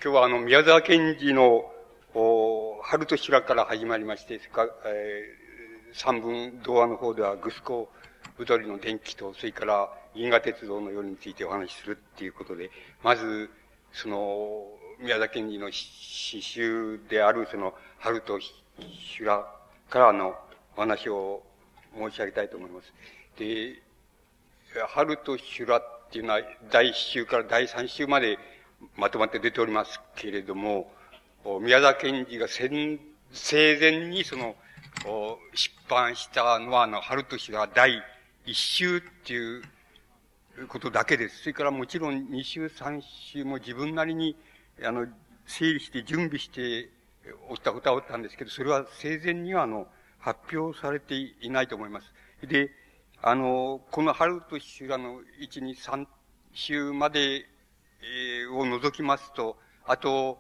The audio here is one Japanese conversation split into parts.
今日は宮沢賢治の、春と修羅から始まりまして、三文童話の方では、グスコブドリの伝記と、それから銀河鉄道の夜についてお話しするっていうことで、まず、宮沢賢治の詩集である、春と修羅からのお話を申し上げたいと思います。で、春と修羅っていうのは、第1週から第3週までまとまって出ておりますけれども、宮沢賢治が生前に出版したのは、春と修羅第1週っていうことだけです。それからもちろん2週、3週も自分なりに、整理して準備しておったことはおったんですけど、それは生前には発表されていないと思います。で、この春と修羅の1、2、3週まで、を除きますと、あと、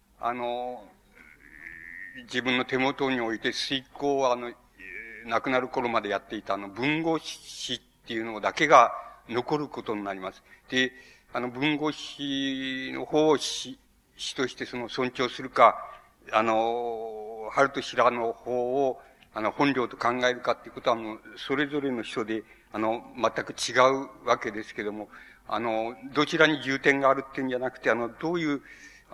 自分の手元において遂行は亡くなる頃までやっていた文語詩っていうのだけが残ることになります。で、文語詩の方を詩として尊重するか、春と修羅の方を本領と考えるかっていうことはそれぞれの人で、全く違うわけですけども、どちらに重点があるっていうんじゃなくて、どういう、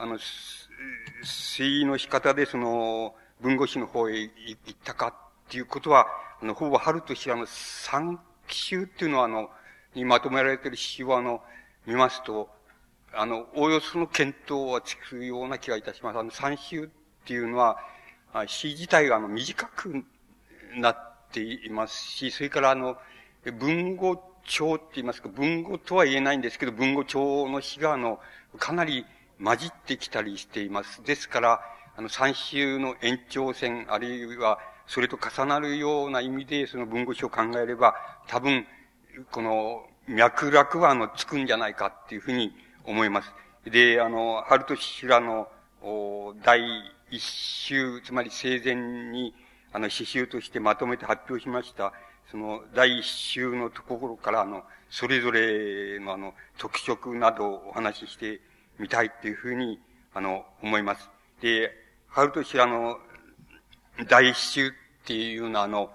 推移の仕方で文語詩の方へ行ったかっていうことは、ほぼ春と修羅の三奇襲っていうのは、にまとめられている詩を見ますと、おおよその見当はつくような気がいたします。三集っていうのは、詩自体が短くなっていますし、それから文語帳って言いますか、文語とは言えないんですけど、文語帳の詩がかなり混じってきたりしています。ですから、三集の延長線、あるいは、それと重なるような意味で、文語詩を考えれば、多分、この脈絡はつくんじゃないかっていうふうに思います。で、春と修羅の第一週、つまり生前に詩集としてまとめて発表しました、第一週のところからそれぞれの特色などをお話ししてみたいっていうふうに思います。で、春と修羅の第一週っていうのは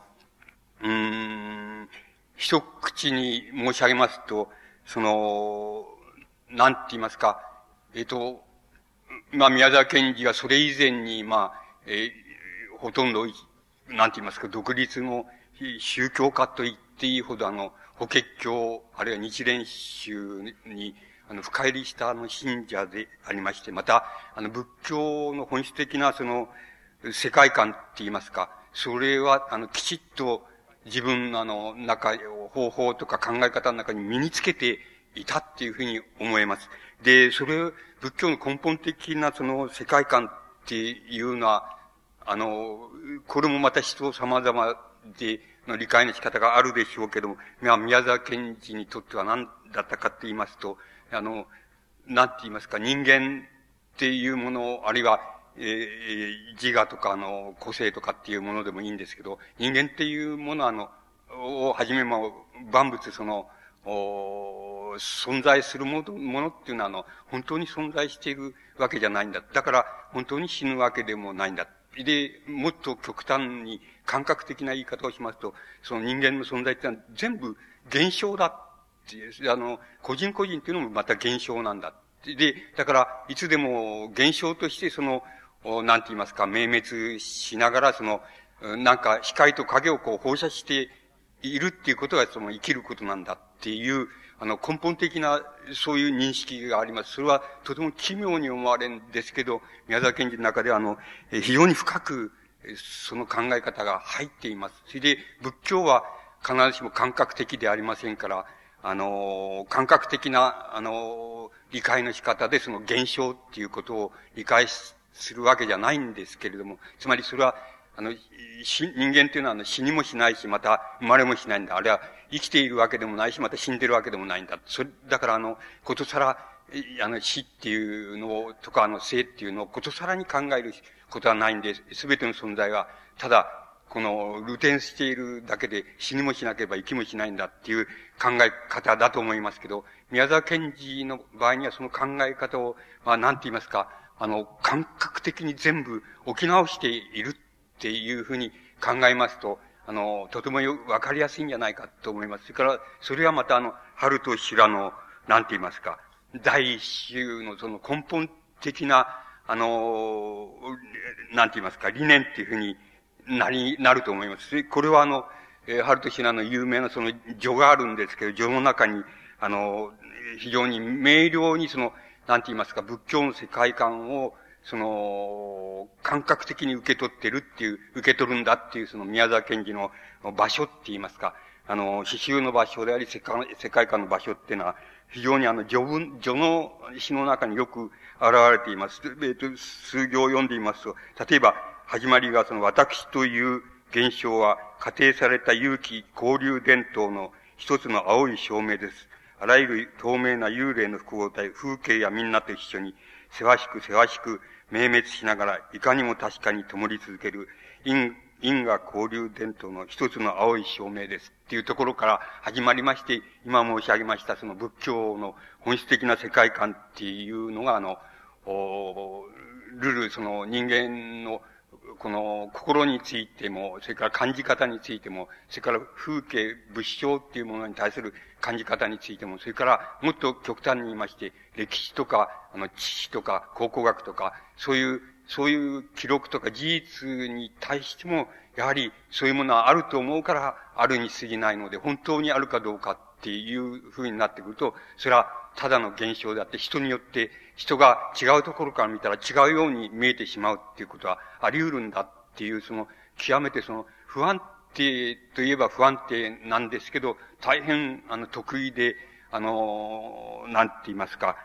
一口に申し上げますと、なんて言いますか、宮沢賢治がそれ以前に、ほとんど、なんて言いますか、独立の宗教家と言っていいほど法華経、あるいは日蓮宗に、深入りした信者でありまして、また、仏教の本質的な世界観って言いますか、それは、きちっと自分の方法とか考え方の中に身につけていたっていうふうに思えます。で、それ、仏教の根本的な世界観っていうのは、これもまた人様々での理解の仕方があるでしょうけども、宮沢賢治にとっては何だったかって言いますと、なんて言いますか、人間っていうもの、あるいは、自我とか個性とかっていうものでもいいんですけど、人間っていうものはをはじめ万物存在するものっていうのは本当に存在しているわけじゃないんだ。だから本当に死ぬわけでもないんだ。で、もっと極端に感覚的な言い方をしますと、その人間の存在ってのは全部現象だっていう、個人個人っていうのもまた現象なんだ。で、だから、いつでも現象としてなんて言いますか、明滅しながら光と影を放射しているっていうことが生きることなんだっていう、根本的なそういう認識があります。それはとても奇妙に思われるんですけど、宮沢賢治の中では非常に深くその考え方が入っています。それで仏教は必ずしも感覚的でありませんから、感覚的な、理解の仕方で現象っていうことを理解するわけじゃないんですけれども、つまりそれは、人間っていうのは死にもしないし、また生まれもしないんだ。あるいは生きているわけでもないし、また死んでるわけでもないんだ。だからことさら、死っていうのとか生っていうのをことさらに考えることはないんで、すべての存在は、ただ、 この、流転しているだけで死にもしなければ生きもしないんだっていう考え方だと思いますけど、宮沢賢治の場合にはその考え方を、まあ、なんて言いますか、感覚的に全部置き直しているっていうふうに考えますと、とてもわかりやすいんじゃないかと思います。それから、それはまた春と修羅の、なんて言いますか、第一種のその根本的な、なんて言いますか、理念っていうふうになると思います。これは春と修羅の有名なその序があるんですけど、序の中に、非常に明瞭になんて言いますか、仏教の世界観を、感覚的に受け取ってるっていう、受け取るんだっていう、宮沢賢治の場所って言いますか、詩集の場所であり、世界観の場所っていうのは、非常に序の詩の中によく現れています。数行読んでいますと、例えば、始まりが私という現象は仮定された有機交流伝統の一つの青い証明です。あらゆる透明な幽霊の複合体、風景やみんなと一緒に、せわしく明滅しながら、いかにも確かに灯り続ける、因果交流伝統の一つの青い証明です。っていうところから始まりまして、今申し上げました仏教の本質的な世界観っていうのが人間のこの心についても、それから感じ方についても、それから風景、仏性っていうものに対する感じ方についても、それからもっと極端に言いまして、歴史とか、知識とか、考古学とか、そういう記録とか事実に対しても、やはりそういうものはあると思うからあるに過ぎないので、本当にあるかどうかっていう風になってくると、それはただの現象であって、人によって、人が違うところから見たら違うように見えてしまうっていうことはあり得るんだっていう、極めて不安定といえば不安定なんですけど、大変、得意で、なんて言いますか、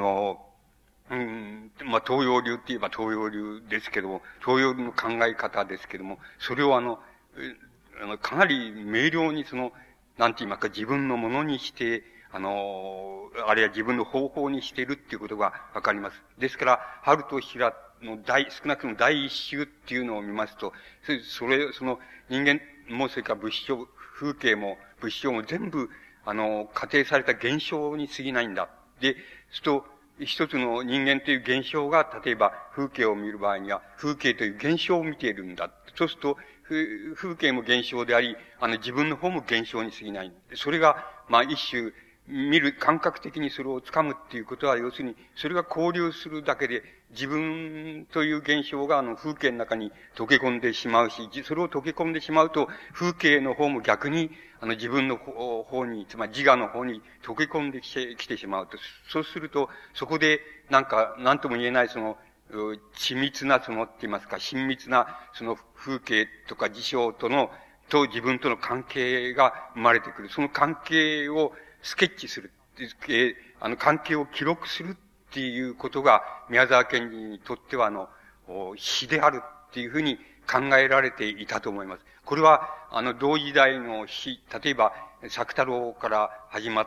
まあ、東洋流って言えば東洋流ですけども、東洋流の考え方ですけども、それをかなり明瞭になんて言いますか、自分のものにして、あるいは自分の方法にしているっていうことがわかります。ですから、春と修羅の少なくとも第一集っていうのを見ますと、人間もそれから仏性、風景も仏性も全部、仮定された現象に過ぎないんだ。で、一つの人間という現象が、例えば風景を見る場合には、風景という現象を見ているんだ。そうすると、風景も現象であり、自分の方も現象に過ぎない。それが、まあ一種、感覚的にそれを掴むっていうことは、要するに、それが交流するだけで、自分という現象が風景の中に溶け込んでしまうし、それを溶け込んでしまうと、風景の方も逆に、自分の方に、つまり自我の方に溶け込んできてしまうと。そうすると、そこで、なんとも言えない緻密なって言いますか、親密な風景とか事象と自分との関係が生まれてくる。その関係をスケッチする。関係を記録するっていうことが、宮沢賢治にとっては詩であるっていうふうに考えられていたと思います。これは、同時代の詩、例えば、作太郎から始まって、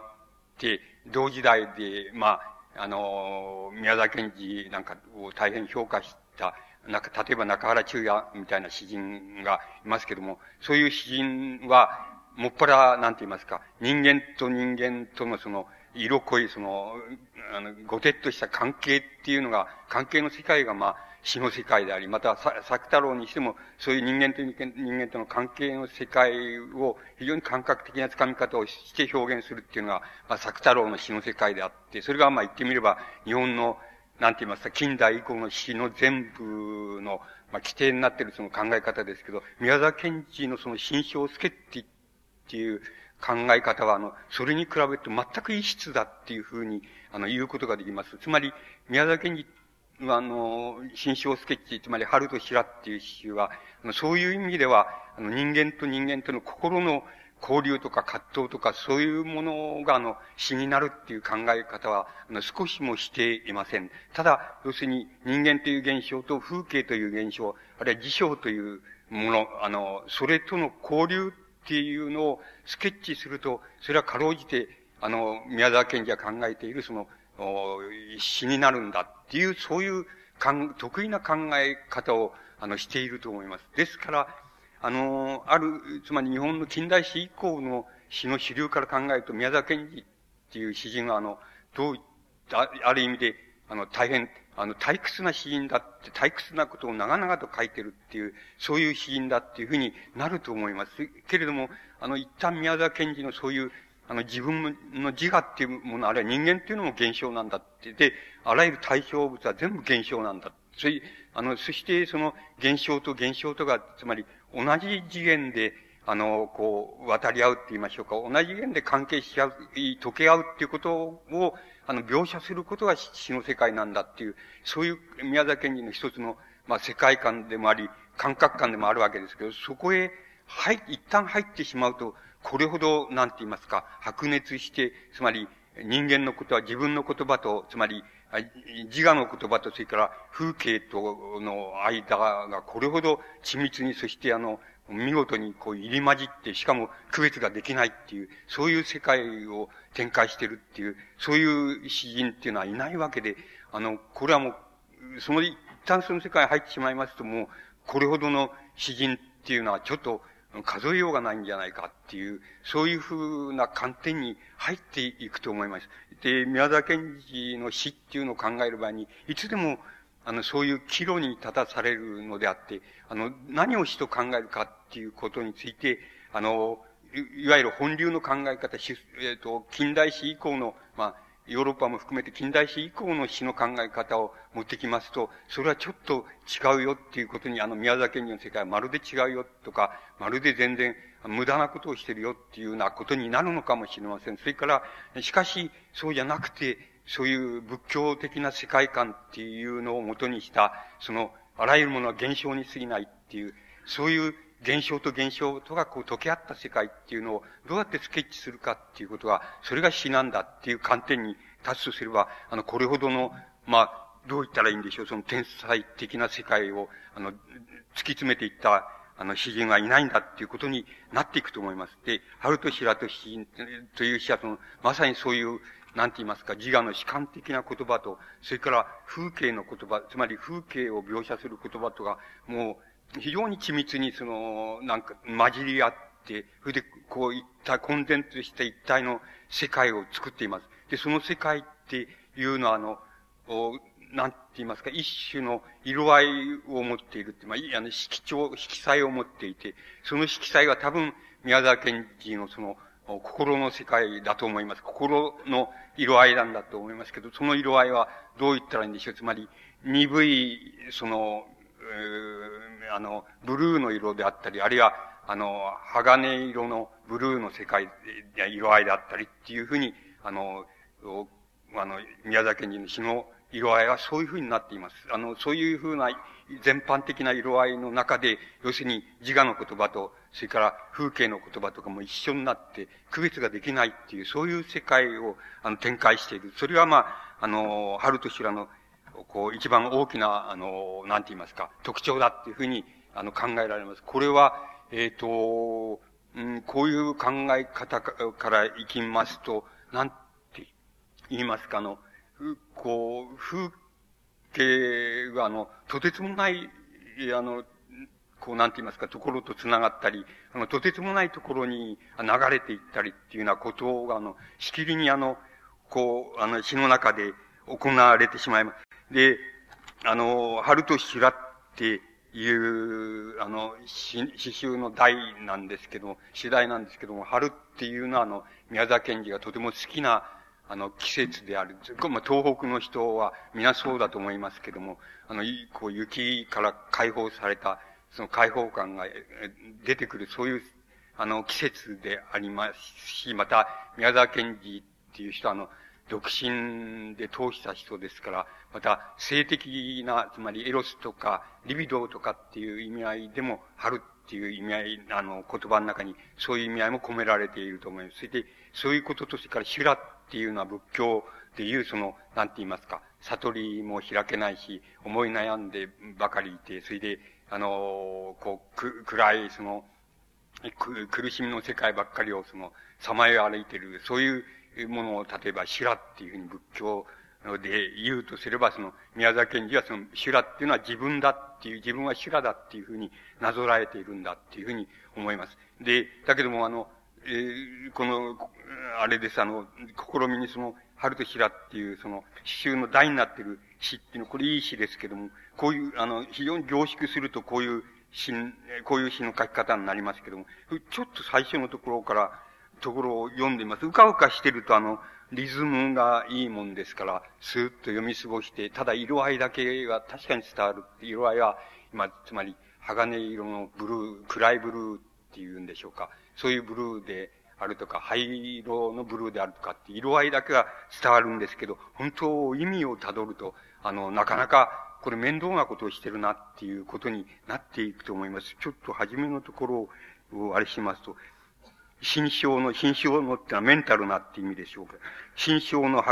同時代で、まあ、宮沢賢治なんかを大変評価した、例えば中原中也みたいな詩人がいますけども、そういう詩人は、もっぱら、なんて言いますか、人間と人間との色濃いごてっとした関係っていうのが、関係の世界がまあ、詩の世界であり、また、作太郎にしても、そういう人間との関係の世界を非常に感覚的な掴み方をして表現するっていうのが、まあ、作太郎の詩の世界であって、それがまあ言ってみれば、日本の、なんて言いますか、近代以降の詩の全部の、まあ、規定になっている考え方ですけど、宮沢賢治の心象スケッチっていう考え方は、それに比べて全く異質だっていうふうに、言うことができます。つまり、宮沢賢治は、心象スケッチ、つまり、春と修羅っていう詩は、そういう意味では、人間と人間との心の交流とか葛藤とか、そういうものが、詩になるっていう考え方は、少しもしていません。ただ、要するに、人間という現象と風景という現象、あるいは事象というもの、それとの交流っていうのをスケッチすると、それはかろうじて、宮沢賢治が考えている詩になるんだっていう、そういう得意な考え方を、していると思います。ですから、 つまり日本の近代史以降の詩の主流から考えると、宮沢賢治っていう詩人は、どういった、ある意味で、大変、退屈な詩人だって、退屈なことを長々と書いてるっていう、そういう詩人だっていうふうになると思います。けれども、一旦宮沢賢治のそういう、自分の自我っていうもの、あるいは人間っていうのも現象なんだって。で、あらゆる対象物は全部現象なんだ。そしてその現象と現象とが、つまり同じ次元で、渡り合うって言いましょうか。同じ次元で関係し合う、溶け合うっていうことを、描写することが詩の世界なんだっていう、そういう宮沢賢治の一つの、世界観でもあり、感覚観でもあるわけですけど、そこへ、一旦入ってしまうと、これほど、なんて言いますか、白熱して、つまり、人間のことは自分の言葉と、つまり、自我の言葉と、それから風景との間がこれほど緻密に、そして見事に入り混じって、しかも区別ができないっていう、そういう世界を展開してるっていう、そういう詩人っていうのはいないわけで、これはもう、一旦その世界に入ってしまいますと、もう、これほどの詩人っていうのはちょっと数えようがないんじゃないかっていう、そういうふうな観点に入っていくと思います。で、宮沢賢治の詩っていうのを考える場合に、いつでも、そういう岐路に立たされるのであって、何を詩と考えるかっていうことについて、いわゆる本流の考え方、近代史以降の、ヨーロッパも含めて近代史以降の詩の考え方を持ってきますと、それはちょっと違うよっていうことに、宮沢賢治の世界はまるで違うよとか、まるで全然無駄なことをしてるよっていうようなことになるのかもしれません。それから、しかし、そうじゃなくて、そういう仏教的な世界観っていうのを元にした、あらゆるものは現象に過ぎないっていう、そういう現象と現象とが溶け合った世界っていうのをどうやってスケッチするかっていうことが、それが詩なんだっていう観点に立つとすれば、これほどの、どう言ったらいいんでしょう、その天才的な世界を、突き詰めていった、詩人はいないんだっていうことになっていくと思います。で、春と白と詩という詩はまさにそういう、なんて言いますか、自我の主観的な言葉と、それから風景の言葉、つまり風景を描写する言葉とが、もう、非常に緻密に混じり合って、それで、混然とした一体の世界を作っています。で、その世界っていうのは、なんて言いますか、一種の色合いを持っているって、色彩を持っていて、その色彩は多分、宮沢賢治の心の世界だと思います。心の色合いなんだと思いますけど、その色合いはどう言ったらいいんでしょう。つまり、鈍い、ブルーの色であったり、あるいは、鋼色のブルーの世界、色合いであったりっていうふうに、宮沢賢治の詩の色合いはそういうふうになっています。そういうふうな全般的な色合いの中で、要するに自我の言葉と、それから風景の言葉とかも一緒になって、区別ができないっていう、そういう世界を、展開している。それは春と修羅の、一番大きな、なんて言いますか、特徴だっていうふうに、考えられます。これは、こういう考え方からいきますと、なんて言いますか、風景が、とてつもない、なんて言いますか、ところと繋がったり、とてつもないところに流れていったりっていうようなことが、しきりに詩の中で行われてしまいます。で、春と修羅っていう、詩集の題なんですけど、詩題なんですけども、春っていうのは、宮沢賢治がとても好きな、季節である。東北の人は皆そうだと思いますけども、雪から解放された、その解放感が出てくる、そういう、季節でありますし、また、宮沢賢治っていう人は、独身で通した人ですから、また、性的な、つまりエロスとか、リビドーとかっていう意味合いでも、春っていう意味合い、言葉の中に、そういう意味合いも込められていると思います。それで、そういうことと、それから修羅っていうのは仏教でいう、なんて言いますか、悟りも開けないし、思い悩んでばかりいて、それで、暗い、苦しみの世界ばっかりを、さまよい歩いている、そういうものを、例えば、修羅っていうふうに仏教で言うとすれば、宮沢賢治は修羅っていうのは自分だっていう、自分は修羅だっていうふうになぞらえているんだっていうふうに思います。で、だけどもこの、あれです、試みに春と修羅っていう、詩集の題になっている詩っていうのは、これいい詩ですけども、こういう、非常に凝縮するとこういう詩の書き方になりますけども、ちょっと最初のところを読んでみます。うかうかしてるとリズムがいいもんですから、スーッと読み過ごして、ただ色合いだけが確かに伝わる。色合いは、つまり、鋼色のブルー、暗いブルーっていうんでしょうか。そういうブルーであるとか、灰色のブルーであるとかって色合いだけが伝わるんですけど、本当意味をたどると、なかなか、これ面倒なことをしてるなっていうことになっていくと思います。ちょっと初めのところをあれしますと、心象のってのはメンタルなって意味でしょうか。心象の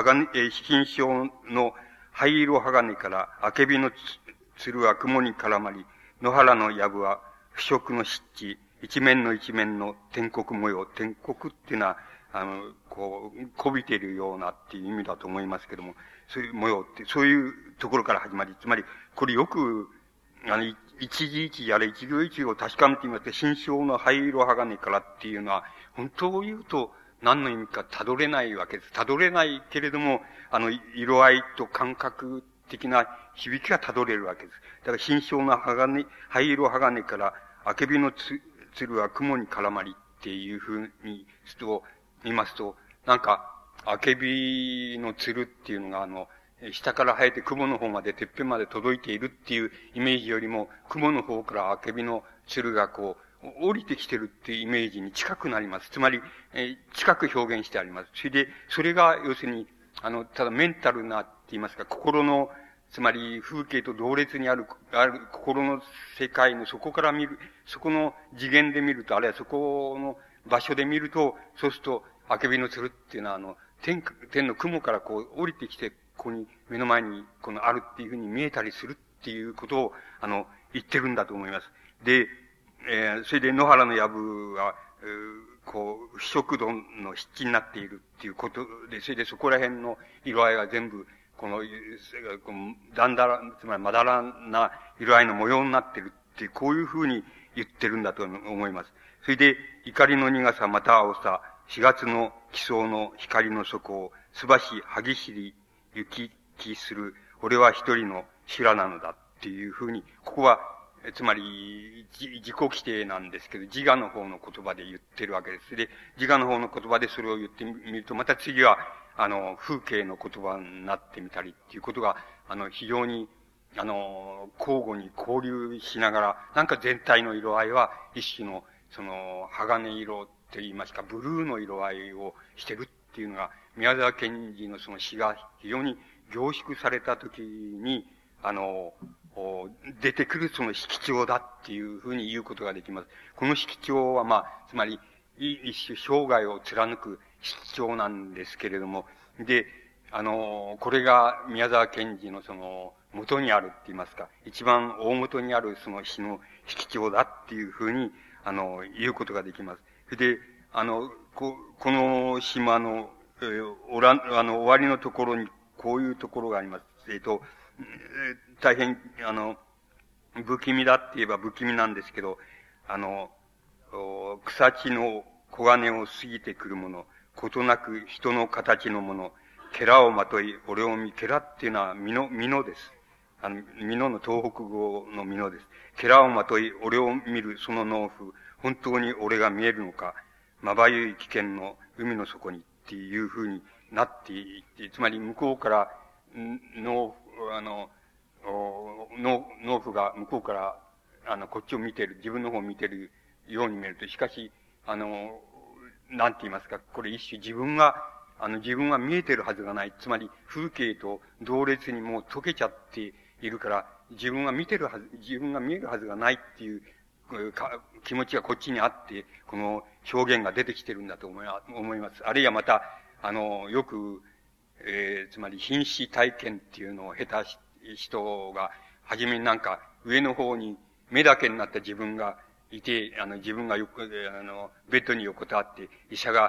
灰色鋼から、あけびの鶴は雲に絡まり、野原の藪は腐食の湿地、一面の天国模様。天国っていうのは、こびているようなっていう意味だと思いますけども、そういう模様って、そういうところから始まり、つまり、これよく、一字一字あれ一行一行確かめてみますと、心象の灰色鋼からっていうのは、本当を言うと何の意味か辿れないわけです。辿れないけれども、色合いと感覚的な響きが辿れるわけです。だから心象の灰色鋼から、あけびの鶴は雲に絡まりっていうふうに言いますと、なんか、あけびの鶴っていうのが下から生えて雲の方まで、てっぺんまで届いているっていうイメージよりも、雲の方からあけびの鶴が降りてきてるっていうイメージに近くなります。つまり、近く表現してあります。それが、要するに、ただメンタルなって言いますか、心の、つまり風景と同列にある心の世界の底から見る、そこの次元で見ると、あるいはそこの場所で見ると、そうすると、あけびの鶴っていうのは、天の雲から降りてきて、ここに、目の前に、あるっていうふうに見えたりするっていうことを、言ってるんだと思います。で、それで野原の藪は、腐食土の湿地になっているっていうことで、それでそこら辺の色合いが全部、だんだら、つまりまだらな色合いの模様になってるっていう、こういうふうに言ってるんだと思います。それで、怒りの苦さまた青さ、4月の気象の光の底を、すばし歯ぎしり行き来する、俺は一人の修羅なのだっていうふうに、ここは、つまり、自己規定なんですけど、自我の方の言葉で言ってるわけです。で、自我の方の言葉でそれを言ってみると、また次は、風景の言葉になってみたりっていうことが、非常に、交互に交流しながら、なんか全体の色合いは一種の、鋼色と言いますか、ブルーの色合いをしてるっていうのが、宮沢賢治のその詩が非常に凝縮されたときに、出てくるその色調だっていうふうに言うことができます。この色調はつまり、一種生涯を貫く色調なんですけれども、で、これが宮沢賢治の元にあるって言いますか、一番大元にあるその詩の色調だっていうふうに、言うことができます。で、この詩も終わりのところにこういうところがあります。大変、不気味だって言えば不気味なんですけど、草地の黄金を過ぎてくるもの、ことなく人の形のもの、ケラをまとい、俺を見、ケラっていうのは美濃です。美濃の東北語の美濃です。ケラをまとい、俺を見るその農夫、本当に俺が見えるのか、まばゆい危険の海の底にっていう風になっていって、つまり向こうから、農夫が向こうから、こっちを見てる、自分の方を見てるように見えると、しかし、なんて言いますか、これ一種自分が見えてるはずがない。つまり、風景と同列にもう溶けちゃっているから、自分が見えるはずがないっていう、気持ちがこっちにあって、この表現が出てきてるんだと思います。あるいはまた、よく、つまり瀕死体験っていうのを経た人が、はじめになんか上の方に目だけになった自分がいて、自分がベッドに横たわって、医者が、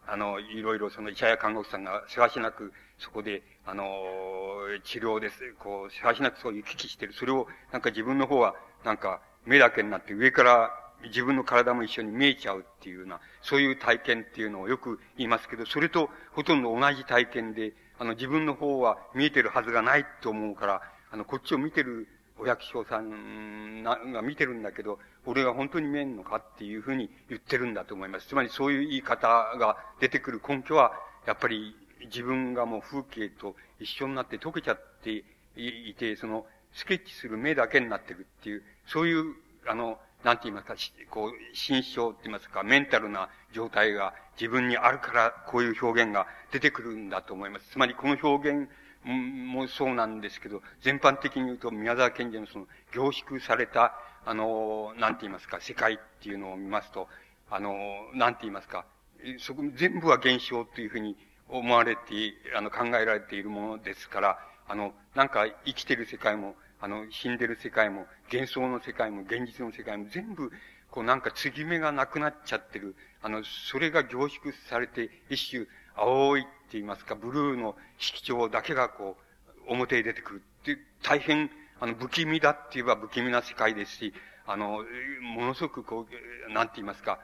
いろいろその医者や看護師さんがせわしなく、そこで、治療です。せわしなくそういう危機してる。それを、なんか自分の方は、なんか、目だけになって上から自分の体も一緒に見えちゃうっていうような、そういう体験っていうのをよく言いますけど、それとほとんど同じ体験で、自分の方は見えてるはずがないと思うから、こっちを見てるお百姓さんが見てるんだけど、俺が本当に見えんのかっていうふうに言ってるんだと思います。つまりそういう言い方が出てくる根拠は、やっぱり自分がもう風景と一緒になって溶けちゃっていて、スケッチする目だけになってるっていう、そういう、なんて言いますか、心象って言いますか、メンタルな状態が自分にあるから、こういう表現が出てくるんだと思います。つまりこの表現もそうなんですけど、全般的に言うと、宮沢賢治の凝縮された、なんて言いますか、世界っていうのを見ますと、なんて言いますか、そこ全部は現象というふうに思われて、考えられているものですから、なんか生きてる世界も、死んでる世界も、幻想の世界も、現実の世界も全部、なんか継ぎ目がなくなっちゃってる。それが凝縮されて、一種、青いって言いますか、ブルーの色調だけが表に出てくるっていう、大変、不気味だって言えば不気味な世界ですし、ものすごくなんて言いますか、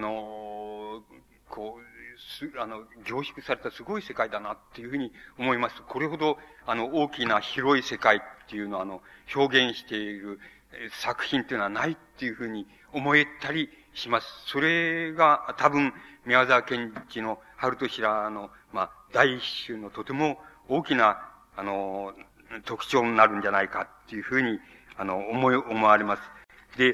凝縮されたすごい世界だなっていうふうに思います。これほど、大きな広い世界っていうのは、表現している作品っていうのはないっていうふうに思えたりします。それが多分、宮沢賢治の春と白の、第一種のとても大きな、特徴になるんじゃないかっていうふうに、思われます。で、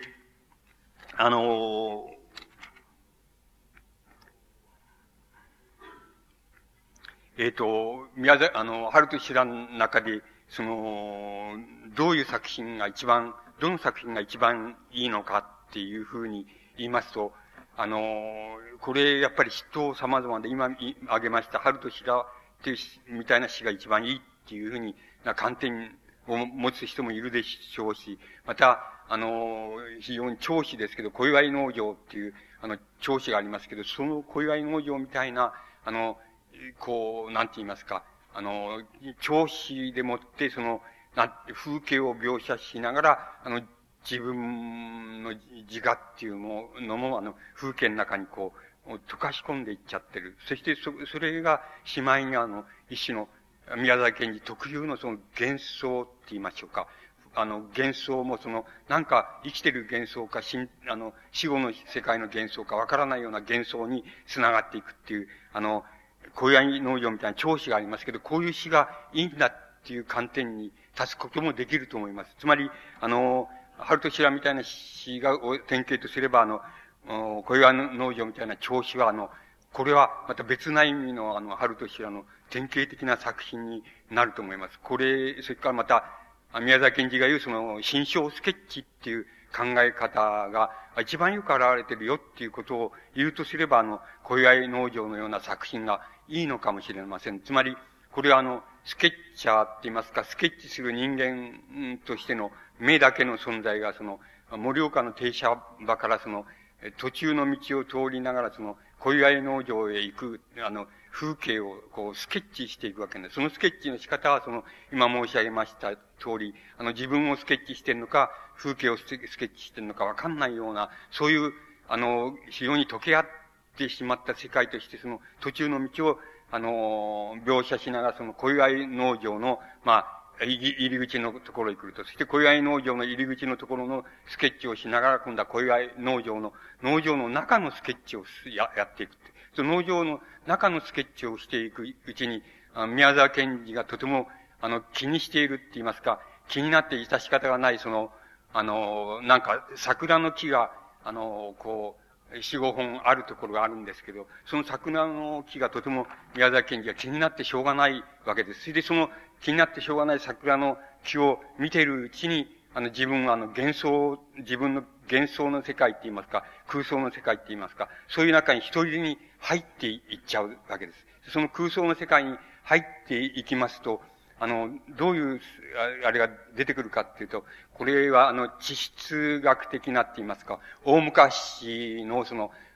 宮沢、春と白の中で、どういう作品が一番、どの作品が一番いいのかっていうふうに言いますと、これ、やっぱり人様々で、今挙げました、春と白っていうみたいな詩が一番いいっていうふうにな観点を持つ人もいるでしょうし、また、非常に長詩ですけど、小祝農場っていう、長詩がありますけど、その小祝農場みたいな、なんて言いますか、長詩でもって、風景を描写しながら、自分の自我っていうのも、風景の中に溶かし込んでいっちゃってる。そして、それが、しまいに一種の、宮沢賢治特有の幻想って言いましょうか。幻想もなんか生きてる幻想か、死後の世界の幻想かわからないような幻想に繋がっていくっていう、小祝農場みたいな長詩がありますけど、こういう詩がいいんだっていう観点に立つこともできると思います。つまり、春と白みたいな詩が典型とすれば、小祝農場みたいな長詩は、これはまた別な意味の春と白の典型的な作品になると思います。それからまた、宮沢賢治が言う心象スケッチっていう考え方が一番よく現れてるよっていうことを言うとすれば、小祝農場のような作品がいいのかもしれません。つまり、これはスケッチャーって言いますか、スケッチする人間としての目だけの存在が、盛岡の停車場から途中の道を通りながら、小祝農場へ行く、風景をスケッチしていくわけです。そのスケッチの仕方は今申し上げました通り、自分をスケッチしてるのか、風景をスケッチしてるのかわかんないような、そういう、非常に溶け合ってしまった世界として、途中の道を、描写しながら、小祝農場の、入り口のところに来ると。そして小祝農場の入り口のところのスケッチをしながら、今度は小祝農場の中のスケッチをやっていく。その農場の中のスケッチをしていくうちに、宮沢賢治がとても、気にしているって言いますか、気になっていた仕方がない、なんか、桜の木が、四五本あるところがあるんですけど、その桜の木がとても宮沢賢治が気になってしょうがないわけです。それで気になってしょうがない桜の木を見ているうちに、自分は自分の幻想の世界って言いますか、空想の世界って言いますか、そういう中に一人に入っていっちゃうわけです。その空想の世界に入っていきますと、どういう、あれが出てくるかっていうと、これは地質学的なって言いますか、大昔の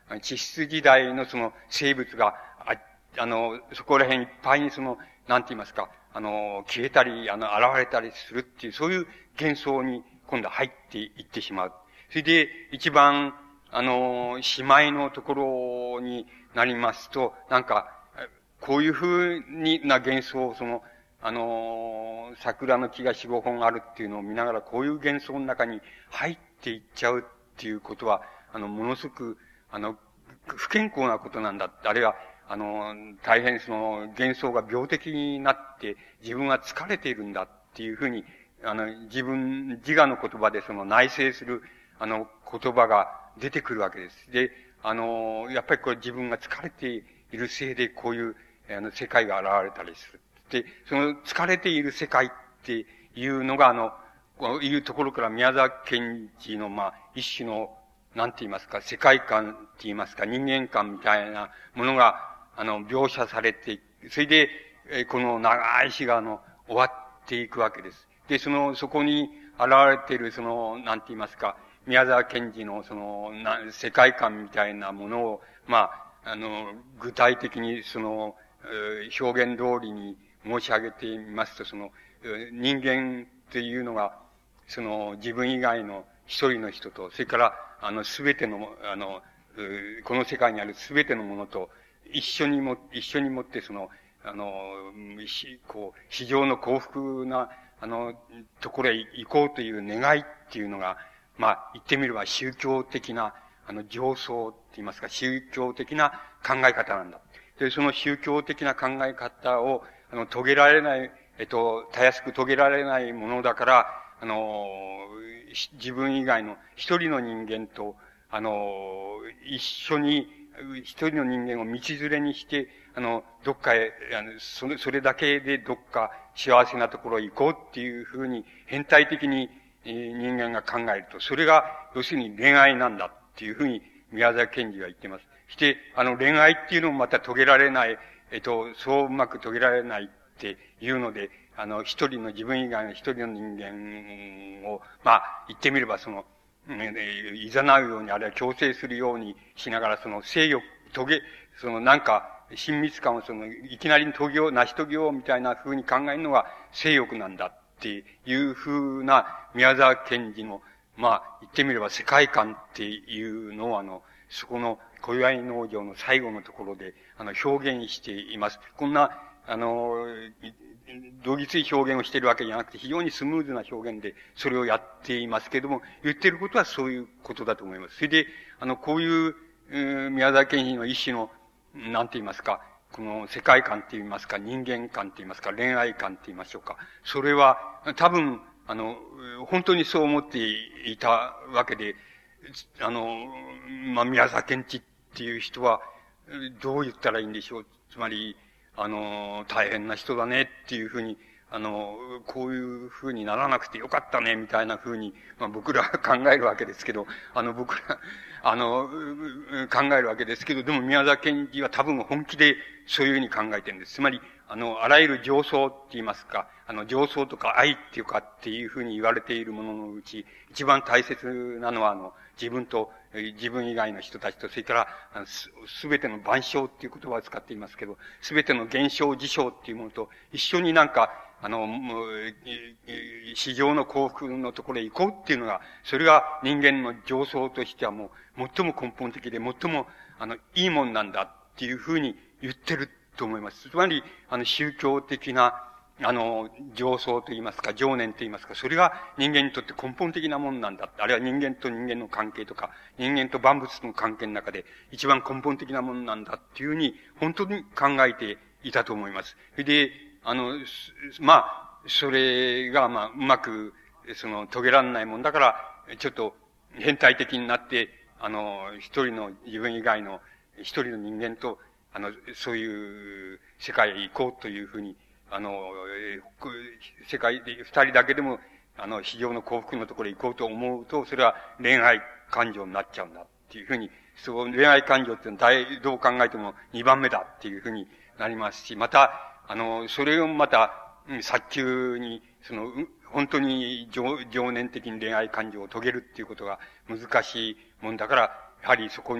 地質時代のその生物が、そこら辺いっぱいになんて言いますか、消えたり、現れたりするっていう、そういう幻想に今度は入っていってしまう。それで、一番、しまいのところになりますと、なんか、こういうふうな幻想を桜の木が4、5本あるっていうのを見ながら、こういう幻想の中に入っていっちゃうっていうことは、ものすごく、不健康なことなんだ。あるいは、大変幻想が病的になって、自分は疲れているんだっていうふうに、自我の言葉で内省する、言葉が出てくるわけです。で、やっぱりこれ自分が疲れているせいで、こういう、世界が現れたりする。で、疲れている世界っていうのが、いうところから宮沢賢治の、一種の、なんて言いますか、世界観って言いますか、人間観みたいなものが、描写されて、それで、この長い詩が、終わっていくわけです。で、そこに現れている、なんて言いますか、宮沢賢治の、世界観みたいなものを、具体的に、表現通りに申し上げてみますと、人間っていうのが、自分以外の一人の人と、それから、すべての、この世界にあるすべてのものと、一緒にもって非常の幸福な、ところへ行こうという願いっていうのが、言ってみれば宗教的な、上層って言いますか、宗教的な考え方なんだ。で、その宗教的な考え方を、遂げられない、たやすく遂げられないものだから、自分以外の一人の人間と、一緒に、一人の人間を道連れにして、どっかへ、それだけでどっか幸せなところへ行こうっていうふうに、変態的に人間が考えると、それが、要するに恋愛なんだっていうふうに、宮沢賢治は言ってます。して、恋愛っていうのもまた遂げられない、そううまく遂げられないっていうので、一人の自分以外の一人の人間を、言ってみればいざなうように、あるいは強制するようにしながら、性欲、なんか、親密感をいきなり成し遂げようみたいな風に考えるのが性欲なんだっていう風な宮沢賢治の、言ってみれば世界観っていうのをそこの小祝農場の最後のところで、表現しています。こんな、同義表現をしているわけじゃなくて、非常にスムーズな表現でそれをやっていますけれども、言っていることはそういうことだと思います。それで、こういう、宮沢賢治の一種の、なんて言いますか、この世界観って言いますか、人間観って言いますか、恋愛観って言いましょうか。それは、多分、本当にそう思っていたわけで、宮沢賢治っていう人は、どう言ったらいいんでしょう。つまり、大変な人だねっていうふうに、こういうふうにならなくてよかったね、みたいなふうに、僕らは考えるわけですけど、僕ら、考えるわけですけど、でも宮沢賢治は多分本気でそういうふうに考えてるんです。つまり、あらゆる情操って言いますか、情操とか愛っていうかっていうふうに言われているもののうち、一番大切なのは、自分以外の人たちと、それから、すべての万象っていう言葉を使っていますけど、すべての現象事象っていうものと一緒になんか、市場の幸福のところへ行こうっていうのが、それが人間の情操としてはもう、最も根本的で、最も、いいもんなんだっていうふうに言ってると思います。つまり、宗教的な、情操と言いますか、情念と言いますか、それが人間にとって根本的なものなんだ。あるいは人間と人間の関係とか、人間と万物の関係の中で一番根本的なものなんだっていうふうに、本当に考えていたと思います。それで、それが、うまく、遂げられないもんだから、ちょっと変態的になって、一人の自分以外の一人の人間と、そういう世界へ行こうというふうに、世界で二人だけでも、非常の幸福のところへ行こうと思うと、それは恋愛感情になっちゃうんだっていうふうに、そう恋愛感情っていうのはどう考えても二番目だっていうふうになりますし、また、それをまた、早急に、本当に情念的に恋愛感情を遂げるっていうことが難しいもんだから、やはりそこに、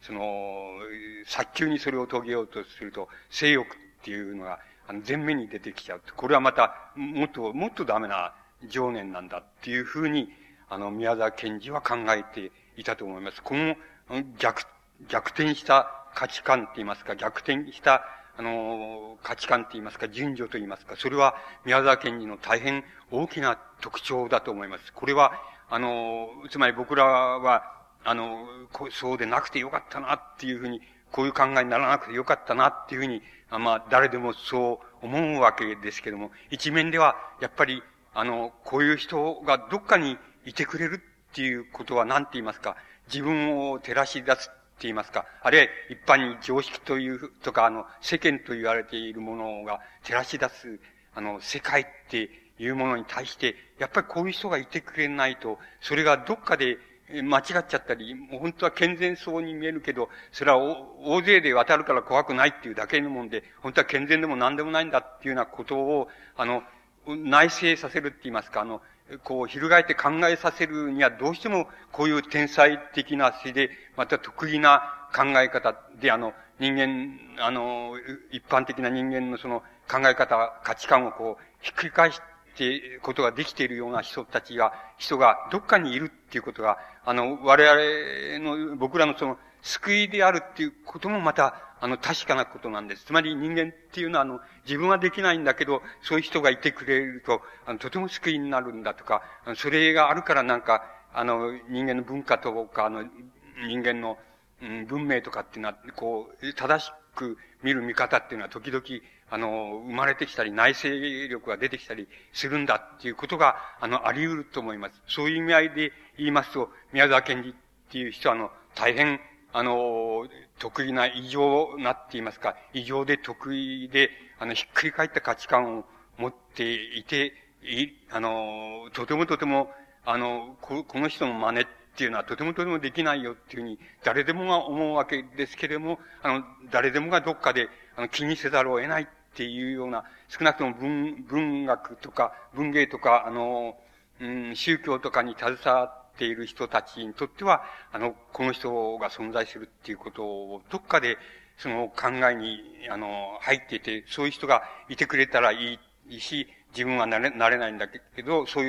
早急にそれを遂げようとすると、性欲っていうのが、前面に出てきちゃう。これはまた、もっとダメな情念なんだっていうふうに、宮沢賢治は考えていたと思います。この逆転した価値観って言いますか、逆転した、価値観って言いますか、順序と言いますか、それは宮沢賢治の大変大きな特徴だと思います。これは、つまり僕らは、そうでなくてよかったなっていうふうに、こういう考えにならなくてよかったなっていうふうに、まあ、誰でもそう思うわけですけども、一面では、やっぱり、こういう人がどっかにいてくれるっていうことは何て言いますか、自分を照らし出すって言いますか、あるいは一般に常識という、とか、世間と言われているものが照らし出す、世界っていうものに対して、やっぱりこういう人がいてくれないと、それがどっかで間違っちゃったり、もう本当は健全そうに見えるけど、それは大勢で渡るから怖くないっていうだけのもんで、本当は健全でも何でもないんだっていうようなことを、内省させるって言いますか、翻って考えさせるにはどうしてもこういう天才的な視で、また得意な考え方で、人間、一般的な人間のその考え方、価値観をひっくり返してことができているような人がどっかにいるっていうことが、我々の、僕らのその救いであるっていうこともまた、確かなことなんです。つまり人間っていうのは、自分はできないんだけど、そういう人がいてくれると、とても救いになるんだとか、それがあるからなんか、人間の文化とか、人間の、文明とかっていうのは、正しく見る見方っていうのは時々、生まれてきたり、内省力が出てきたりするんだっていうことが、あり得ると思います。そういう意味合いで言いますと、宮沢賢治っていう人は、大変、得意な異常なって言いますか、異常で得意で、ひっくり返った価値観を持っていて、とても、この人の真似っていうのはとてもできないよっていうふうに、誰でもが思うわけですけれども、誰でもがどっかで、気にせざるを得ないっていうような、少なくとも文学とか、文芸とか、宗教とかに携わっている人たちにとっては、この人が存在するっていうことを、どっかで、その考えに、入っていて、そういう人がいてくれたらいいし、自分はなれないんだけど、そういう、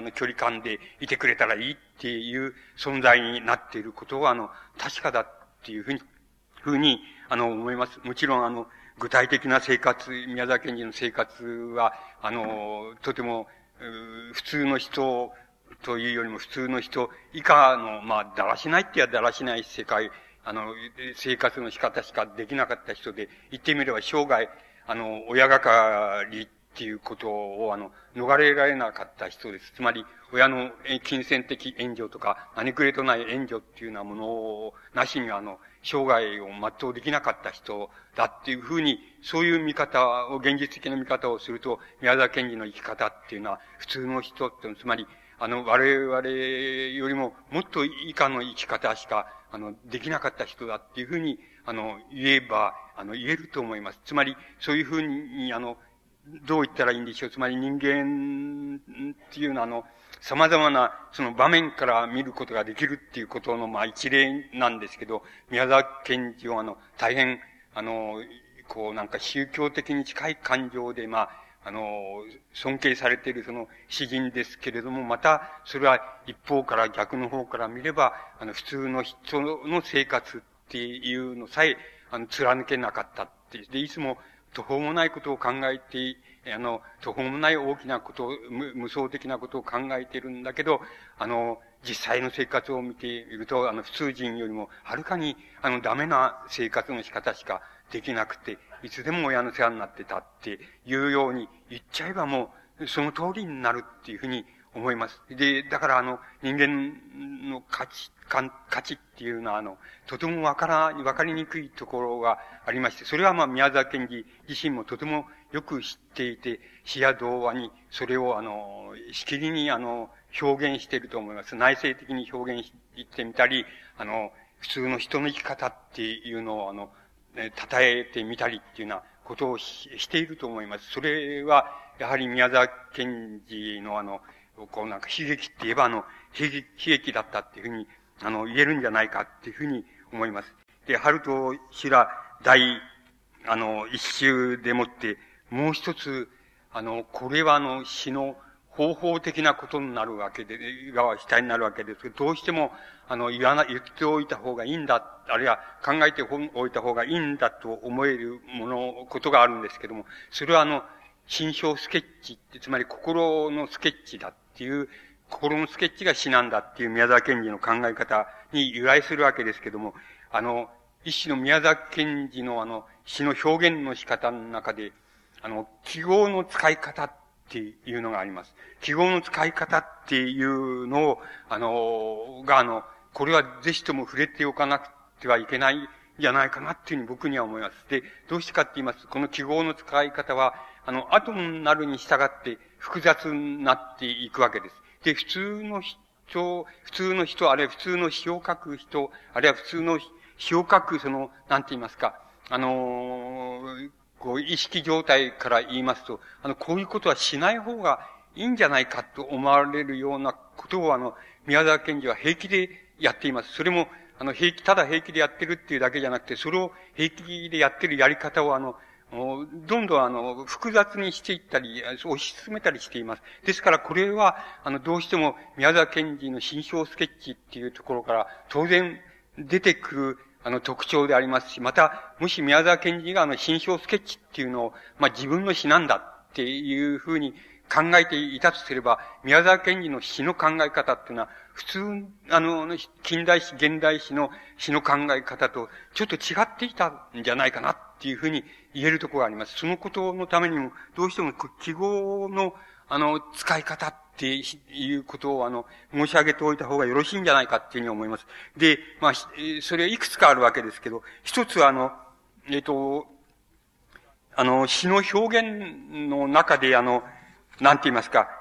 距離感でいてくれたらいいっていう存在になっていることは、確かだっていうふうに、思います。もちろん、具体的な生活、宮沢賢治の生活は、とても、普通の人というよりも普通の人以下の、まあ、だらしないって言えばだらしない世界、生活の仕方しかできなかった人で、言ってみれば生涯、親がかりっていうことを、逃れられなかった人です。つまり、親の金銭的援助とか、何くれとない援助っていうようなものを、なしに生涯を全うできなかった人だっていうふうに、そういう見方を、現実的な見方をすると、宮沢賢治の生き方っていうのは、普通の人っていうのは、つまり、我々よりももっと以下の生き方しか、できなかった人だっていうふうに、言えると思います。つまり、そういうふうに、どう言ったらいいんでしょう。つまり人間っていうのは、様々な、その場面から見ることができるっていうことの、まあ、一例なんですけど、宮沢賢治は、大変、なんか宗教的に近い感情で、まあ、尊敬されているその詩人ですけれども、また、それは一方から逆の方から見れば、普通の人の生活っていうのさえ、貫けなかったって。で、いつも途方もないことを考えて、途方もない大きなことを、無双的なことを考えているんだけど、実際の生活を見ていると、普通人よりもはるかに、ダメな生活の仕方しかできなくて、いつでも親の世話になってたっていうように言っちゃえばもう、その通りになるっていうふうに思います。で、だから人間の価値っていうのはとてもわかりにくいところがありまして、それはまあ宮沢賢治自身もとてもよく知っていて、詩や童話にそれをしきりに表現していると思います。内省的に表現してみたり、普通の人の生き方っていうのを称えてみたりっていうようなことをしていると思います。それは、やはり宮沢賢治のなんか悲劇って言えば悲劇だったっていうふうに、言えるんじゃないかっていうふうに思います。 で、春と修羅第、一周でもって、もう一つ、これは詩の方法的なことになるわけで、が主体になるわけですけど、どうしても、言っておいた方がいいんだ、あるいは考えておいた方がいいんだと思えることがあるんですけども、それは心象スケッチって、つまり心のスケッチだっていう、心のスケッチが詩なんだっていう宮沢賢治の考え方に由来するわけですけども、一種の宮沢賢治の詩の表現の仕方の中で、記号の使い方っていうのがあります。記号の使い方っていうのを、これはぜひとも触れておかなくてはいけないんじゃないかなっていうふうに僕には思います。で、どうしてかって言いますと、この記号の使い方は、後になるに従って複雑になっていくわけです。で、普通の人、あるいは普通の詩を書く人、あるいは普通の詩を書く、なんて言いますか、意識状態から言いますと、こういうことはしない方がいいんじゃないかと思われるようなことを、宮沢賢治は平気でやっています。それも、ただ平気でやってるっていうだけじゃなくて、それを平気でやってるやり方を、どんどん複雑にしていったり、推し進めたりしています。ですからこれは、どうしても宮沢賢治の心象スケッチっていうところから当然出てくる、特徴でありますし、また、もし宮沢賢治が心象スケッチっていうのを、自分の詩なんだっていうふうに考えていたとすれば、宮沢賢治の詩の考え方っていうのは、普通、近代史、現代史の詩の考え方とちょっと違っていたんじゃないかなっていうふうに言えるところがあります。そのことのためにも、どうしても記号の、使い方っていうことを、申し上げておいた方がよろしいんじゃないかっていうふうに思います。で、それいくつかあるわけですけど、一つは詩の表現の中で、なんて言いますか、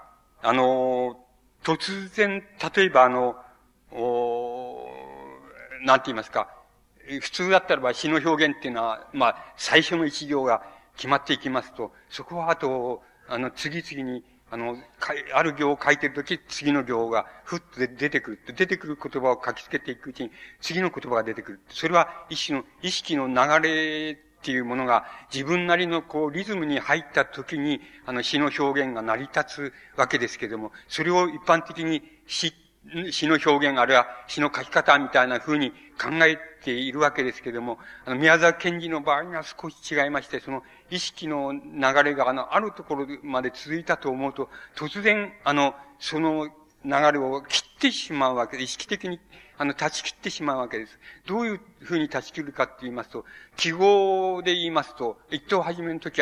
突然、例えばなんて言いますか、普通だったらば詩の表現っていうのは、最初の一行が決まっていきますと、そこは次々に、ある行を書いてるとき、次の行がふっと出てくる。出てくる言葉を書きつけていくうちに、次の言葉が出てくる。それは一種の意識の流れっていうものが自分なりのリズムに入ったときに、詩の表現が成り立つわけですけれども、それを一般的に詩の表現、あるいは詩の書き方みたいな風に考えているわけですけれども、宮沢賢治の場合には少し違いまして、その意識の流れがあるところまで続いたと思うと、突然、その流れを切ってしまうわけで、意識的に、断ち切ってしまうわけです。どういう風に断ち切るかって言いますと、記号で言いますと、一等始めの時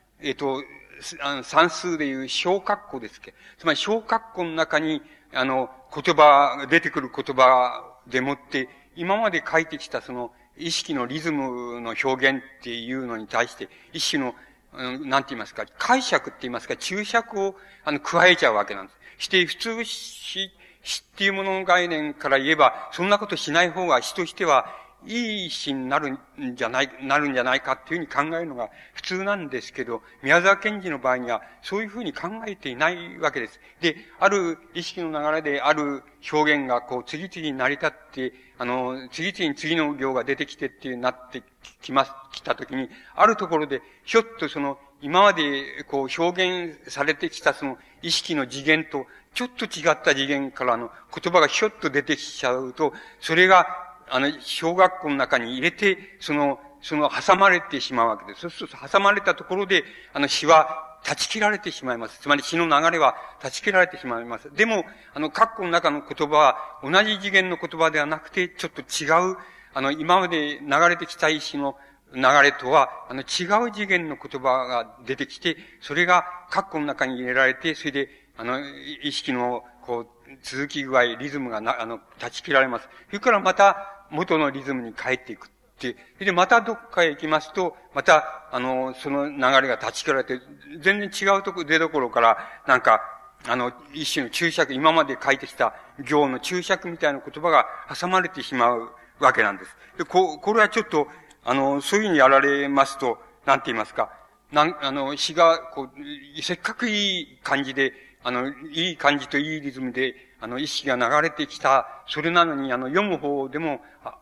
算数でいう小括弧ですけど、つまり小括弧の中に、出てくる言葉でもって、今まで書いてきたその意識のリズムの表現っていうのに対して、一種の、なんて言いますか、解釈って言いますか、注釈を、加えちゃうわけなんです。して、普通詩っていうものの概念から言えば、そんなことしない方が詩としては、いい詩になるんじゃないかっていうふうに考えるのが普通なんですけど、宮沢賢治の場合にはそういうふうに考えていないわけです。で、ある意識の流れである表現が次々に成り立って、次々に次の行が出てきてっていうなってきたときに、あるところで、ひょっと今まで表現されてきたその意識の次元と、ちょっと違った次元から言葉がひょっと出てきちゃうと、それが小学校の中に入れて、挟まれてしまうわけです。そうすると、挟まれたところで、詩は断ち切られてしまいます。つまり詩の流れは断ち切られてしまいます。でも、括弧の中の言葉は、同じ次元の言葉ではなくて、ちょっと違う、今まで流れてきた詩の流れとは、違う次元の言葉が出てきて、それが括弧の中に入れられて、それで、意識の、続き具合、リズムが断ち切られます。それからまた、元のリズムに帰っていくって、それでまたどっかへ行きますと、また、その流れが断ち切られて、全然違う出どころから、一種の注釈、今まで書いてきた行の注釈みたいな言葉が挟まれてしまうわけなんです。で、これはちょっと、そういうふうにやられますと、なんて言いますか、詩が、せっかくいい感じで、いい感じといいリズムで、意識が流れてきた、それなのに、読む方でも、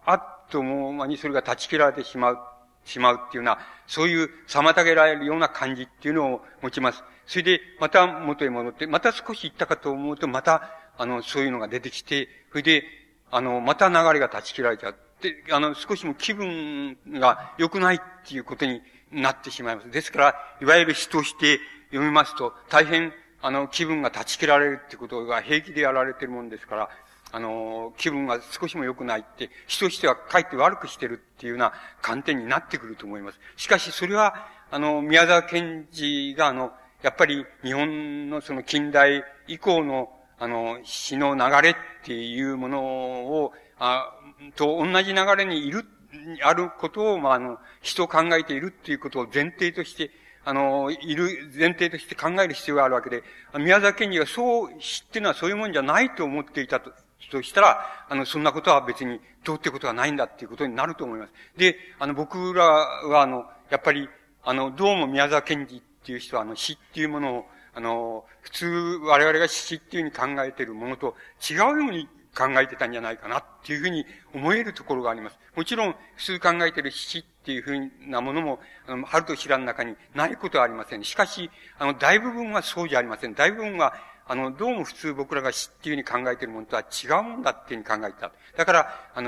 ともう間にそれが断ち切られてしまうっていうような、そういう妨げられるような感じっていうのを持ちます。それで、また元へ戻って、また少し行ったかと思うと、また、そういうのが出てきて、それで、また流れが断ち切られちゃう。で、少しも気分が良くないっていうことになってしまいます。ですから、いわゆる詩として読みますと、大変、気分が断ち切られるってことが平気でやられてるもんですから、気分が少しも良くないって、詩としてはかえって悪くしてるっていうような観点になってくると思います。しかし、それは、宮沢賢治がやっぱり日本のその近代以降の、詩の流れっていうものを、と同じ流れにあることを、詩と考えているっていうことを前提として、前提として考える必要があるわけで、宮沢賢治が詩っていうのはそういうもんじゃないと思っていたとしたら、そんなことは別にどうってことはないんだっていうことになると思います。で、僕らは、やっぱり、どうも宮沢賢治っていう人は、詩っていうものを、普通我々が詩っていうふうに考えているものと違うように考えてたんじゃないかなっていうふうに思えるところがあります。もちろん、普通考えている詩っていうふうなものも、春と知らん中にないことはありません。しかし、大部分はそうじゃありません。大部分は、どうも普通僕らが詩っていうふうに考えているものとは違うもんだっていうふうに考えてた。だから、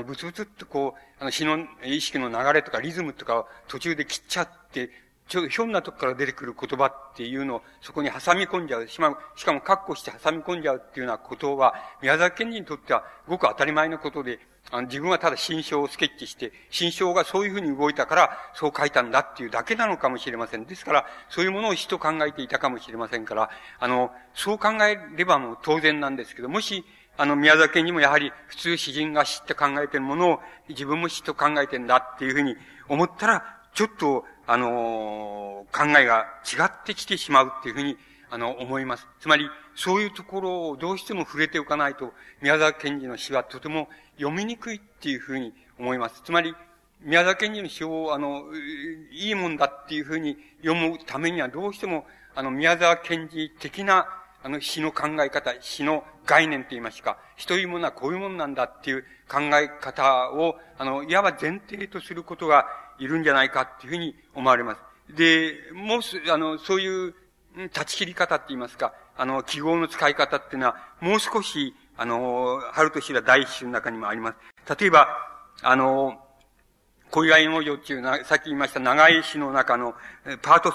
ブツブツっとこう、詩の意識の流れとかリズムとかを途中で切っちゃって、ちょっとひょんなとこから出てくる言葉っていうのをそこに挟み込んじゃう。しかもカッコして挟み込んじゃうっていうようなことは、宮沢賢治にとってはごく当たり前のことで、自分はただ心象をスケッチして、心象がそういうふうに動いたから、そう書いたんだっていうだけなのかもしれません。ですから、そういうものを詩と考えていたかもしれませんから、そう考えればもう当然なんですけど、もし、宮沢賢治もやはり普通詩人が詩って考えているものを自分も詩と考えてんだっていうふうに思ったら、ちょっと、考えが違ってきてしまうっていうふうに、思います。つまり、そういうところをどうしても触れておかないと、宮沢賢治の詩はとても読みにくいっていうふうに思います。つまり、宮沢賢治の詩を、いいもんだっていうふうに読むためにはどうしても、宮沢賢治的な、詩の考え方、詩の概念と言いますか、詩というものはこういうものなんだっていう考え方を、いわば前提とすることがいるんじゃないかっていうふうに思われます。で、そういう断ち切り方って言いますか、記号の使い方っていうのは、もう少し、春と知ら第一種の中にもあります。例えば、小岩井農場っていうさっき言いました長い詩の中のパート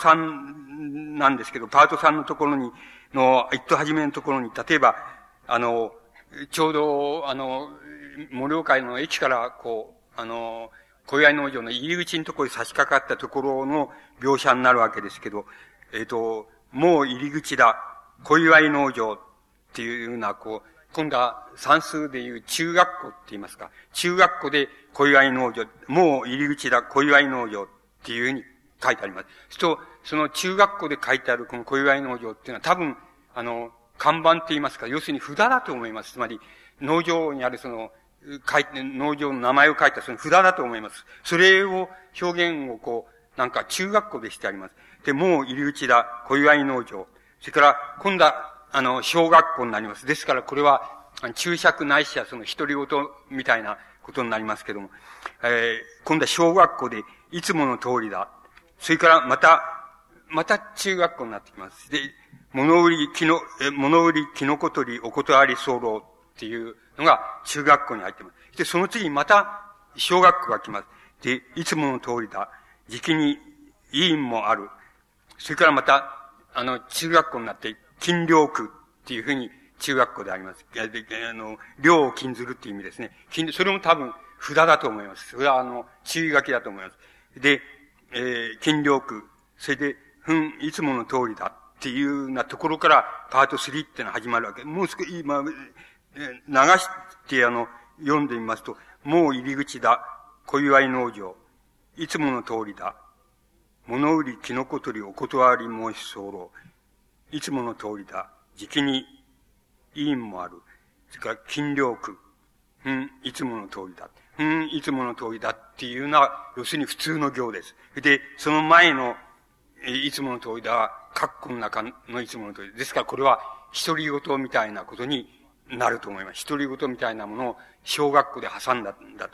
3なんですけど、パート3のところに、一等初めのところに、例えば、ちょうど、盛岡の駅から、こう、小岩井農場の入り口のところに差し掛かったところの描写になるわけですけど、もう入り口だ、小岩井農場っていうような、こう、今度は算数でいう中学校って言いますか、中学校で小岩井農場、もう入り口だ、小岩井農場っていうふうに書いてあります。その中学校で書いてあるこの小岩井農場っていうのは多分、看板って言いますか、要するに札だと思います。つまり、農場にある農場の名前を書いたその札だと思います。それを、表現をこう、なんか中学校でしてあります。で、もう入り口だ、小岩井農場。それから、今度は、小学校になります。ですから、これは、注釈ないしはその独り言みたいなことになりますけども、今度は小学校で、いつもの通りだ。それから、また中学校になってきます。で、物売りキノコ取りお断り候っていうのが中学校に入っています。で、その次にまた小学校が来ます。で、いつもの通りだ。時期に委員もある。それからまた、中学校になって、禁猟区っていうふうに中学校であります。猟を禁ずるっていう意味ですね。それも多分札だと思います。それは注意書きだと思います。で、禁猟区。それで、いつもの通りだっていうようなところからパート3っていうのが始まるわけ。もう少し、今、流して読んでみますと、もう入り口だ。小岩井農場。いつもの通りだ。物売りキノコ取りお断り申し候。いつもの通りだ。時期に委員もある。それから禁猟区。いつもの通りだ。いつもの通りだっていうのは、要するに普通の行です。で、その前の、いつもの通りだは、括弧の中のいつもの通り。ですからこれは、独り言みたいなことになると思います。独り言みたいなものを小学校で挟んだんだと思います。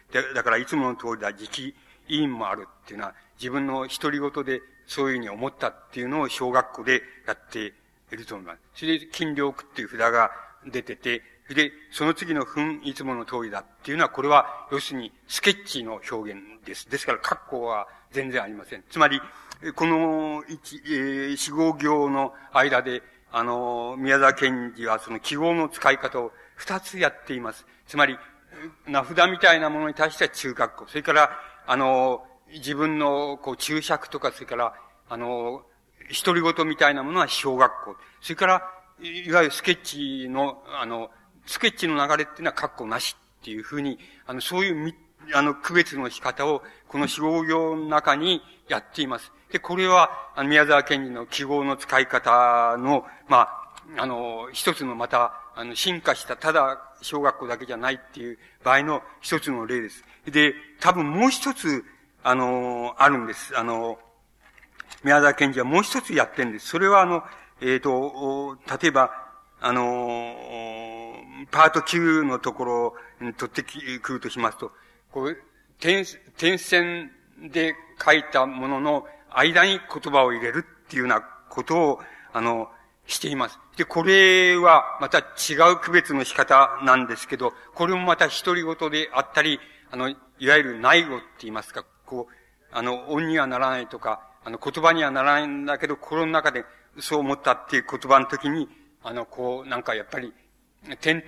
だからいつもの通りだ、直意味もあるっていうのは、自分の独り言でそういうふうに思ったっていうのを小学校でやっていると思います。それで、金良区っていう札が出てて、で、その次のいつもの通りだっていうのは、これは、要するに、スケッチの表現です。ですから、括弧は全然ありません。つまり、この四号行の間で、宮沢賢治はその記号の使い方を二つやっています。つまり、名札みたいなものに対しては中括弧。それから、自分の、注釈とか、それから、独り言みたいなものは小括弧。それから、いわゆるスケッチの、スケッチの流れっていうのは括弧なしっていうふうに、そういう区別の仕方を、この四号行の中にやっています。で、これは、宮沢賢治の記号の使い方の、一つのまた、進化した、ただ、小学校だけじゃないっていう場合の一つの例です。で、多分もう一つ、あるんです。宮沢賢治はもう一つやってるんです。それは例えば、パート9のところを取ってくるとしますと、点線で書いたものの間に言葉を入れるっていうようなことを、しています。で、これはまた違う区別の仕方なんですけど、これもまた独り言であったり、いわゆる内語って言いますか、音にはならないとか、言葉にはならないんだけど、心の中でそう思ったっていう言葉の時に、なんかやっぱり、点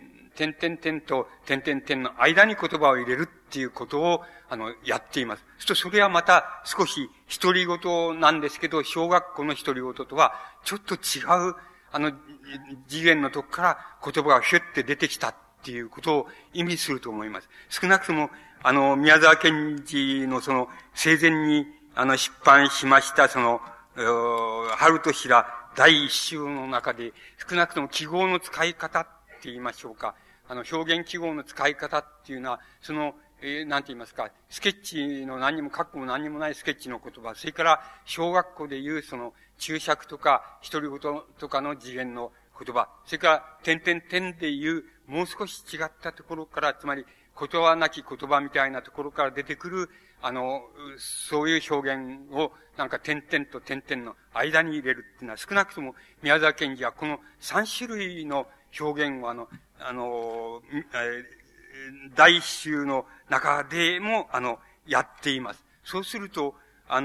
々と点々点の間に言葉を入れるっていうことを、やっています。それはまた少し独り言なんですけど、小学校の独り言とは、ちょっと違う、次元のとこから言葉がひゅって出てきたっていうことを意味すると思います。少なくとも、宮沢賢治の生前に、出版しました、春としら第一集の中で、少なくとも記号の使い方って言いましょうか。表現記号の使い方っていうのは、なんて言いますか、スケッチの何にも書くも何にもないスケッチの言葉、それから小学校でいう注釈とか独り言とかの次元の言葉、それから点々点でいうもう少し違ったところから、つまり言葉なき言葉みたいなところから出てくる、そういう表現をなんか点々と点々の間に入れるっていうのは、少なくとも宮沢賢治はこの3種類の表現を第一集の中でも、やっています。そうすると、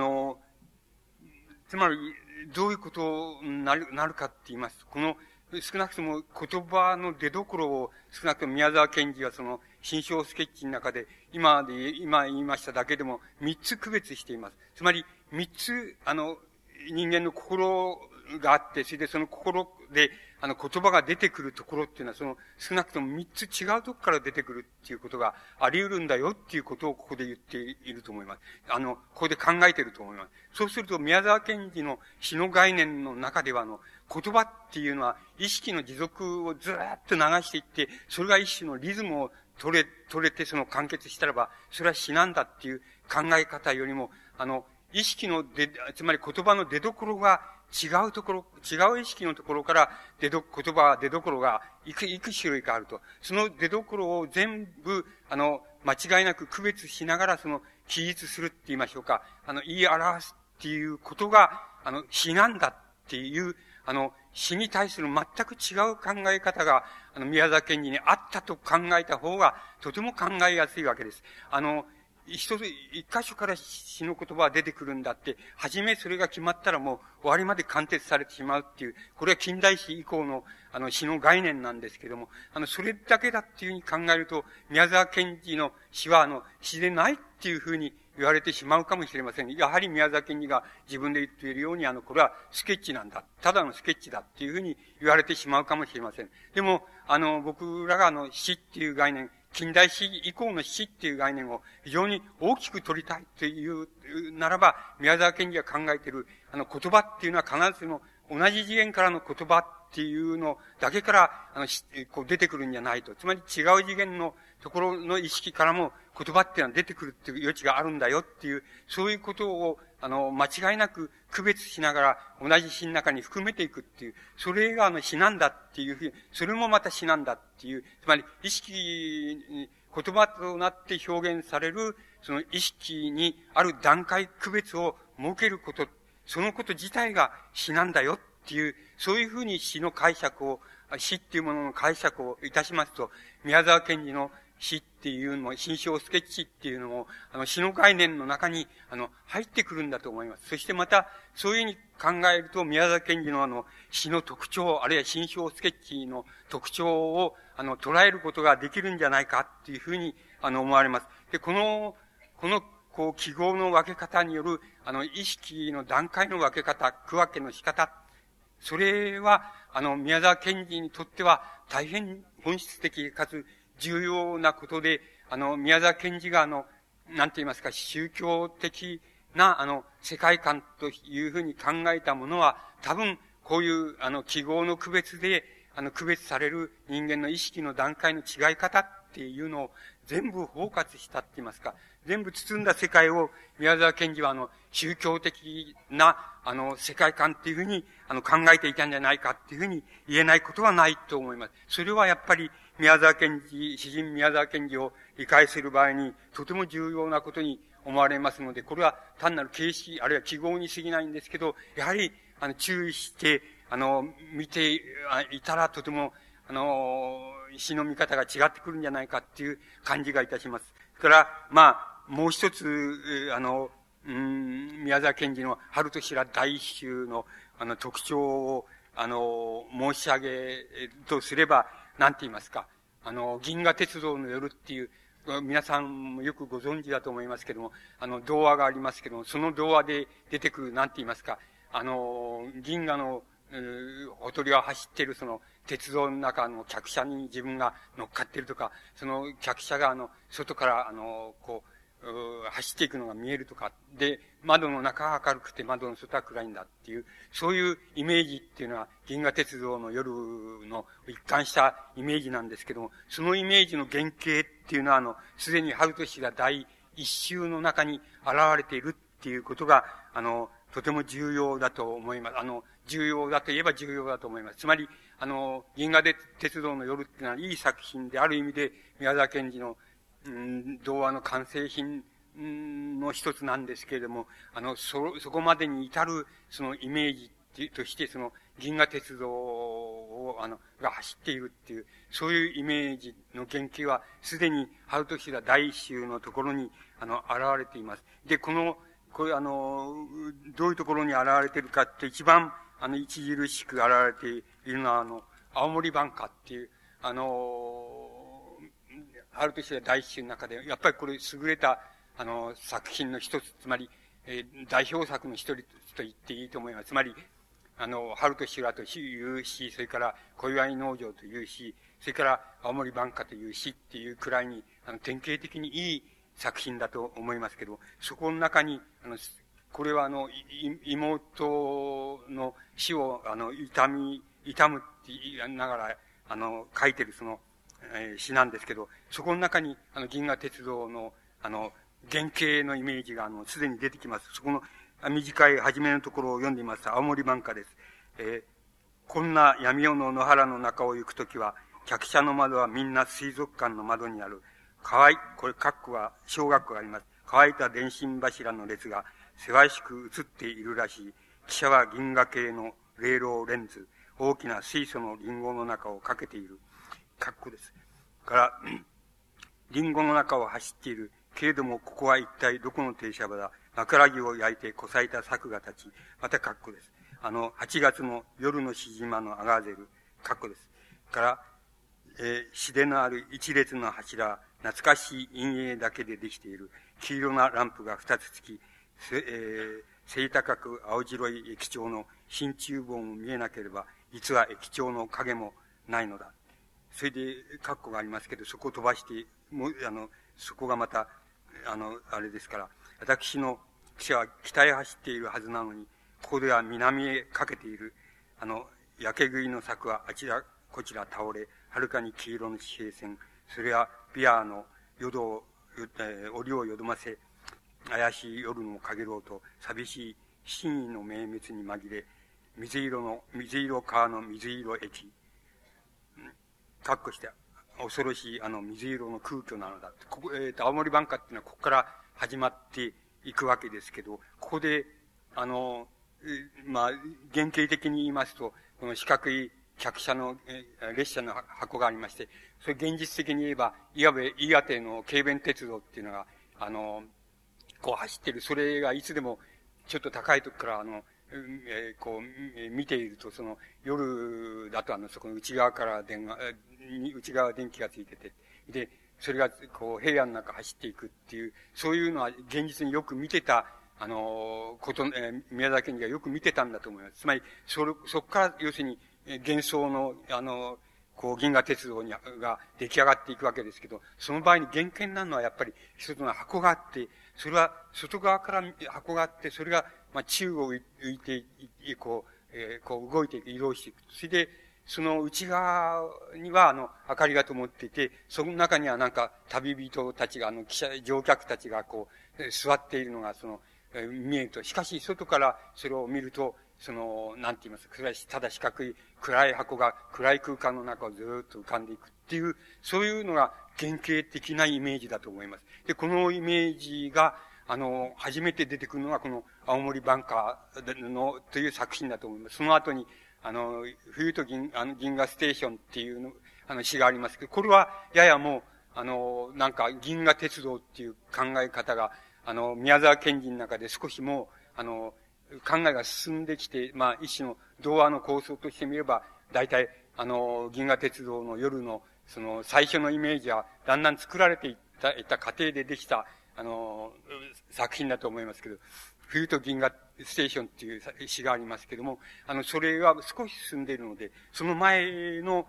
つまり、どういうことになるかって言いますと、少なくとも言葉の出所を、少なくとも宮沢賢治は新章スケッチの中で、今言いましただけでも3つ区別しています。つまり、3つ、人間の心があって、それでその心で、言葉が出てくるところっていうのは、少なくとも3つ違うとこから出てくるっていうことがあり得るんだよっていうことをここで言っていると思います。ここで考えていると思います。そうすると、宮沢賢治の詩の概念の中では、言葉っていうのは、意識の持続をずーっと流していって、それが一種のリズムを取れて完結したらば、それは詩なんだっていう考え方よりも、意識のつまり言葉の出所が違う意識のところから言葉出所がいく種類かあると。その出所を全部、間違いなく区別しながら記述するって言いましょうか。言い表すっていうことが、詩なんだっていう、詩に対する全く違う考え方が、宮沢賢治にあったと考えた方が、とても考えやすいわけです。一箇所から詩の言葉は出てくるんだって、初めそれが決まったらもう終わりまで貫徹されてしまうっていう、これは近代史以降の詩の概念なんですけども、それだけだっていうふうに考えると、宮沢賢治の詩は詩でないっていうふうに言われてしまうかもしれません。やはり宮沢賢治が自分で言っているように、これはスケッチなんだ。ただのスケッチだっていうふうに言われてしまうかもしれません。でも、僕らが詩っていう概念、近代史以降の詩っていう概念を非常に大きく取りたいというならば、宮沢賢治が考えている言葉っていうのは必ずしも同じ次元からの言葉っていうのだけから出てくるんじゃないと。つまり違う次元のところの意識からも言葉っていうのは出てくるっていう余地があるんだよっていう、そういうことを間違いなく区別しながら同じ詩の中に含めていくっていう、それが詩なんだっていうふうに、それもまた詩なんだっていう、つまり意識言葉となって表現される、その意識にある段階区別を設けること、そのこと自体が詩なんだよっていう、そういうふうに詩の解釈を、詩っていうものの解釈をいたしますと、宮沢賢治の詩っていうのも、心象スケッチっていうのも、詩の概念の中に、入ってくるんだと思います。そしてまた、そういうふうに考えると、宮沢賢治の詩の特徴、あるいは心象スケッチの特徴を、捉えることができるんじゃないかっていうふうに、思われます。で、この、記号の分け方による、意識の段階の分け方、区分けの仕方、それは、宮沢賢治にとっては、大変本質的かつ重要なことで、宮沢賢治がなんて言いますか、宗教的な、世界観というふうに考えたものは、多分、こういう、記号の区別で、区別される人間の意識の段階の違い方っていうのを全部包括したって言いますか、全部包んだ世界を宮沢賢治は宗教的な世界観っていうふうに考えていたんじゃないかっていうふうに言えないことはないと思います。それはやっぱり宮沢賢治、詩人宮沢賢治を理解する場合にとても重要なことに思われますので、これは単なる形式あるいは記号に過ぎないんですけど、やはり注意して見ていたらとても詩の見方が違ってくるんじゃないかっていう感じがいたします。それからもう一つ、宮沢賢治の春と修羅大集の、特徴を、申し上げるとすれば、なんて言いますか、銀河鉄道の夜っていう、皆さんもよくご存知だと思いますけども、童話がありますけども、その童話で出てくる、なんて言いますか、銀河の、ほとりを走っているその鉄道の中の客車に自分が乗っかっているとか、その客車が外から走っていくのが見えるとか、で、窓の中は明るくて窓の外は暗いんだっていう、そういうイメージっていうのは銀河鉄道の夜の一貫したイメージなんですけども、そのイメージの原型っていうのはすでに春と修羅第一集の中に現れているっていうことが、とても重要だと思います。重要だと言えば重要だと思います。つまり、銀河鉄道の夜っていうのはいい作品で、ある意味で宮沢賢治の童話の完成品の一つなんですけれども、そこまでに至る、そのイメージとして、その銀河鉄道を、が走っているっていう、そういうイメージの原型は、すでに春と修羅第一集のところに、現れています。で、これどういうところに現れているかって一番、著しく現れているのは、青森挽歌っていう、春と修羅第一集の中で、やっぱりこれ優れた、作品の一つ、つまり、代表作の一人と言っていいと思います。つまり、春と修羅という詩、それから小祝農場という詩、それから青森挽歌という詩っていうくらいに、典型的にいい作品だと思いますけど、そこの中に、これは妹の死を、痛むって言いながら、書いてるその、詩なんですけど、そこの中に、銀河鉄道の、原型のイメージが、すでに出てきます。そこの、短い初めのところを読んでみますと、青森挽歌です。こんな闇夜の野原の中を行くときは、客車の窓はみんな水族館の窓にある。これ、括弧は、小学校があります。乾いた電信柱の列が、せわしく映っているらしい。汽車は銀河系のレールをレンズ、大きな水素のリンゴの中をかけている。括弧です。から、リンゴの中を走っている。けれども、ここは一体どこの停車場だ。枕木を焼いてこさえた柵が立ち、また括弧です。8月の夜のしじまのアガーゼル、括弧です。から、詩でのある一列の柱、懐かしい陰影だけでできている。黄色なランプが2つつき、背高く青白い液晶の真鍮棒も見えなければ、実は液晶の影もないのだ。それで、括弧がありますけど、そこを飛ばして、そこがまた、あれですから、私の汽車は北へ走っているはずなのに、ここでは南へかけている、焼け食いの柵はあちらこちら倒れ、はるかに黄色の地平線、それはビアの檻をよどませ、怪しい夜のかげろうと、寂しい真意の明滅に紛れ、水色川の水色駅、括弧して、 恐ろしい、水色の空虚なのだ。ここ、青森挽歌っていうのはここから始まっていくわけですけど、ここで、まあ、原型的に言いますと、この四角い客車の、列車の箱がありまして、それ現実的に言えば、いわば岩手の軽便鉄道っていうのが、こう走ってる、それがいつでも、ちょっと高いとこからこう、見ていると、夜だとそこの内側から内側電気がついてて、で、それが、こう、平野の中走っていくっていう、そういうのは現実によく見てた、宮崎県がよく見てたんだと思います。つまり、そこから、要するに、幻想の、こう、銀河鉄道が出来上がっていくわけですけど、その場合に原型なのはやっぱり一つの箱があって、それは外側から箱があって、それが、まあ、宙を浮いて、こう動いていく、移動していく。それで、その内側には、明かりが灯っていて、その中にはなんか、旅人たちが、乗客たちがこう、座っているのが、見えると。しかし、外からそれを見ると、なんて言いますか、ただ四角い暗い箱が暗い空間の中をずーっと浮かんでいくっていう、そういうのが原型的なイメージだと思います。で、このイメージが、初めて出てくるのがこの青森挽歌という作品だと思います。その後に、冬と銀河ステーションっていう詩がありますけど、これはややもう、なんか銀河鉄道っていう考え方が、宮沢賢治の中で少しもう、考えが進んできて、まあ、一種の童話の構想としてみれば、大体、銀河鉄道の夜の、最初のイメージは、だんだん作られていった過程でできた、作品だと思いますけど、冬と銀河ステーションっていう詩がありますけども、それは少し進んでいるので、その前の、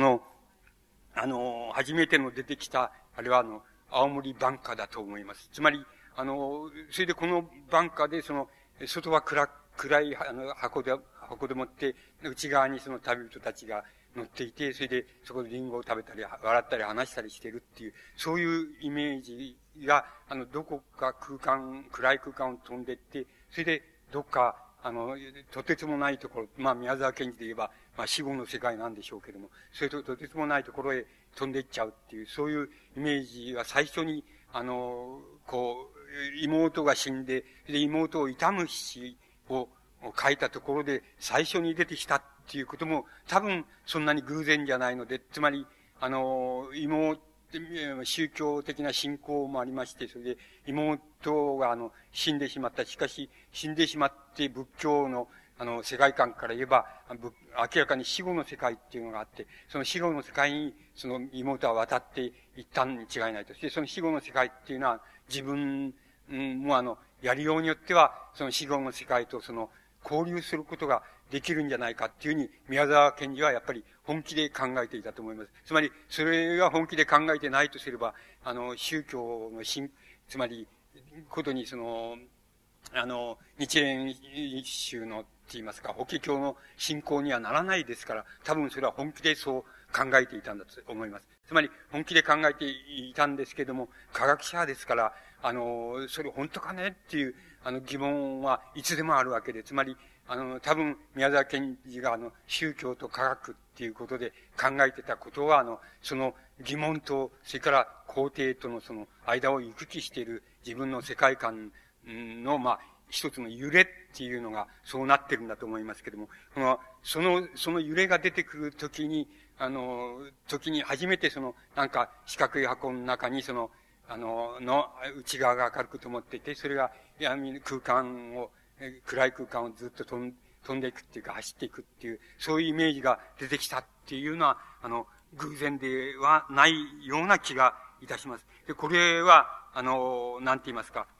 初めての出てきた、あれは青森挽歌だと思います。つまり、それでこの挽歌で、外は暗い、箱でもって、内側に旅人たちが乗っていて、それでそこでリンゴを食べたり、笑ったり話したりしてるっていう、そういうイメージが、どこか暗い空間を飛んでって、それでどっか、とてつもないところ、まあ、宮沢賢治で言えば、まあ、死後の世界なんでしょうけども、それとてつもないところへ飛んでいっちゃうっていう、そういうイメージが最初に、こう、妹が死んで、で、妹を悼む詩を書いたところで最初に出てきたっていうことも多分そんなに偶然じゃないので、つまり、宗教的な信仰もありまして、それで妹が死んでしまった。しかし、死んでしまって仏教の世界観から言えば、明らかに死後の世界っていうのがあって、その死後の世界に妹は渡っていったに違いないと。そしてその死後の世界っていうのは自分もやりようによっては、その死後の世界と交流することができるんじゃないかっていうふうに、宮沢賢治はやっぱり本気で考えていたと思います。つまり、それが本気で考えてないとすれば、宗教のつまり、ことに日蓮宗のって言いますか、法華経の信仰にはならないですから、多分それは本気でそう考えていたんだと思います。つまり、本気で考えていたんですけども、科学者ですから、それ本当かねっていう、疑問はいつでもあるわけで、つまり、多分、宮沢賢治が宗教と科学っていうことで考えてたことは、その疑問と、それから肯定との間を行き来している自分の世界観の、まあ、一つの揺れっていうのがそうなってるんだと思いますけども、その揺れが出てくるときに、初めてなんか四角い箱の中に内側が明るく灯っていて、それが暗い空間をずっと飛んでいくっていうか走っていくっていう、そういうイメージが出てきたっていうのは、偶然ではないような気がいたします。で、これは、なんて言いますか、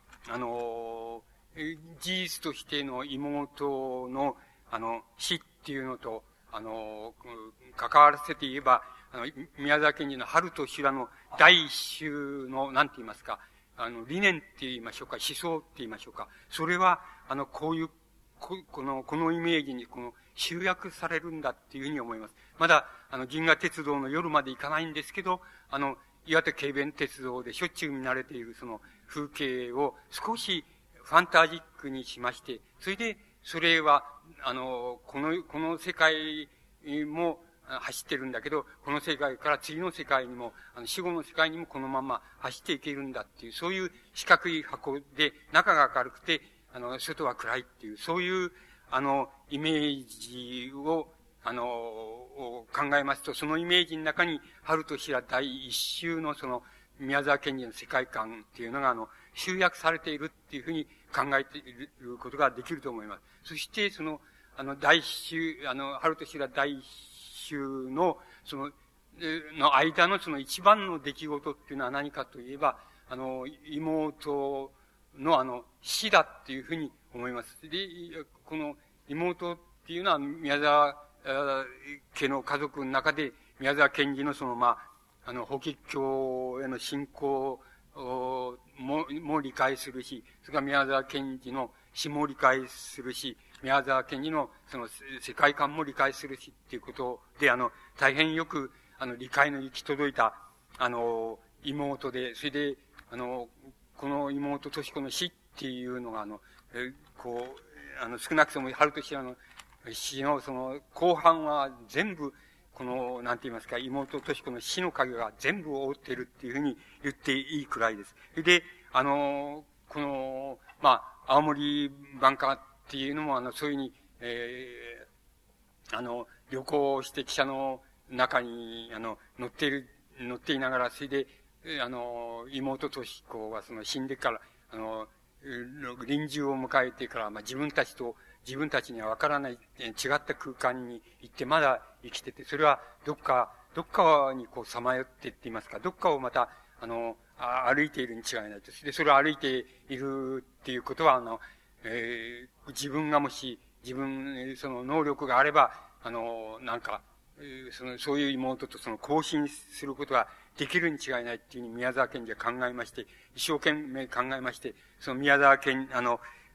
事実としての妹の、死っていうのと、関わらせて言えば、宮沢賢治の春と修羅の第一集の、なんて言いますか、理念って言いましょうか、思想って言いましょうか。それは、こういう、このイメージに、集約されるんだっていうふうに思います。まだ、銀河鉄道の夜まで行かないんですけど、岩手軽便鉄道でしょっちゅう見慣れている風景を少しファンタジックにしまして、それで、それは、この世界も、 走ってるんだけど、この世界から次の世界にも、死後の世界にもこのまま走っていけるんだっていう、そういう四角い箱で、中が明るくて、外は暗いっていう、そういう、イメージを、考えますと、そのイメージの中に、春と修羅第一周のその、宮沢賢治の世界観っていうのが、集約されているっていうふうに考えていることができると思います。そして、その、第一周、春と修羅第一周の、の間のその一番の出来事っていうのは何かといえば、妹の死だっていうふうに思います。で、この妹っていうのは宮沢家の家族の中で宮沢賢治のその法華経への信仰も理解するし、それから宮沢賢治の詩も理解するし、宮沢賢治のその世界観も理解するしっていうことで、大変よく、理解の行き届いた、妹で、それで、この妹とし子の死っていうのが、少なくとも春と修羅の死のその後半は全部、なんて言いますか、妹とし子の死の影が全部覆っているっていうふうに言っていいくらいです。で、青森晩夏っていうのも、そういうふうに、旅行して汽車の中に、乗っていながら、それで、妹とし子が死んでから、臨終を迎えてから、自分たちにはわからない、違った空間に行ってまだ生きてて、それはどっかにさまよってって言いますか、どっかをまた、歩いているに違いないと。で、それを歩いているっていうことは、自分がもし、その能力があれば、そういう妹と交信することができるに違いないっていうふうに宮沢賢治は考えまして、一生懸命考えまして、宮沢賢治、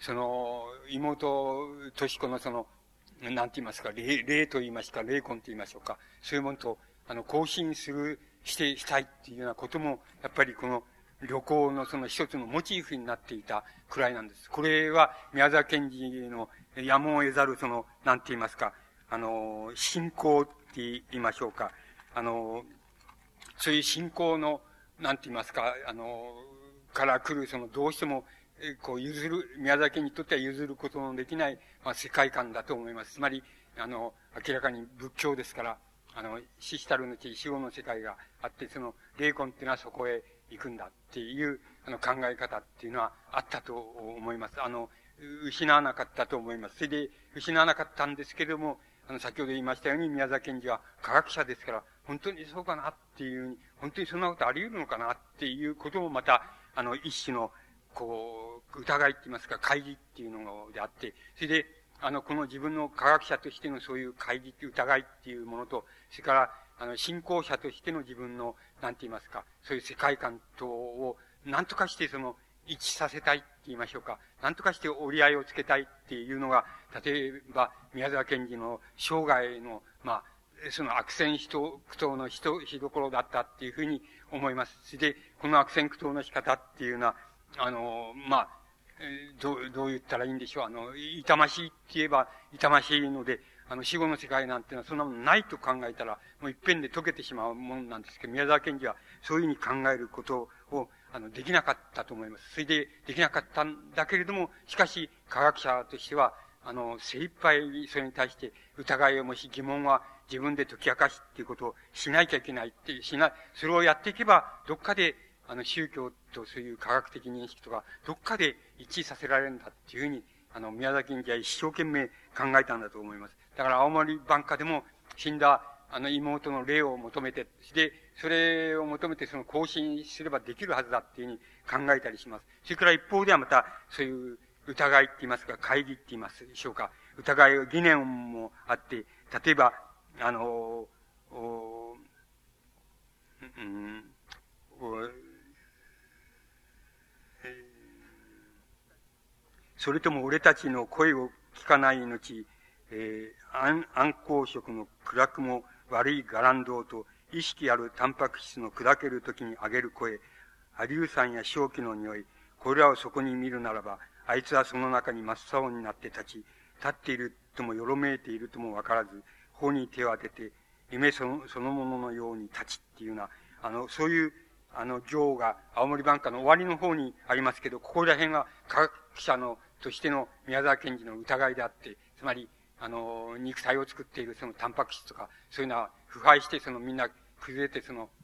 妹とし子のなんて言いますか、霊と言いますか、霊魂と言いましょうか、そういうものと、交信したいっていうようなことも、やっぱりこの旅行の一つのモチーフになっていたくらいなんです。これは宮沢賢治のやむを得ざるなんて言いますか、信仰って言いましょうか、そういう信仰の、なんて言いますか、から来るどうしても、宮沢賢治にとっては譲ることのできない、世界観だと思います。つまり、明らかに仏教ですから、死したるのち死後の世界があって、霊魂っていうのはそこへ行くんだっていう、考え方っていうのはあったと思います。失わなかったと思います。それで、失わなかったんですけれども、先ほど言いましたように、宮沢賢治は科学者ですから、本当にそうかなっていう、本当にそんなことあり得るのかなっていうこともまた、一種の、疑いって言いますか、懐疑っていうのであって、それで、この自分の科学者としてのそういう懐疑って疑いっていうものと、それから、信仰者としての自分の、なんて言いますか、そういう世界観とを、なんとかして一致させたいって言いましょうか。なんとかして折り合いをつけたいっていうのが、例えば、宮沢賢治の生涯の、悪戦苦闘のしどころだったっていうふうに思います。それで、この悪戦苦闘の仕方っていうのは、どう言ったらいいんでしょう。痛ましいって言えば痛ましいので、死後の世界なんていうのはそんなものないと考えたら、もう一遍で解けてしまうものなんですけど、宮沢賢治はそういうふうに考えることを、できなかったと思います。それで、できなかったんだけれども、しかし、科学者としては、精一杯それに対して疑いをもし疑問は自分で解き明かしっていうことをしなきゃいけないってそれをやっていけば、どっかで、宗教とそういう科学的認識とか、どっかで一致させられるんだっていうふうに、宮沢賢治は一生懸命考えたんだと思います。だから青森晩夏でも死んだ妹の霊を求めて、で、それを求めて更新すればできるはずだっていうふうに考えたりします。それから一方ではまた、そういう疑いって言いますか、懐疑って言いますでしょうか。疑い、疑念もあって、例えば、それとも俺たちの声を聞かない後、暗光色の暗くも悪い伽藍堂と意識あるタンパク質の砕けるときに上げる声、アリュウ酸や正気の匂い、これらをそこに見るならば、あいつはその中に真っ青になって立っているともよろめいているともわからず、頬に手を当てて、 夢そのもののように立ちっていうような、そういう、行が青森挽歌の終わりの方にありますけど、ここら辺は科学者としての宮沢賢治の疑いであって、つまり、肉体を作っているそのタンパク質とか、そういうのは腐敗してみんな崩れて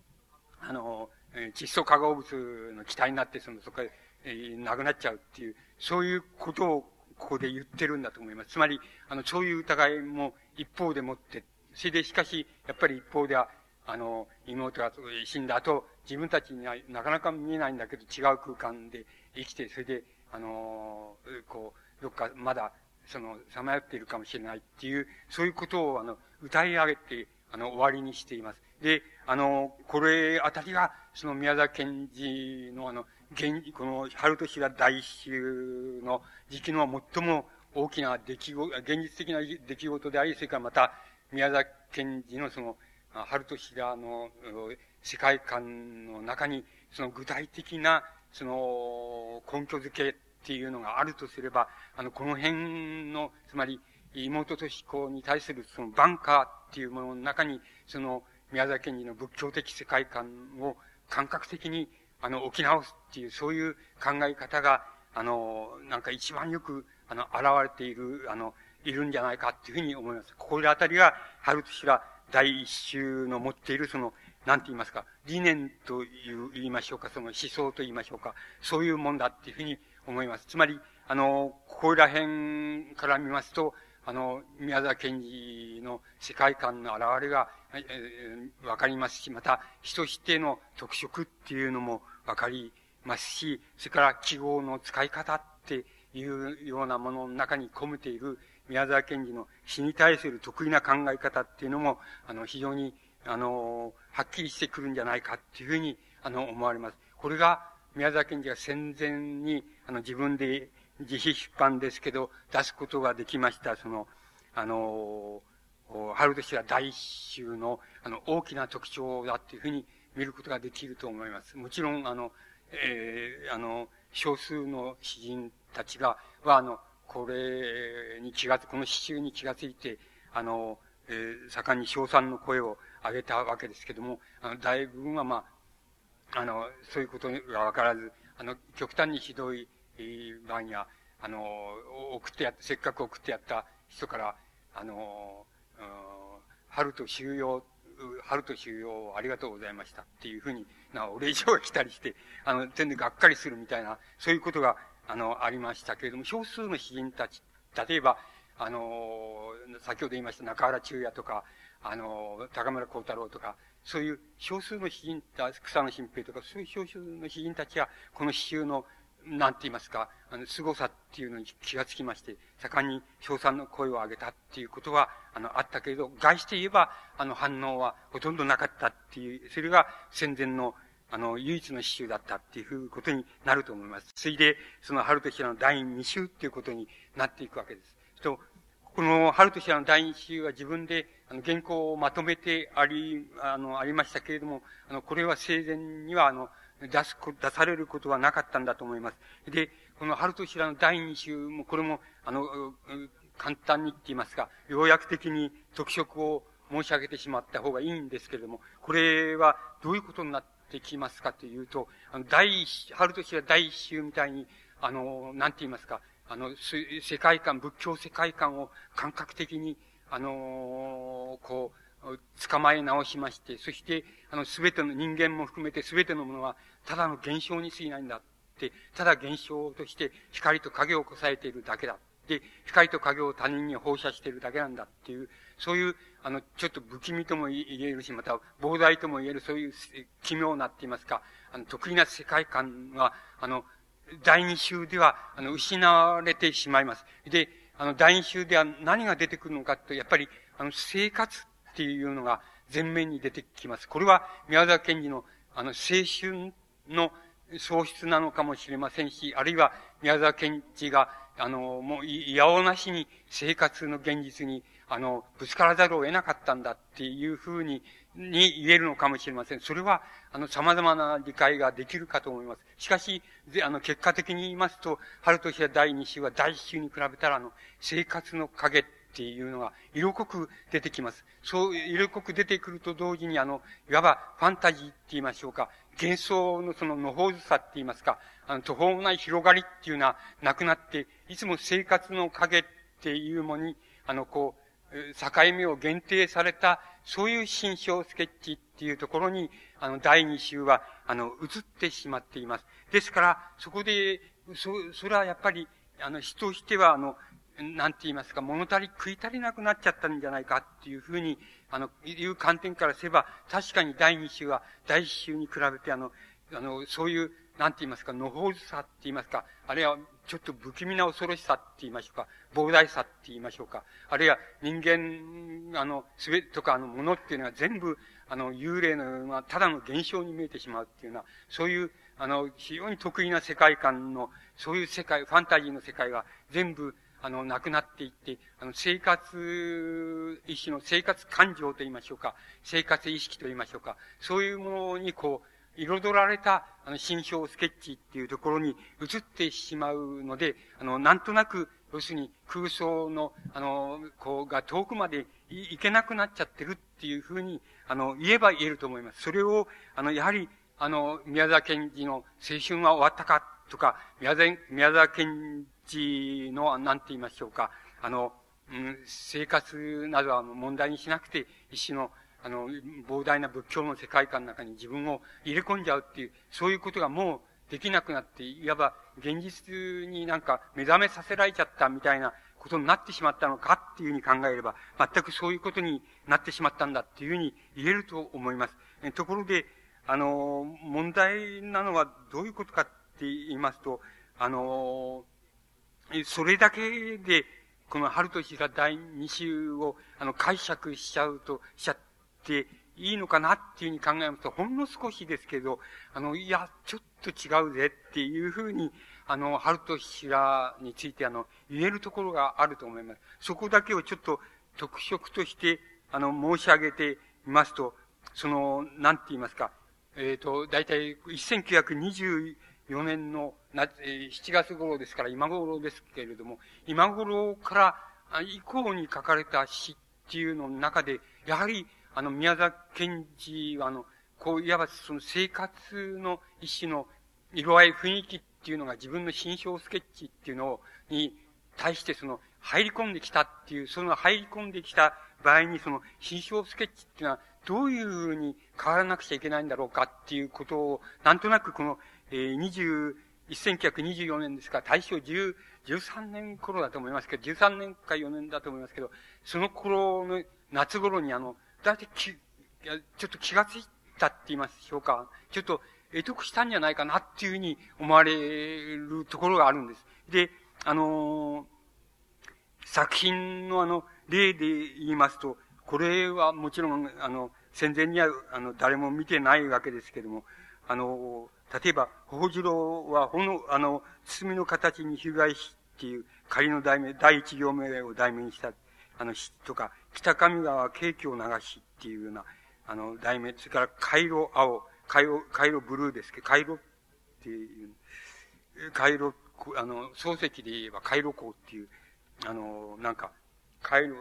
窒素化合物の気体になってそこで、なくなっちゃうっていう、そういうことをここで言ってるんだと思います。つまり、そういう疑いも一方でもって、それでしかし、やっぱり一方では、妹が死んだ後、自分たちにはなかなか見えないんだけど違う空間で生きて、それで、どっかまだ、さまよっているかもしれないっていう、そういうことを、歌い上げて、終わりにしています。で、これあたりが、宮沢賢治のこの、春と白大衆の時期の最も大きな現実的な出来事であり、それからまた、宮沢賢治の春と白の世界観の中に、具体的な、根拠づけっていうのがあるとすれば、この辺の、つまり、妹敏子に対する挽歌っていうものの中に、宮沢賢治の仏教的世界観を感覚的に、置き直すっていう、そういう考え方が、なんか一番よく、現れているんじゃないかっていうふうに思います。ここあたりが、春と白第一集の持っているなんて言いますか、理念と言いましょうか、思想と言いましょうか、そういうもんだっていうふうに思います。つまり、ここら辺から見ますと、宮沢賢治の世界観の現れが、わかりますし、また、人指定の特色っていうのもわかりますし、それから記号の使い方っていうようなものの中に込めている宮沢賢治の詩に対する得意な考え方っていうのも、非常に、はっきりしてくるんじゃないかっていうふうに、思われます。これが、宮沢賢治が戦前に、自分で自費出版ですけど、出すことができました、春と白第一集の、大きな特徴だっていうふうに見ることができると思います。もちろん、少数の詩人たちは、この詩集に気がついて、盛んに称賛の声を上げたわけですけども、大部分はそういうことがわからず、極端にひどい場合には、せっかく送ってやった人から、春と秋陽ありがとうございましたっていうふうに、お礼状が来たりして、全然がっかりするみたいな、そういうことが、ありましたけれども、少数の詩人たち、例えば、先ほど言いました中原中也とか、高村光太郎とか、そういう少数の詩人草野新平とか、そういう少数の詩人たちが、この詩集の、なんて言いますか、凄さっていうのに気がつきまして、盛んに称賛の声を上げたっていうことは、あったけれど、概して言えば、反応はほとんどなかったっていう、それが戦前の、唯一の詩集だったっていうことになると思います。ついで、春と白の第二集っていうことになっていくわけです。と、この春と白の第二集は自分で、原稿をまとめてありましたけれども、これは生前には、出されることはなかったんだと思います。で、この春と白の第二集も、これも、簡単に言っていますが、要約的に特色を申し上げてしまった方がいいんですけれども、これはどういうことになってきますかというと、春と白第一集みたいに、なんて言いますか、世界観、仏教世界観を感覚的に、捕まえ直しまして、そして、すべての人間も含めてすべてのものは、ただの現象に過ぎないんだって、ただ現象として光と影をこさえているだけだ。で、光と影を他人に放射しているだけなんだっていう、そういう、ちょっと不気味とも言えるし、また、膨大とも言える、そういう奇妙なって言いますか、得意な世界観は、第二集では、失われてしまいます。で、第二集では何が出てくるのかと、やっぱり、生活っていうのが前面に出てきます。これは、宮沢賢治の、青春の喪失なのかもしれませんし、あるいは、宮沢賢治が、もう、いやおなしに生活の現実に、ぶつからざるを得なかったんだっていうふうに言えるのかもしれません。それは、様々な理解ができるかと思います。しかし、結果的に言いますと、春と白第二集は第一集に比べたら、生活の影っっていうのが色濃く出てきます。そう色濃く出てくると同時にいわばファンタジーって言いましょうか、幻想のその野放図さって言いますか、途方もない広がりっていうのはなくなって、いつも生活の影っていうものに、こう、境目を限定された、そういう心象スケッチっていうところに、第二集は、映ってしまっています。ですから、そこで、それはやっぱり、詩としては、なんて言いますか、物足り、食い足りなくなっちゃったんじゃないかっていうふうに、いう観点からすれば、確かに第二集は第一集に比べてそういう、なんて言いますか、野放図さって言いますか、あるいはちょっと不気味な恐ろしさって言いましょうか、膨大さって言いましょうか、あるいは人間、すべとかものっていうのは全部、幽霊のような、ただの現象に見えてしまうっていうような、そういう、非常に得意な世界観の、そういう世界、ファンタジーの世界が全部、なくなっていって、生活、一種の生活感情と言いましょうか、生活意識と言いましょうか、そういうものにこう、彩られた、心象スケッチっていうところに移ってしまうので、なんとなく、要するに空想の、が遠くまで行けなくなっちゃってるっていうふうに、言えば言えると思います。それを、やはり、宮沢賢治の青春は終わったかとか、宮沢賢治の、なんて言いましょうか、生活などは問題にしなくて、一種の、膨大な仏教の世界観の中に自分を入れ込んじゃうっていう、そういうことがもうできなくなって、いわば現実になんか目覚めさせられちゃったみたいなことになってしまったのかっていうふうに考えれば、全くそういうことになってしまったんだっていうふうに言えると思います。ところで、問題なのはどういうことかって言いますと、それだけで、この春と白第二集を、解釈しちゃっていいのかなっていうふうに考えますと、ほんの少しですけど、いや、ちょっと違うぜっていうふうに、春と白について言えるところがあると思います。そこだけをちょっと特色として、申し上げてみますと、なんて言いますか、だいたい1924年の7月頃ですから、今頃ですけれども、今頃から以降に書かれた詩っていうの中で、やはり、宮沢賢治は、こう、いわばその生活の一種の色合い、雰囲気っていうのが自分の心象スケッチっていうのに対して入り込んできたっていう、その入り込んできた場合に心象スケッチっていうのはどういうふうに変わらなくちゃいけないんだろうかっていうことを、なんとなくこの、1924年ですから、大正13年頃だと思いますけど、13年か4年だと思いますけど、その頃の夏頃にだいたいちょっと気がついたって言いましょうか。ちょっと得得したんじゃないかなっていうふうに思われるところがあるんです。で、作品の例で言いますと、これはもちろん、戦前には、誰も見てないわけですけども、例えば、宝次郎は、包みの形に翻しっていう仮の題名、第一行目を題名にした、詩とか、北上川景気を流しっていうような、題名、それからカイロ青、カイロブルーですけど、カイロっていう、カイロ、漱石で言えばカイロ港っていう、なんか、カイロ、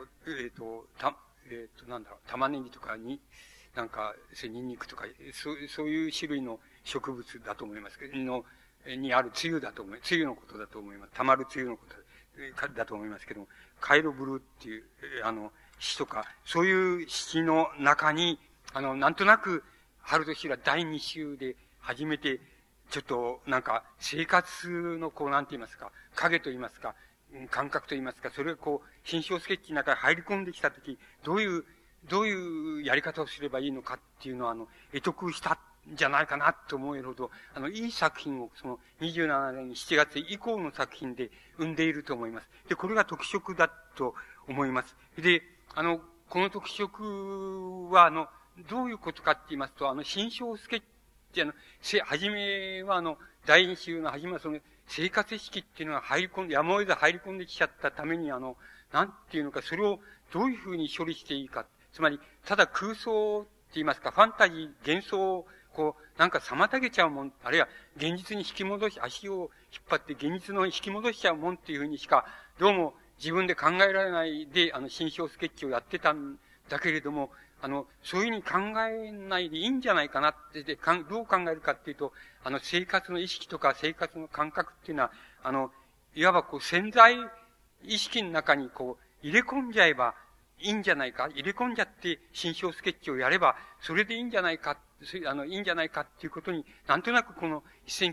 なんだろう、玉ねぎとかに、なんか、ニンニクとか、そういう種類の植物だと思いますけど、にある梅雨だと思います。梅雨のことだと思います。溜まる梅雨のことだと思いますけども、カイロブルーっていう、詩とか、そういう詩の中に、なんとなく、春と白第二集で初めて、ちょっと、なんか、生活のこう、なんて言いますか、影と言いますか、感覚と言いますか、それがこう、心象スケッチの中に入り込んできたとき、どういうやり方をすればいいのかっていうのは、得得したんじゃないかなと思えるほど、いい作品を、27年7月以降の作品で生んでいると思います。で、これが特色だと思います。で、この特色は、どういうことかって言いますと、心象スケッチ、はじめは第二集のはじめは生活意識っていうのがやむを得ず入り込んできちゃったためになんていうのか、それをどういうふうに処理していいか。つまり、ただ空想って言いますか、ファンタジー、幻想を、こう、なんか妨げちゃうもん、あるいは現実に引き戻し、足を引っ張って現実の引き戻しちゃうもんっていうふうにしか、どうも自分で考えられないで、心象スケッチをやってたんだけれども、そういうふうに考えないでいいんじゃないかなって、で、どう考えるかっていうと、生活の意識とか生活の感覚っていうのは、いわばこう潜在意識の中にこう入れ込んじゃえばいいんじゃないか、入れ込んじゃって心象スケッチをやれば、それでいいんじゃないか、いいんじゃないかっていうことに、なんとなくこの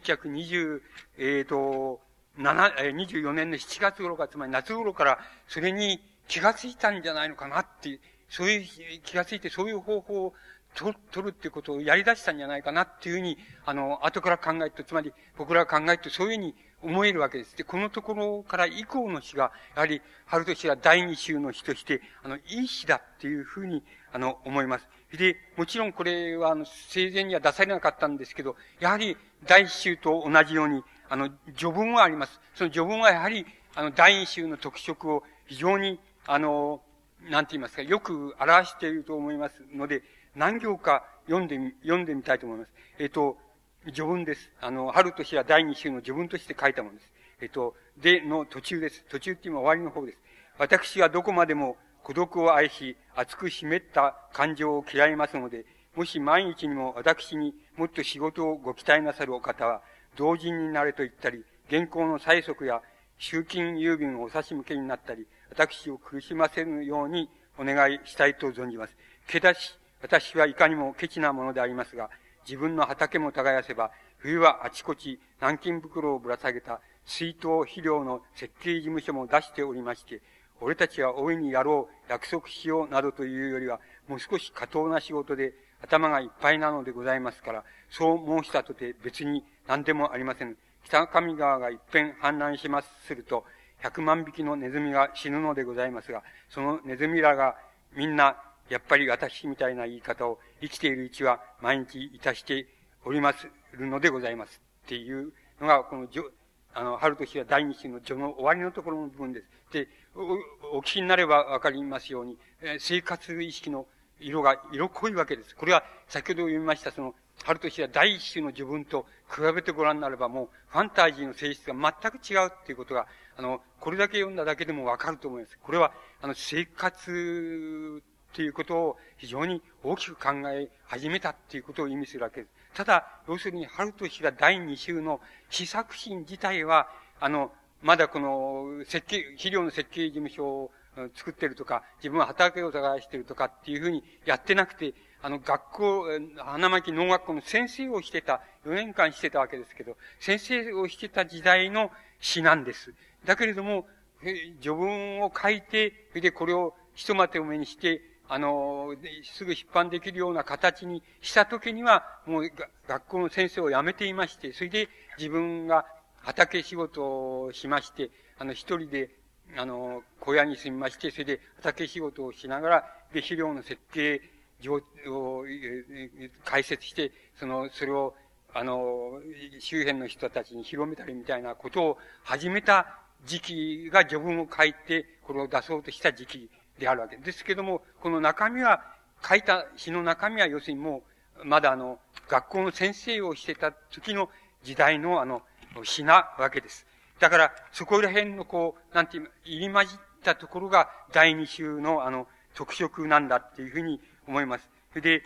1920、24年の7月頃か、つまり夏頃から、それに気がついたんじゃないのかなっていう、そういう気がついて、そういう方法を取るっていうことをやり出したんじゃないかなっていうふうに、後から考えると、つまり僕らが考えるとそういうふうに思えるわけです。で、このところから以降の詩が、やはり、春と詩は第二週の詩として、いい詩だっていうふうに、思います。で、もちろんこれは、生前には出されなかったんですけど、やはり、第一週と同じように、序文はあります。その序文はやはり、第二週の特色を非常に、なんて言いますか、よく表していると思いますので、何行か読んでみたいと思います。序文です。春と詩は第二週の序文として書いたものです。の途中です。途中っていうのは終わりの方です。私はどこまでも孤独を愛し、熱く湿った感情を嫌いますので、もし万一にも私にもっと仕事をご期待なさるお方は、同人になれと言ったり、原稿の催促や集金郵便をお差し向けになったり、私を苦しませるようにお願いしたいと存じます。私はいかにもケチなものでありますが、自分の畑も耕せば、冬はあちこち南京袋をぶら下げた水筒肥料の設計事務所も出しておりまして、俺たちは大いにやろう、約束しようなどというよりは、もう少し過当な仕事で頭がいっぱいなのでございますから、そう申したとて別に何でもありません。北上川が一遍氾濫しますすると、100万匹のネズミが死ぬのでございますが、そのネズミらがみんな、やっぱり私みたいな言い方を生きているうちは毎日いたしておりまするのでございます。っていうのが、この春と詩は第二週の序の終わりのところの部分です。で、お聞きになればわかりますように、生活意識の色濃いわけです。これは先ほど読みました、春と詩は第一週の序文と比べてご覧になればもうファンタジーの性質が全く違うっていうことが、これだけ読んだだけでもわかると思います。これは、生活っていうことを非常に大きく考え始めたっていうことを意味するわけです。ただ、要するに、春と詩が第二週の詩作品自体は、まだこの肥料の設計事務所を作ってるとか、自分は畑を耕してるとかっていうふうにやってなくて、花巻農学校の先生をしてた、4年間してたわけですけど、先生をしてた時代の詩なんです。だけれども、序文を書いて、それでこれを一まとめにして、すぐ出版できるような形にしたときには、もう学校の先生を辞めていまして、それで自分が畑仕事をしまして、一人で、小屋に住みまして、それで畑仕事をしながら、で、肥料の設計を解説して、それを、周辺の人たちに広めたりみたいなことを始めた時期が序文を書いて、これを出そうとした時期であるわけですけども、この中身は、書いた詩の中身は要するにもう、まだ学校の先生をしてた時の時代の詩なわけです。だから、そこら辺の入り混じったところが第二週の特色なんだっていうふうに思います。それで、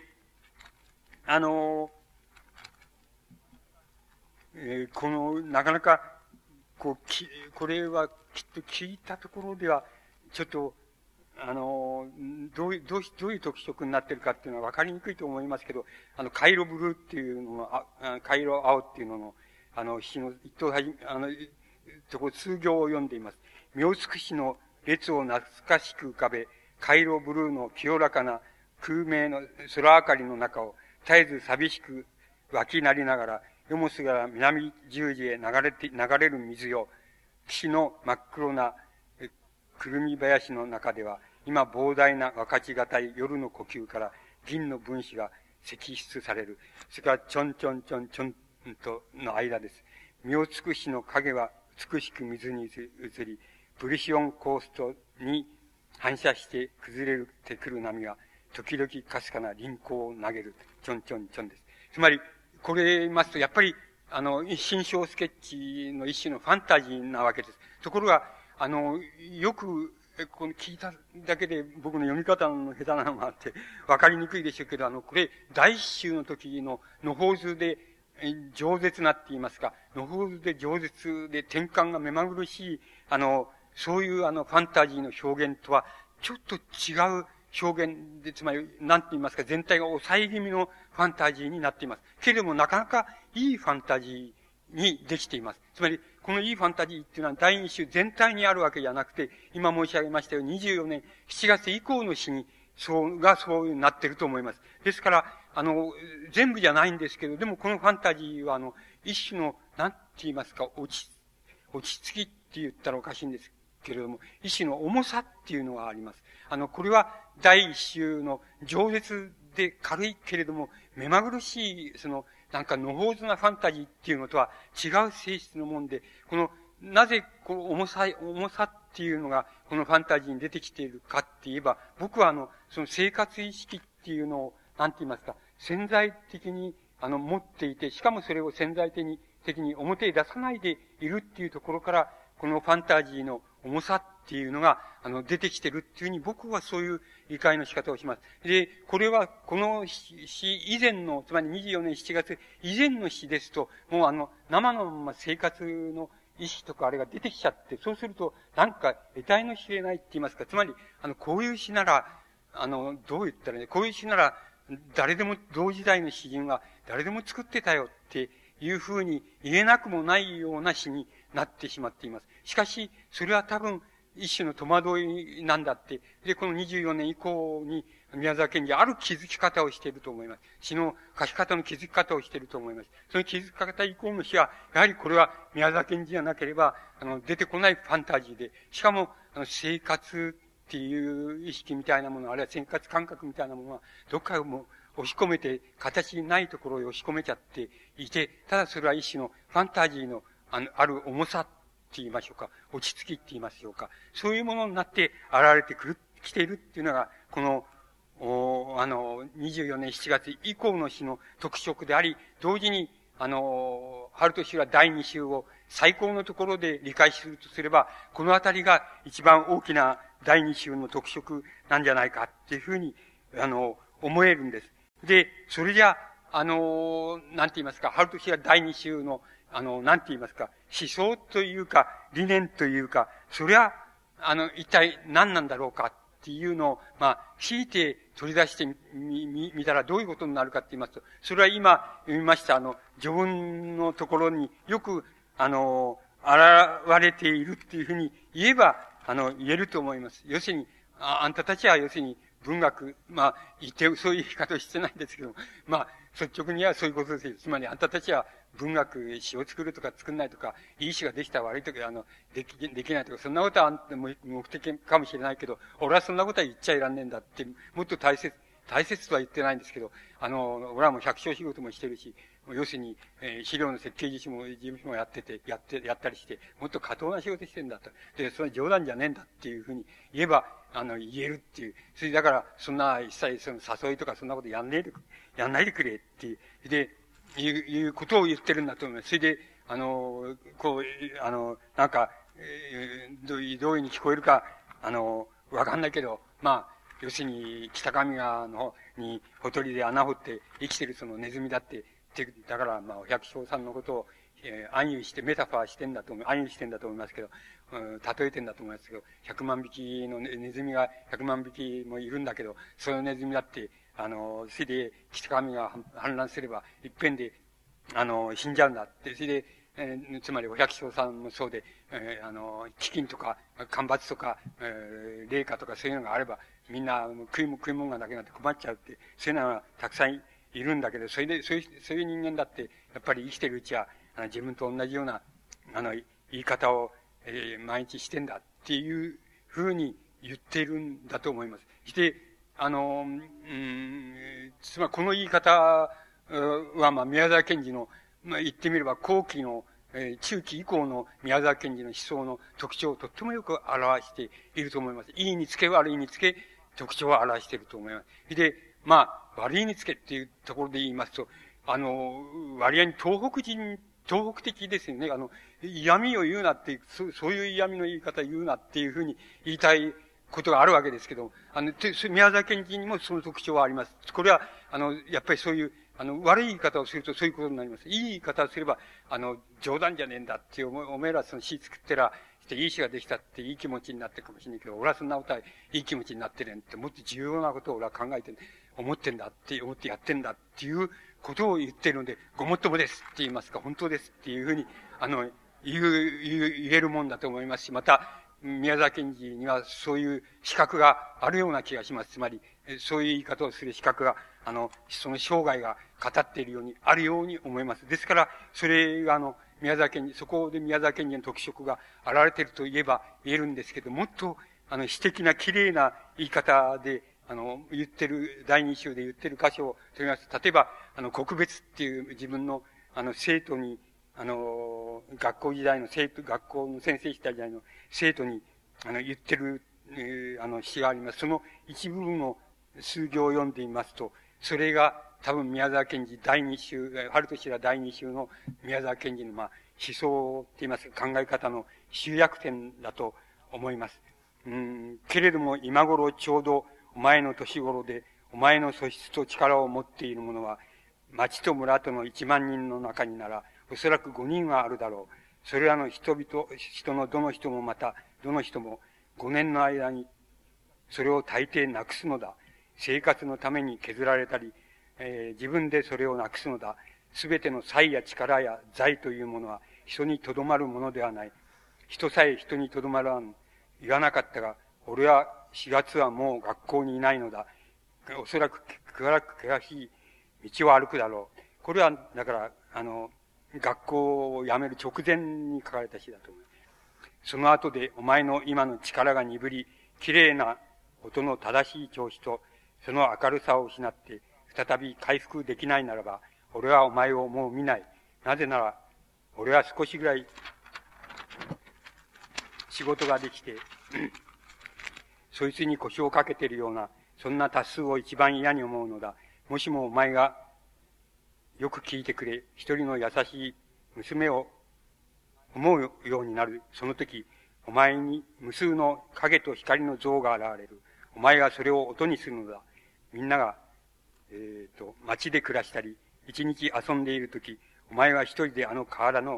なかなか、これはきっと聞いたところでは、ちょっと、どういう特色になってるかっていうのは分かりにくいと思いますけど、カイロブルーっていうのの、カイロ青っていうのの、詩の一等数行を読んでいます。妙尽しの列を懐かしく浮かべ、カイロブルーの清らかな空明の空明かりの中を、絶えず寂しく湧きなりながら、よもすがら南十字へ流れる水よ。岸の真っ黒なくるみ林の中では、今膨大な分かちがたい夜の呼吸から銀の分子が析出される。それからちょんちょんちょんちょんとの間です。妙尽しの影は美しく水に映り、プリシオンコーストに反射して崩れてくる波が、時々かすかな輪光を投げる。ちょんちょんちょんです。つまり、これ言いますと、やっぱり、心象スケッチの一種のファンタジーなわけです。ところが、 よく、この聞いただけで僕の読み方の下手なのがあって、わかりにくいでしょうけど、これ、第一集の時の野放図で、饒舌なって言いますか、野放図で饒舌で転換が目まぐるしい、そういうファンタジーの表現とは、ちょっと違う表現で、つまり、なんて言いますか、全体が抑え気味のファンタジーになっています。けれども、なかなかいいファンタジーにできています。つまり、このいいファンタジーっていうのは第二集全体にあるわけじゃなくて、今申し上げましたように24年7月以降の詩に、そういうなっていると思います。ですから、全部じゃないんですけど、でもこのファンタジーは一種の、なんて言いますか、落ち着きって言ったらおかしいんですけれども、一種の重さっていうのがあります。これは第一集の饒舌で軽いけれども、目まぐるしい、なんか、野放図なファンタジーっていうのとは違う性質のもんで、なぜ、この重さっていうのが、このファンタジーに出てきているかって言えば、僕はその生活意識っていうのを、なんて言いますか、潜在的に、持っていて、しかもそれを潜在的に表へ出さないでいるっていうところから、このファンタジーの重さっていうのが、出てきてるっていうふうに僕はそういう理解の仕方をします。で、これは、この詩以前の、つまり24年7月以前の詩ですと、もう生のまま生活の意識とかあれが出てきちゃって、そうすると、なんか、得体の知れないって言いますか、つまり、こういう詩なら、どう言ったらね、こういう詩なら、誰でも、同時代の詩人は誰でも作ってたよっていうふうに言えなくもないような詩になってしまっています。しかし、それは多分、一種の戸惑いなんだって。で、この24年以降に、宮沢賢治、ある気づき方をしていると思います。詩の書き方の気づき方をしていると思います。その気づき方以降の詩は、やはりこれは宮沢賢治じゃなければ、出てこないファンタジーで、しかも、生活っていう意識みたいなもの、あるいは生活感覚みたいなものは、どっかをもう押し込めて、形にないところを押し込めちゃっていて、ただそれは一種のファンタジーの、ある重さって言いましょうか、落ち着きって言いましょうか、そういうものになって現れてきているっていうのが、この、24年7月以降の詩の特色であり、同時に、春と秋は第二週を最高のところで理解するとすれば、このあたりが一番大きな第二週の特色なんじゃないかっていうふうに、思えるんです。で、それじゃ、なんて言いますか、春と秋は第二週の、なんて言いますか、思想というか、理念というか、それは、一体何なんだろうかっていうのを、強いて取り出してみたらどういうことになるかって言いますと、それは今読みました序文のところによく、現れているっていうふうに言えば、言えると思います。要するに、あんたたちは要するに文学、そういう言い方をしてないんですけど、率直にはそういうことですよ。つまりあんたたちは文学、詩を作るとか作んないとか、いい詩ができたら悪いとか、できないとか、そんなことは目的かもしれないけど、俺はそんなことは言っちゃいらんねえんだって、もっと大切とは言ってないんですけど、俺はもう百姓仕事もしてるし、要するに、資料の設計事務所もやったりして、もっと過当な仕事してんだと。で、それは冗談じゃねえんだっていうふうに言えば、言えるっていう。それだから、そんな一切その誘いとかそんなことやんないでくれっていう。で、いうことを言ってるんだと思います。それで、なんか、どういうふうに聞こえるか、わかんないけど、要するに、北上川にほとりで穴掘って生きてるそのネズミだって、だから、お百姓さんのことを、暗喩して、メタファーしてんだと思いますけど、例えてんだと思いますけど、100万匹のネズミが100万匹もいるんだけど、そのネズミだって、それで北上が氾濫すれば、いっぺんで、死んじゃうんだって、それで、つまりお百姓さんもそうで、飢饉とか、干ばつとか、冷夏とかそういうのがあれば、みんな食い物がなくなって困っちゃうって、そういうのがたくさんいるんだけど、そういう人間だって、やっぱり生きてるうちは、自分と同じような、言い方を、毎日してんだっていうふうに言っているんだと思います。して、つまりこの言い方は、宮沢賢治の、言ってみれば後期の、中期以降の宮沢賢治の思想の特徴をとってもよく表していると思います。いいにつけ悪いにつけ特徴を表していると思います。で、悪いにつけっていうところで言いますと、割合に東北的ですよね。 嫌味を言うなって、そういう嫌味の言い方言うなっていうふうに言いたいことがあるわけですけど、宮沢賢治にもその特徴はあります。これは、やっぱりそういう、悪い言い方をするとそういうことになります。いい言い方をすれば、冗談じゃねえんだっていう、おめえらその詩作ってら、していい詩ができたっていい気持ちになってるかもしれないけど、俺はそんなことはいい気持ちになってるんって、もっと重要なことを俺は考えて、思ってんだって思ってやってんだっていうことを言ってるので、ごもっともですって言いますか、本当ですっていうふうに、言えるもんだと思いますし、また、宮沢賢治にはそういう資格があるような気がします。つまり、そういう言い方をする資格が、その生涯が語っているように、あるように思います。ですから、それが宮沢賢治、そこで宮沢賢治の特色が現れていると言えるんですけど、もっと、詩的な綺麗な言い方で、言ってる、第二章で言ってる箇所を取ります。例えば、国別っていう自分の、生徒に、学校時代の学校の先生時代の生徒に、言ってる、詩があります。その一部分を数行読んでみますと、それが多分宮沢賢治第二週、春と白第二週の宮沢賢治の思想って言いますか考え方の集約点だと思います。けれども今頃ちょうどお前の年頃で、お前の素質と力を持っている者は、町と村との1万人の中になら、おそらく5人はあるだろう。それらの人のどの人もまた、どの人も5年の間に、それを大抵なくすのだ。生活のために削られたり、自分でそれをなくすのだ。すべての才や力や財というものは人にとどまるものではない。人さえ人にとどまらん。言わなかったが、俺は4月はもう学校にいないのだ。おそらく険しい道を歩くだろう。これは、だから、学校を辞める直前に書かれた詩だと思う。その後でお前の今の力が鈍り、綺麗な音の正しい調子と、その明るさを失って、再び回復できないならば、俺はお前をもう見ない。なぜなら、俺は少しぐらい仕事ができて、そいつに腰をかけているような、そんな多数を一番嫌に思うのだ。もしもお前が、よく聞いてくれ、一人の優しい娘を思うようになる。その時、お前に無数の影と光の像が現れる。お前がそれを音にするのだ。みんなが、街で暮らしたり、一日遊んでいる時、お前は一人であの河原の、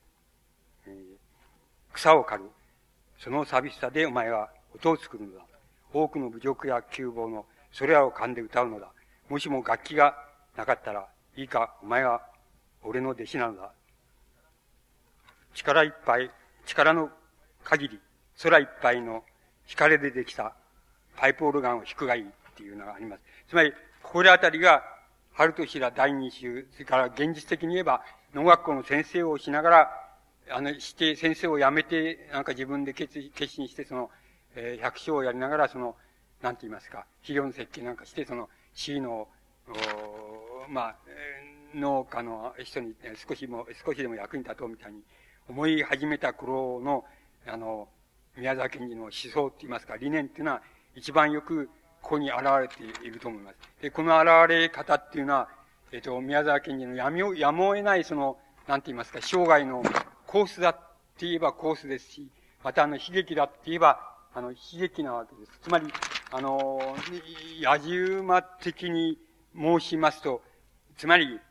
草を刈る。その寂しさでお前は音を作るのだ。多くの侮辱や窮乏のそれらを噛んで歌うのだ。もしも楽器がなかったら、いいか、お前は俺の弟子なのだ。力いっぱい、力の限り、空いっぱいの光でできたパイプオルガンを弾くがいいっていうのがあります。つまり、これあたりが、春と白第二週、それから現実的に言えば、農学校の先生をしながら、先生を辞めて、なんか自分で決心して、百姓をやりながら、なんて言いますか、肥料の設計なんかして、市の、農家の人に少しでも役に立とうみたいに思い始めた頃の、宮沢賢治の思想って言いますか、理念っていうのは一番よくここに現れていると思います。で、この現れ方っていうのは、宮沢賢治のやむを得ないなんて言いますか、生涯のコースだって言えばコースですし、また悲劇だって言えば、悲劇なわけです。つまり、野獣馬的に申しますと、つまり、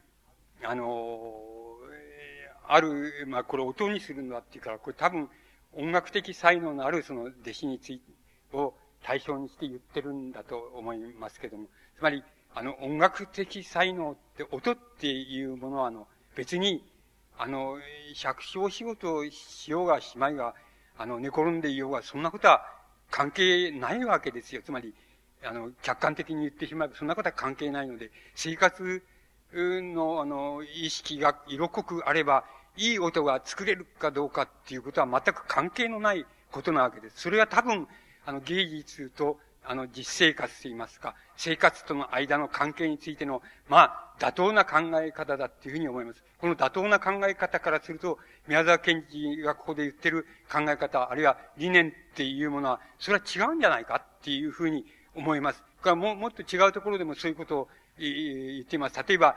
これ音にするのだっていうから、これ多分音楽的才能のある弟子にを対象にして言ってるんだと思いますけども、つまり、音楽的才能って、音っていうものは別に、百姓仕事をしようがしまいが、寝転んでいようが、そんなことは関係ないわけですよ。つまり、客観的に言ってしまえば、そんなことは関係ないので、生活の、意識が色濃くあれば、いい音が作れるかどうかっていうことは全く関係のないことなわけです。それは多分、芸術と、実生活といいますか、生活との間の関係についての、妥当な考え方だっていうふうに思います。この妥当な考え方からすると、宮沢賢治がここで言ってる考え方、あるいは理念っていうものは、それは違うんじゃないかっていうふうに思います。これはもっと違うところでもそういうことを言っています。例えば、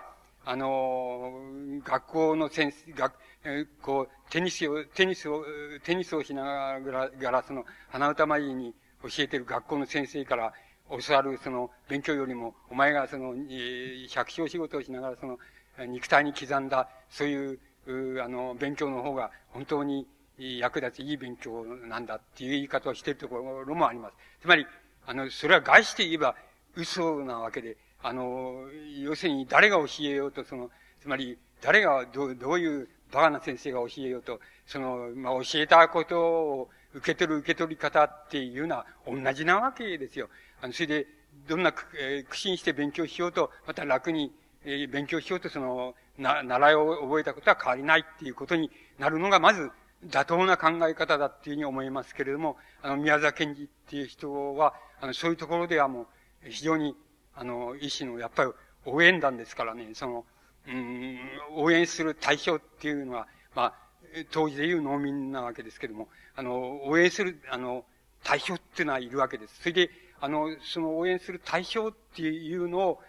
学校の先生、こう、テニスをしながら、鼻歌まじに教えてる学校の先生から教わる、勉強よりも、お前が百姓仕事をしながら、肉体に刻んだ、そういう、勉強の方が、本当に役立ついい勉強なんだっていう言い方をしているところもあります。つまり、それは概して言えば嘘なわけで、要するに誰が教えようと、つまり、誰がどういうバカな先生が教えようと、教えたことを受け取り方っていうのは同じなわけですよ。それで、どんな苦心して勉強しようと、また楽に、勉強しようと、習いを覚えたことは変わりないっていうことになるのが、まず、妥当な考え方だっていうふうに思いますけれども、宮沢賢治っていう人は、そういうところではもう、非常に、医師の、やっぱり、応援団ですからね、応援する対象っていうのは、当時でいう農民なわけですけども、応援する、対象っていうのはいるわけです。それで、応援する対象っていうのを、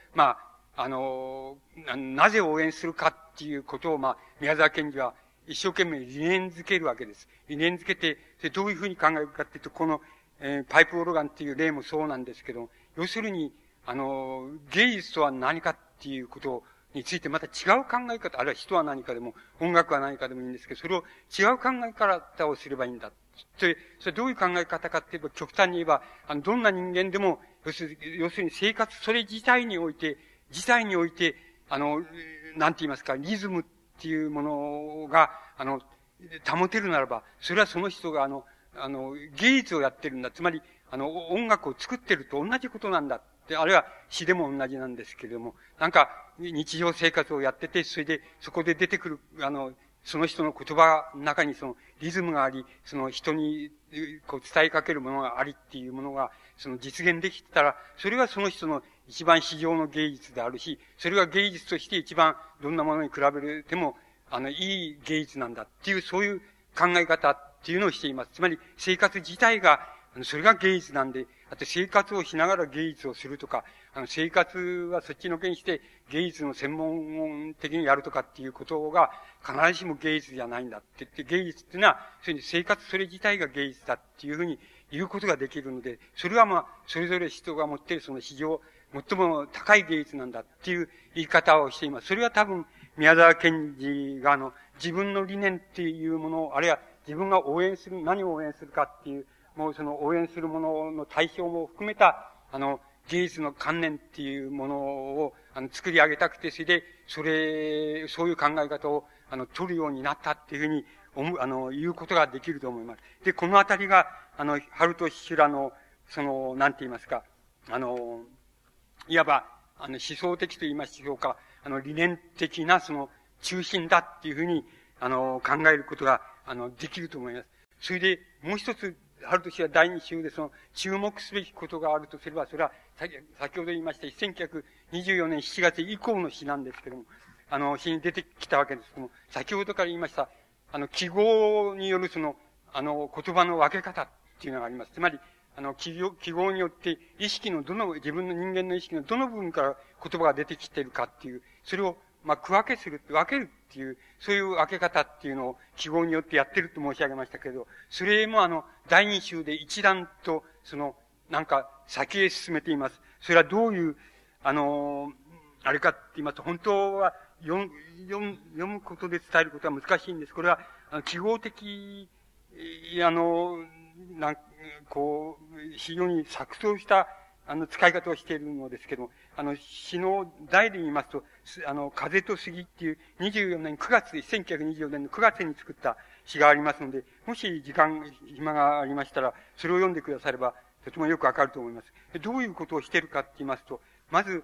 なぜ応援するかっていうことを、宮沢賢治は一生懸命理念づけるわけです。理念づけて、どういうふうに考えるかっていうと、この、パイプオルガンっていう例もそうなんですけど、要するに、芸術とは何かっていうことについてまた違う考え方、あるいは人は何かでも、音楽は何かでもいいんですけど、それを違う考え方をすればいいんだ。それどういう考え方かって言えば、極端に言えば、どんな人間でも、要するに生活、それ自体において、なんて言いますか、リズムっていうものが、保てるならば、それはその人が、芸術をやってるんだ。つまり、音楽を作ってると同じことなんだ。あるいは詩でも同じなんですけれども、なんか、日常生活をやってて、それで、そこで出てくる、その人の言葉の中にリズムがあり、人に、こう伝えかけるものがありっていうものが、実現できてたら、それはその人の一番至上の芸術であるし、それが芸術として一番どんなものに比べても、いい芸術なんだっていう、そういう考え方っていうのをしています。つまり、生活自体が、それが芸術なんで、あと生活をしながら芸術をするとか、生活はそっちのけにして芸術の専門的にやるとかっていうことが必ずしも芸術じゃないんだって言って、芸術っていうのは、生活それ自体が芸術だっていうふうに言うことができるので、それはそれぞれ人が持っている史上最も高い芸術なんだっていう言い方をしています。それは多分、宮沢賢治が自分の理念っていうもの、あるいは自分が応援する、何を応援するかっていう、もう応援するものの対象も含めた、芸術の観念っていうものを、作り上げたくて、それで、そういう考え方を、取るようになったっていうふうに、言うことができると思います。で、このあたりが、春と修羅の、なんて言いますか、いわば、思想的と言いましょうか、理念的な中心だっていうふうに、考えることが、できると思います。それで、もう一つ、春と修羅第二週で注目すべきことがあるとすれば、それは、先ほど言いました1924年7月以降の詩なんですけども、詩に出てきたわけですけども、先ほどから言いました、記号による言葉の分け方っていうのがあります。つまり、記号によって自分の人間の意識のどの部分から言葉が出てきているかっていう、それを、分けるっていう、そういう分け方っていうのを記号によってやってると申し上げましたけど、それも第二週で一段と、先へ進めています。それはどういう、あれかって言いますと、本当は読むことで伝えることは難しいんです。これは、記号的、非常に錯綜した、使い方をしているのですけども、詩の題で言いますと、風と杉っていう1924年の9月に作った詩がありますので、もし暇がありましたら、それを読んでくだされば、とてもよくわかると思います。どういうことをしているかって言いますと、まず、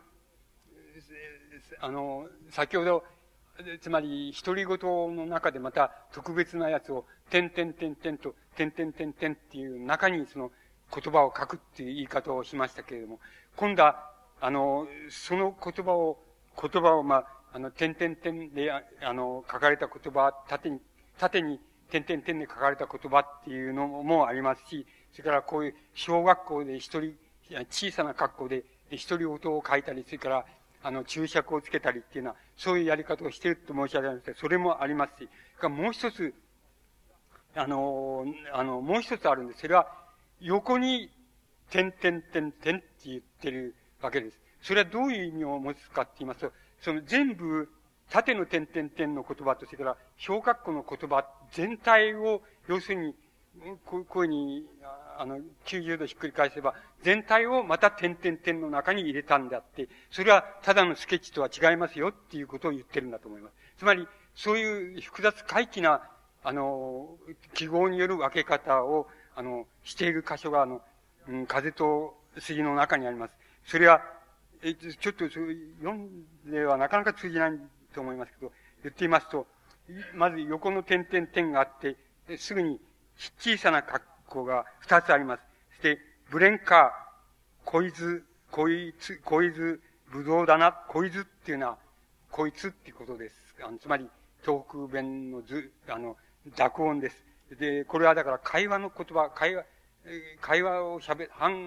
先ほど、つまり、独り言の中でまた特別なやつを、点と、点っていう中に言葉を書くっていう言い方をしましたけれども、今度は、その言葉を、点で、書かれた言葉、縦に、点で書かれた言葉っていうのもありますし、それからこういう小学校で小さな格好で、独り言を書いたり、それから、 注釈をつけたりっていうのは、そういうやり方をしていると申し上げました。それもありますし、もう一つ、もう一つあるんです。それは、横に、点々点々って言ってるわけです。それはどういう意味を持つかって言いますと、その全部、縦の点々点の言葉と、それから小括弧の言葉全体を、要するに、こういうふうに、90度ひっくり返せば、全体をまた点々点の中に入れたんであって、それはただのスケッチとは違いますよっていうことを言ってるんだと思います。つまり、そういう複雑怪奇な、記号による分け方を、している箇所が、風と杉の中にあります。それは、ちょっと読んではなかなか通じないと思いますけど、言ってみますと、まず横の点々点があって、すぐに小さな括弧が2つあります。そして、ブレンカー、こいつ、ぶどうだな、こいつっていうのは、こいつっていうことです。つまり、東北弁の濁音です。で、これはだから会話の言葉、会話を独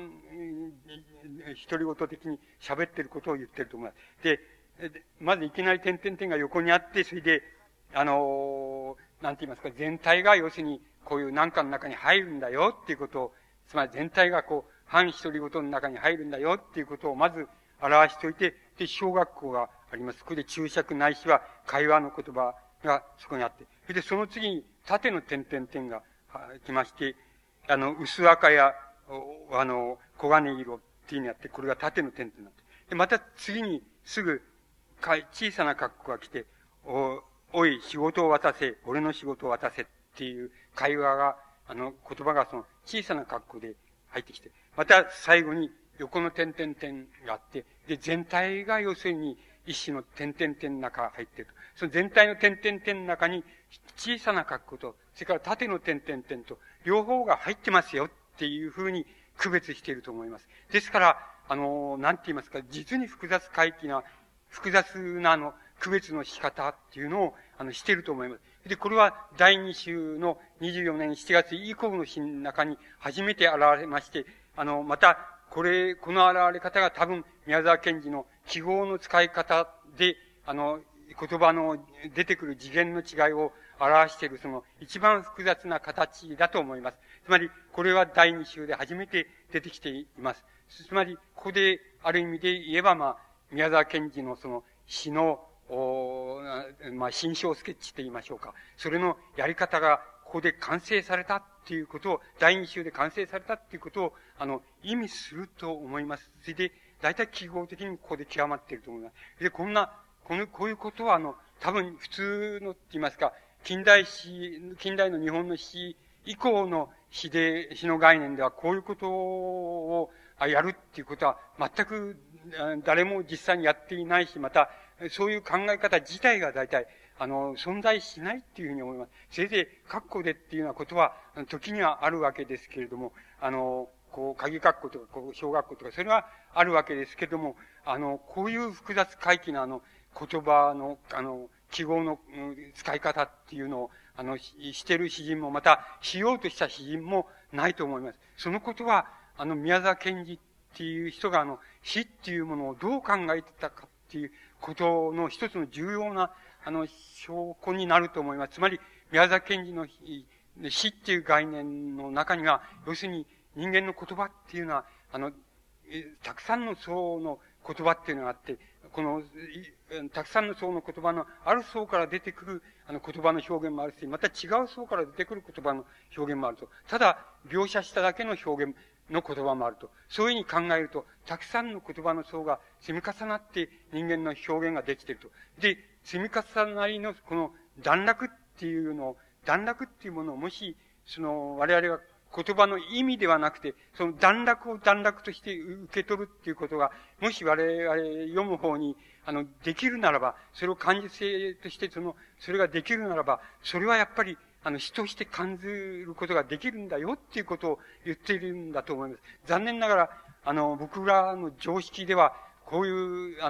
り言的に喋ってることを言ってると思います。で、まずいきなり点々点が横にあって、それで、なんて言いますか、全体が要するに、こういう何かの中に入るんだよっていうことを、つまり全体がこう、半独り言の中に入るんだよっていうことをまず表しておいて、で、小学校があります。これで注釈ないしは会話の言葉がそこにあって、それでその次に縦の点々点が来まして、薄赤や、黄金色っていうのやって、これが縦の点々になって。で、また次にすぐ、小さな括弧が来て、おい、仕事を渡せ、俺の仕事を渡せっていう会話が、言葉がその小さな括弧で入ってきて、また最後に横の点々点があって、で、全体が要するに一種の点々点の中入っていると。その全体の点々点の中に小さな括弧と、それから縦の点々点と、両方が入ってますよっていうふうに区別していると思います。ですから、なんて言いますか、実に複雑な区別の仕方っていうのを、していると思います。で、これは第2週の24年7月以降の詩の中に初めて現れまして、また、この現れ方が多分、宮沢賢治の記号の使い方で、言葉の出てくる次元の違いを表している、その一番複雑な形だと思います。つまり、これは第2週で初めて出てきています。つまり、ここで、ある意味で言えば、宮沢賢治のその詩の、心象スケッチと言いましょうか。それのやり方が、ここで完成されたっていうことを、第2週で完成されたっていうことを、意味すると思います。それで、大体記号的にここで極まっていると思います。で、こういうことは、多分普通のって言いますか、近代の日本の詩以降の詩の概念では、こういうことをやるっていうことは、全く誰も実際にやっていないし、また、そういう考え方自体が大体、存在しないっていうふうに思います。せいぜい、括弧でっていうようなことは、時にはあるわけですけれども、鍵括弧とか、小括弧とか、それはあるわけですけれども、こういう複雑回帰の言葉の、記号の使い方っていうのを、してる詩人も、また、しようとした詩人もないと思います。そのことは、宮沢賢治っていう人が、詩っていうものをどう考えてたかっていうことの一つの重要な、証拠になると思います。つまり、宮沢賢治の詩っていう概念の中には、要するに人間の言葉っていうのは、たくさんの層の言葉っていうのがあって、たくさんの層の言葉のある層から出てくる言葉の表現もあるし、また違う層から出てくる言葉の表現もあると。ただ、描写しただけの表現の言葉もあると。そういうふうに考えると、たくさんの言葉の層が積み重なって人間の表現ができていると。で、積み重なりのこの段落っていうものをもし、我々が言葉の意味ではなくて、その段落を段落として受け取るっていうことが、もし我々読む方に、できるならば、それを感受性としてそれができるならば、それはやっぱり、詩として感じることができるんだよっていうことを言っているんだと思います。残念ながら、僕らの常識では、こういう、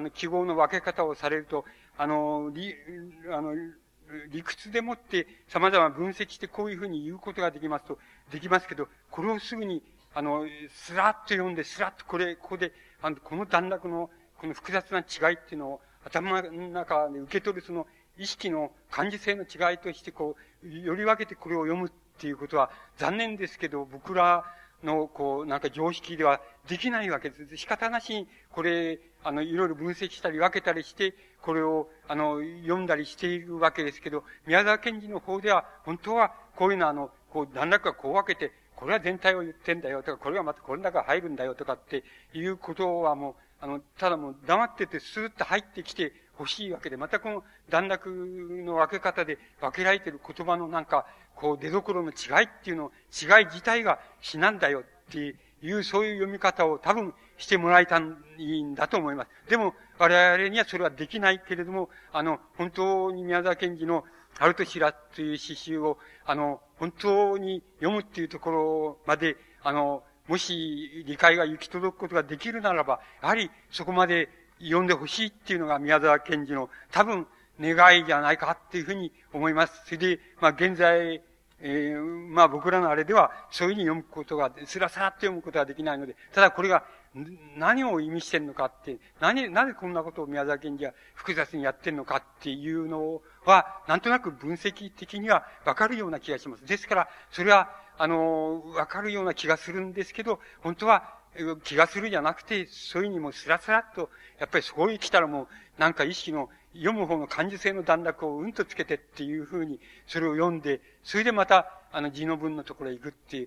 記号の分け方をされると、理屈でもって様々分析してこういうふうに言うことができますけど、これをすぐに、スラッと読んで、スラッとここで、この段落のこの複雑な違いっていうのを頭の中で受け取るその意識の感受性の違いとしてこう、より分けてこれを読むっていうことは残念ですけど、僕らのこう、なんか常識ではできないわけです。仕方なしに、これ、いろいろ分析したり分けたりして、これを、読んだりしているわけですけど、宮沢賢治の方では、本当はこういうのはこう、段落がこう分けて、これは全体を言ってんだよとか、これはまたこれの中入るんだよとかっていうことはもう、ただもう黙っててスーッと入ってきて欲しいわけで、またこの段落の分け方で分けられている言葉のなんか、こう出所の違いっていうの、違い自体が死なんだよっていう、そういう読み方を多分してもらいたいんだと思います。でも、我々にはそれはできないけれども、本当に宮沢賢治の春と白という詩集を、本当に読むっていうところまで、もし理解が行き届くことができるならば、やはりそこまで読んでほしいっていうのが宮沢賢治の多分願いじゃないかっていうふうに思います。それで、現在、僕らのあれでは、そういうふうに読むことが、スラスラっと読むことができないので、ただこれが何を意味してるのかって、なぜこんなことを宮沢賢治は複雑にやってるのかっていうのは、なんとなく分析的にはわかるような気がします。ですから、それは、わかるような気がするんですけど、本当は、気がするじゃなくて、そういうふうにもうスラスラっと、やっぱりそこに来たらもう、なんか意識の読む方の感受性の段落をうんとつけてっていうふうに、それを読んで、それでまた、字の文のところへ行くっていう、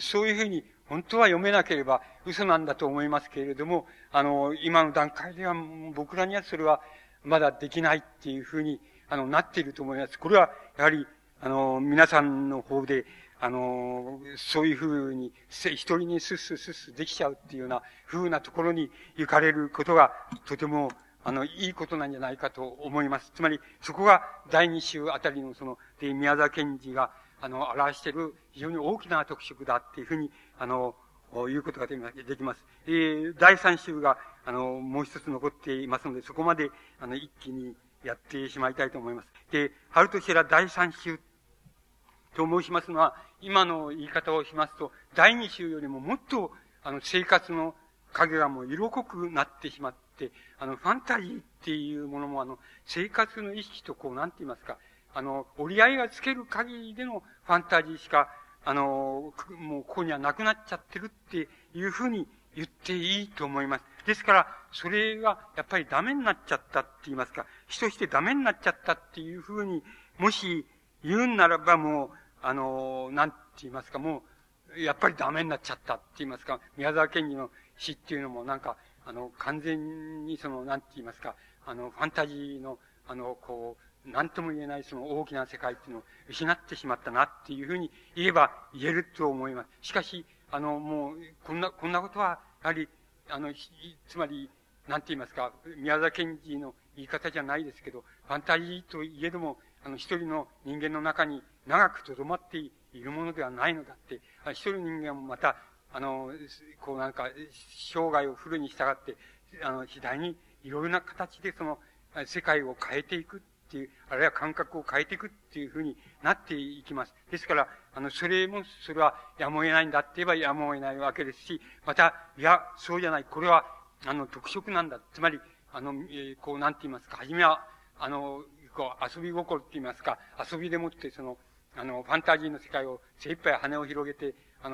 そういうふうに、本当は読めなければ嘘なんだと思いますけれども、今の段階では僕らにはそれはまだできないっていうふうに、なっていると思います。これは、やはり、皆さんの方で、そういうふうに、一人にスッスできちゃうっていうような風なところに行かれることが、とても、いいことなんじゃないかと思います。つまり、そこが第二週あたりので、宮沢賢治が、表している非常に大きな特色だっていうふうに、言うことができます。第三週が、もう一つ残っていますので、そこまで、一気にやってしまいたいと思います。で、春と白第三週と申しますのは、今の言い方をしますと、第二週よりももっと、生活の影がもう色濃くなってしまって、ファンタジーっていうものも生活の意識とこう、なんて言いますか、折り合いがつける限りでのファンタジーしか、もうここにはなくなっちゃってるっていうふうに言っていいと思います。ですから、それがやっぱりダメになっちゃったって言いますか、人としてダメになっちゃったっていうふうに、もし言うんならばもう、なんて言いますか、もう、やっぱりダメになっちゃったって言いますか、宮沢賢治の詩っていうのもなんか、完全になんて言いますか、ファンタジーの、こう、なんとも言えない大きな世界っていうのを失ってしまったなっていうふうに言えば言えると思います。しかし、もう、こんなことは、やはり、つまり、なんて言いますか、宮沢賢治の言い方じゃないですけど、ファンタジーといえども、一人の人間の中に長く留まっているものではないのだって、一人の人間もまた、こうなんか、生涯をフルに従って、次第にいろいろな形で世界を変えていくっていう、あるいは感覚を変えていくっていうふうになっていきます。ですから、それはやむを得ないんだって言えばやむを得ないわけですし、また、いや、そうじゃない、これは、特色なんだ。つまり、こうなんて言いますか、はじめは、こう、遊び心って言いますか、遊びでもってファンタジーの世界を精一杯羽を広げて、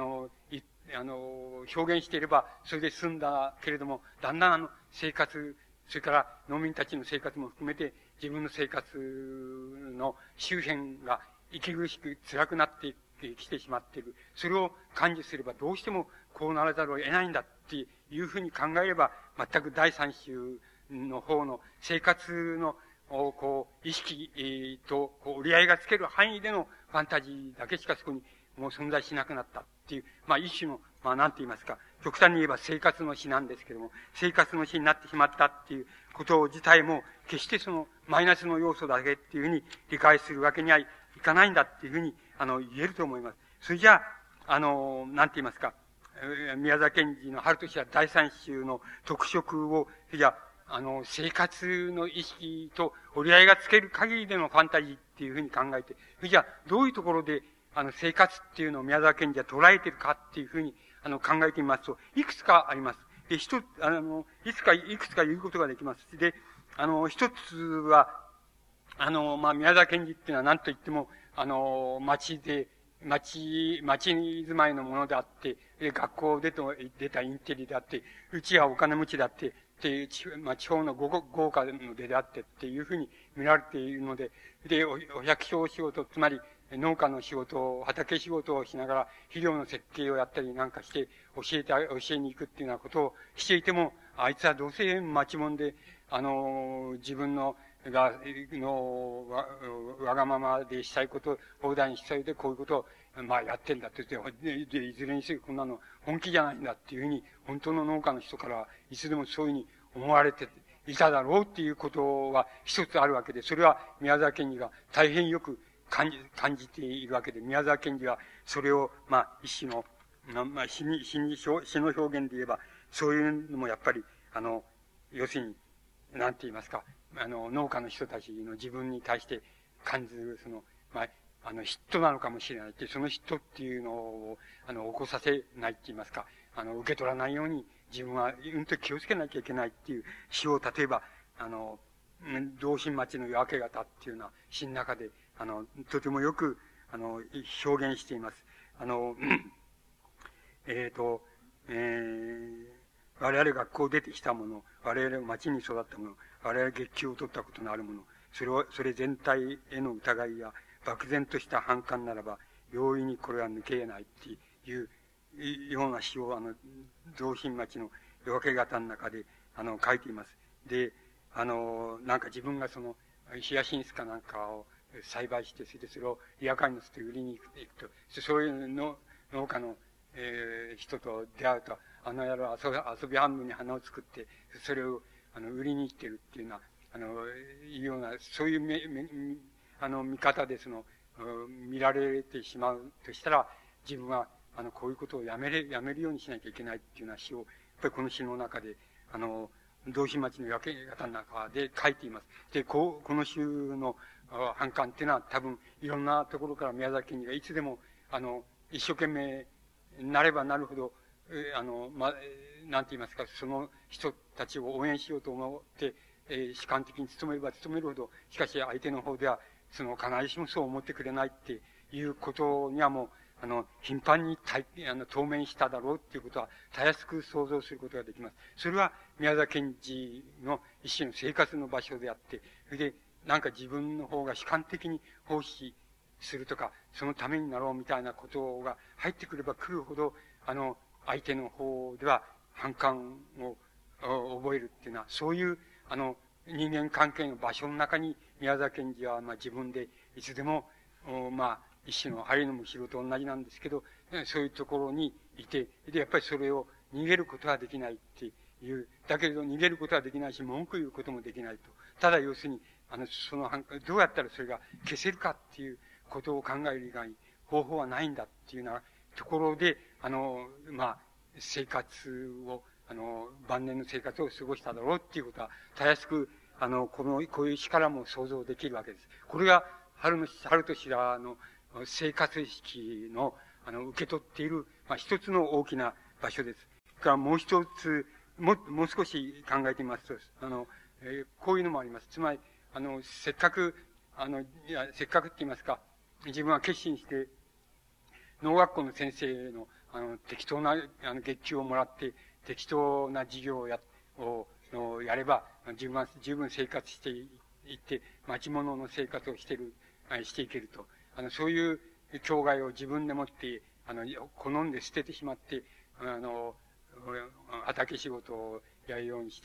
表現していれば、それで済んだけれども、だんだん生活、それから農民たちの生活も含めて、自分の生活の周辺が息苦しく辛くなってきてしまっている。それを感知すれば、どうしてもこうならざるを得ないんだっていうふうに考えれば、全く第三週の方の生活のこう、意識と折り合いがつける範囲でのファンタジーだけしかそこにもう存在しなくなったっていう、一種の、なんて言いますか、極端に言えば生活の詩なんですけども、生活の詩になってしまったっていうこと自体も、決してマイナスの要素だけっていうふうに理解するわけにはいかないんだっていうふうに、言えると思います。それじゃあ、なんて言いますか、宮沢賢治の春と白第三週の特色を、じゃあ、生活の意識と折り合いがつける限りでのファンタジーっていうふうに考えて、じゃあ、どういうところで、生活っていうのを宮沢賢治は捉えているかっていうふうに、考えてみますと、いくつかあります。 で、いくつか言うことができます。で、一つは、宮沢賢治っていうのは何と言っても、町住まいのものであって、学校を出たインテリであって、うちはお金持ちであって、で、地方の豪華の出であってっていうふうに見られているので、で、お百姓仕事、つまり農家の仕事、畑仕事をしながら肥料の設計をやったりなんかして教えに行くっていうようなことをしていても、あいつはどうせ町もんで、自分のわがままでしたいことを放題にしたいでこういうことを、やってんだって言って、で、いずれにせよこんなの本気じゃないんだっていうふうに、本当の農家の人からはいつでもそういうふうに思われていただろうっていうことは一つあるわけで、それは宮沢賢治が大変よく感じているわけで、宮沢賢治はそれを、一種の、詩の表現で言えば、そういうのもやっぱり、要するに、なんて言いますか、農家の人たちの自分に対して感じる、嫉妬なのかもしれないって、その嫉妬っていうのを、起こさせないって言いますか、受け取らないように自分は、気をつけなきゃいけないっていう詩を、例えば、同心町の夜明け方っていうような詩の中で、とてもよく、表現しています。我々学校を出てきたもの、我々町に育ったもの、我々月給を取ったことのあるもの、それ全体への疑いや、漠然とした反感ならば、容易にこれは抜け得ないっていうような詩を、同心町の夜明け方の中で、書いています。で、なんか自分がヒヤシンスかなんかを栽培して、それをリヤカーに乗せて売りに行くと、そういう農家の、人と出会うと、野郎遊び半分に花を作って、それを、売りに行ってるっていうような、いうような、そういう見方で見られてしまうとしたら、自分は、こういうことをやめるようにしなきゃいけないっていうような詩を、やっぱりこの詩の中で、同心町の夜明け方の中で書いています。で、この詩の反感っていうのは多分、いろんなところから宮崎賢治がいつでも、一生懸命なればなるほど、なんて言いますか、その人たちを応援しようと思って、主観的に努めれば努めるほど、しかし相手の方では、必ずしもそう思ってくれないっていうことにはもう、頻繁に当面しただろうっていうことは、たやすく想像することができます。それは、宮沢賢治の一種の生活の場所であって、それで、なんか自分の方が主観的に奉仕するとか、そのためになろうみたいなことが入ってくれば来るほど、相手の方では反感を覚えるっていうのは、そういう、人間関係の場所の中に、宮沢賢治は、自分でいつでも、一種の針のむしろと同じなんですけど、そういうところにいて、で、やっぱりそれを逃げることはできないっていう、だけれど逃げることはできないし、文句言うこともできないと。ただ要するに、その反感、どうやったらそれが消せるかっていうことを考える以外に方法はないんだっていうようなところで、生活を、晩年の生活を過ごしただろうっていうことは、たやすく、こういう詩からも想像できるわけです。これが、春としらの生活意識の、受け取っている、一つの大きな場所です。それからもう一つ、もう少し考えてみますと、こういうのもあります。つまり、せっかくって言いますか、自分は決心して、農学校の先生の、適当な、月給をもらって、適当な授業をやれば、自分は十分生活していって、町物の生活をしていけると。そういう境外を自分でもって、好んで捨ててしまって、畑仕事をやるようにして、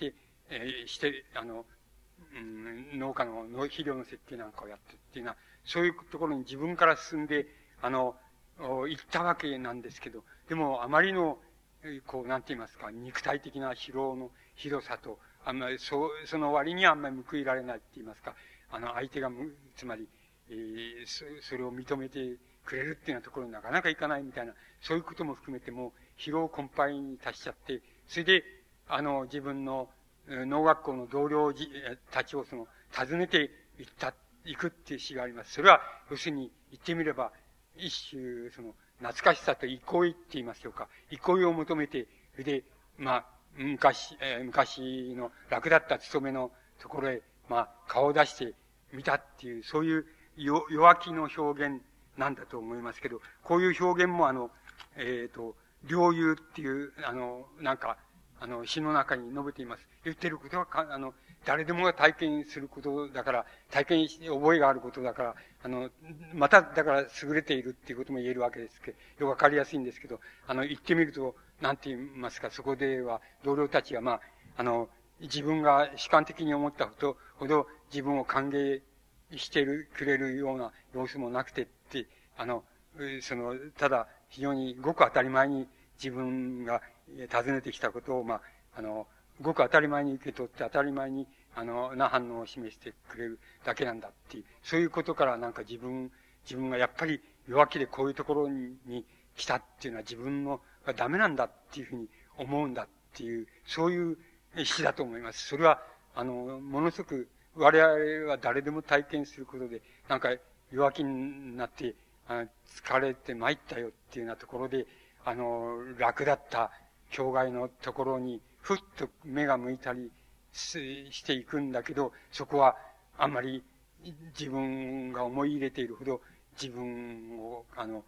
農家の肥料の設計なんかをやってっていうのは、そういうところに自分から進んで、行ったわけなんですけど、でもあまりの、なんて言いますか、肉体的な疲労のひどさと、その割にはあんまり報いられないって言いますか、相手がつまり、それを認めてくれるっていうようなところになかなかいかないみたいな、そういうことも含めても疲労困憊に達しちゃって、それで、自分の農学校の同僚たちを訪ねて行くっていう詩があります。それは、要するに言ってみれば、一種、懐かしさと憩いって言いましょうか。憩いを求めて、で、 昔の楽だった勤めのところへ、顔を出してみたっていう、そういう弱気の表現なんだと思いますけど、こういう表現も領有っていう、詩の中に述べています。言ってることは、誰でもが体験することだから、体験して覚えがあることだから、また、だから優れているっていうことも言えるわけですけど、わかりやすいんですけど、言ってみると、なんて言いますか、そこでは、同僚たちが、自分が主観的に思ったほど自分を歓迎してくれるような様子もなくてって、ただ、非常にごく当たり前に自分が尋ねてきたことを、ごく当たり前に受け取って当たり前に、な反応を示してくれるだけなんだっていう、そういうことから自分がやっぱり弱気でこういうところに来たっていうのは自分のがダメなんだっていうふうに思うんだっていう、そういう詩だと思います。それは、ものすごく我々は誰でも体験することで、弱気になって、疲れて参ったよっていうようなところで、楽だった境外のところに、ふっと目が向いたりしていくんだけど、そこはあんまり自分が思い入れているほど自分を、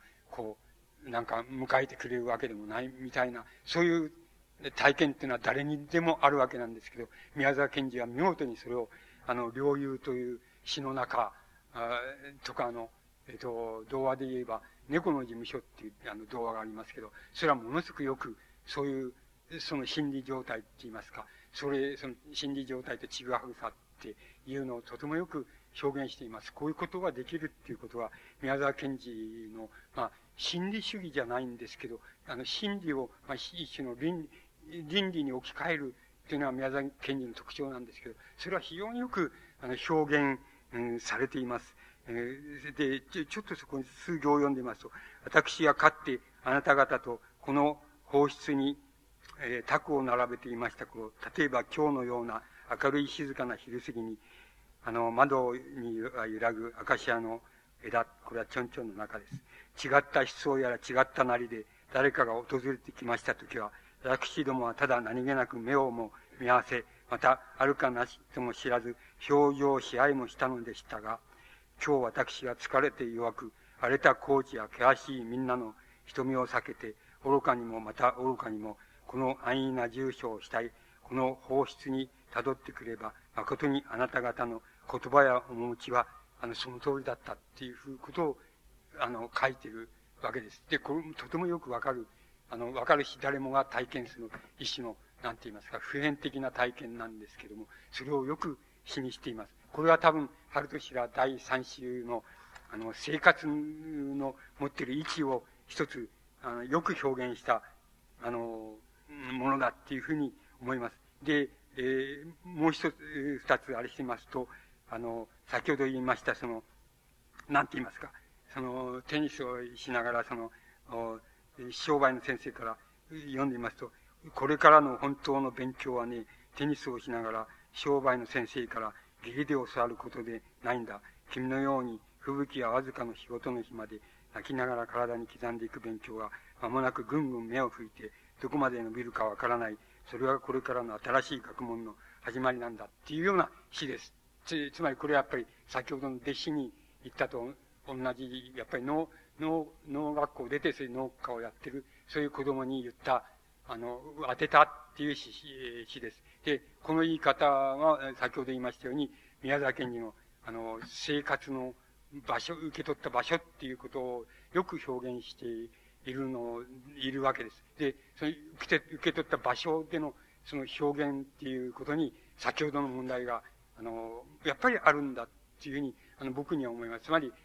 迎えてくれるわけでもないみたいな、そういう体験っていうのは誰にでもあるわけなんですけど、宮沢賢治は見事にそれを、領有という詩の中、とか童話で言えば、猫の事務所っていう童話がありますけど、それはものすごくよく、そういう、その心理状態って言いますか、その心理状態とちぐはぐさっていうのをとてもよく表現しています。こういうことができるっていうことは、宮沢賢治の、心理主義じゃないんですけど、心理を、一種の倫理に置き換えるっていうのは宮沢賢治の特徴なんですけど、それは非常によく、表現、されています。で、ちょっとそこに数行を読んでみますと、私がかってあなた方とこの放出に、卓を並べていました頃、例えば今日のような明るい静かな昼過ぎに、窓に揺らぐアカシアの枝、これはちょんちょんの中です。違った思想やら違ったなりで誰かが訪れてきましたときは、私どもはただ何気なく目をも見合わせ、またあるかなしとも知らず、表情し合いもしたのでしたが、今日私が疲れて弱く、荒れた高地や険しいみんなの瞳を避けて、愚かにもまた愚かにも、この安易な住所をしたい、この放出に辿ってくれば、誠にあなた方の言葉や面持ちは、その通りだったっていうことを、書いているわけです。で、これとてもよくわかるし、誰もが体験する一種の、なんて言いますか、普遍的な体験なんですけども、それをよく詩にしています。これは多分、春としら第三週の、生活の持っている位置を一つ、よく表現した、ものだっていうふうに思います。で、もう一つ、二つあれしてみますと、先ほど言いました、なんて言いますか、テニスをしながら、商売の先生から読んでみますと、これからの本当の勉強はね、テニスをしながら、商売の先生から義理で教わることでないんだ。君のように、吹雪やわずかの仕事の日まで、泣きながら体に刻んでいく勉強が、間もなくぐんぐん目を吹いて、どこまで伸びるかわからない。それはこれからの新しい学問の始まりなんだっていうような詩です。つまりこれはやっぱり先ほどの弟子に言ったと同じ、やっぱり農学校出てそれ農家をやってる、そういう子供に言った、当てたっていう詩です。で、この言い方は先ほど言いましたように、宮沢賢治の、生活の場所、受け取った場所っていうことをよく表現しているわけです。で、その受け取った場所でのその表現っていうことに、先ほどの問題が、やっぱりあるんだっていうふうに、僕には思います。つまり、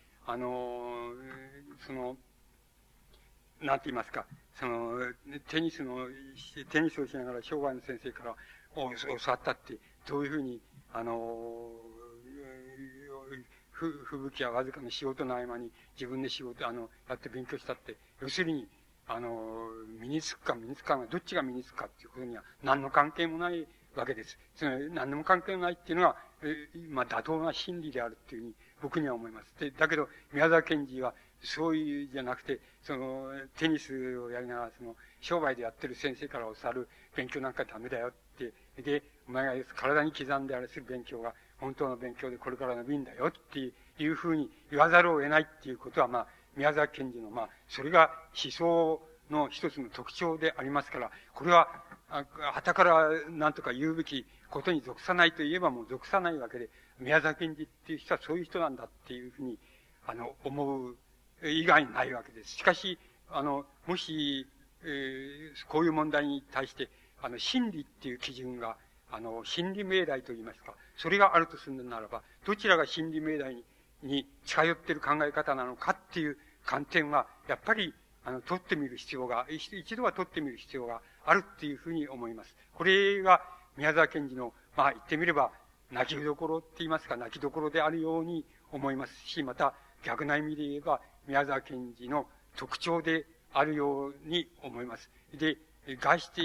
なんて言いますか、テニスをしながら商売の先生から教わったって、どういうふうに、吹雪やわずかの仕事の合間に自分でやって勉強したって、要するに、身につくかどっちが身につくかっていうことには何の関係もないわけです。何の関係もないっていうのは、妥当な真理であるっていうふうに僕には思います。で、だけど、宮沢賢治は、そういうじゃなくて、テニスをやりながら、商売でやってる先生から教わる勉強なんかダメだよって、で、お前が体に刻んであれする勉強が本当の勉強でこれから伸びんだよっていうふうに言わざるを得ないっていうことは、宮沢賢治の、それが思想の一つの特徴でありますから、これは、旗から何とか言うべきことに属さないと言えばもう属さないわけで、宮沢賢治っていう人はそういう人なんだっていうふうに、思う以外にないわけです。しかし、もし、こういう問題に対して、真理っていう基準が、真理命題と言いますか、それがあるとするならば、どちらが真理命題に近寄っている考え方なのかっていう観点は、やっぱり、取ってみる必要が、一度は取ってみる必要があるっていうふうに思います。これが、宮沢賢治の、言ってみれば、泣きどころって言いますか、泣きどころであるように思いますし、また、逆な意味で言えば、宮沢賢治の特徴であるように思います。で、概して、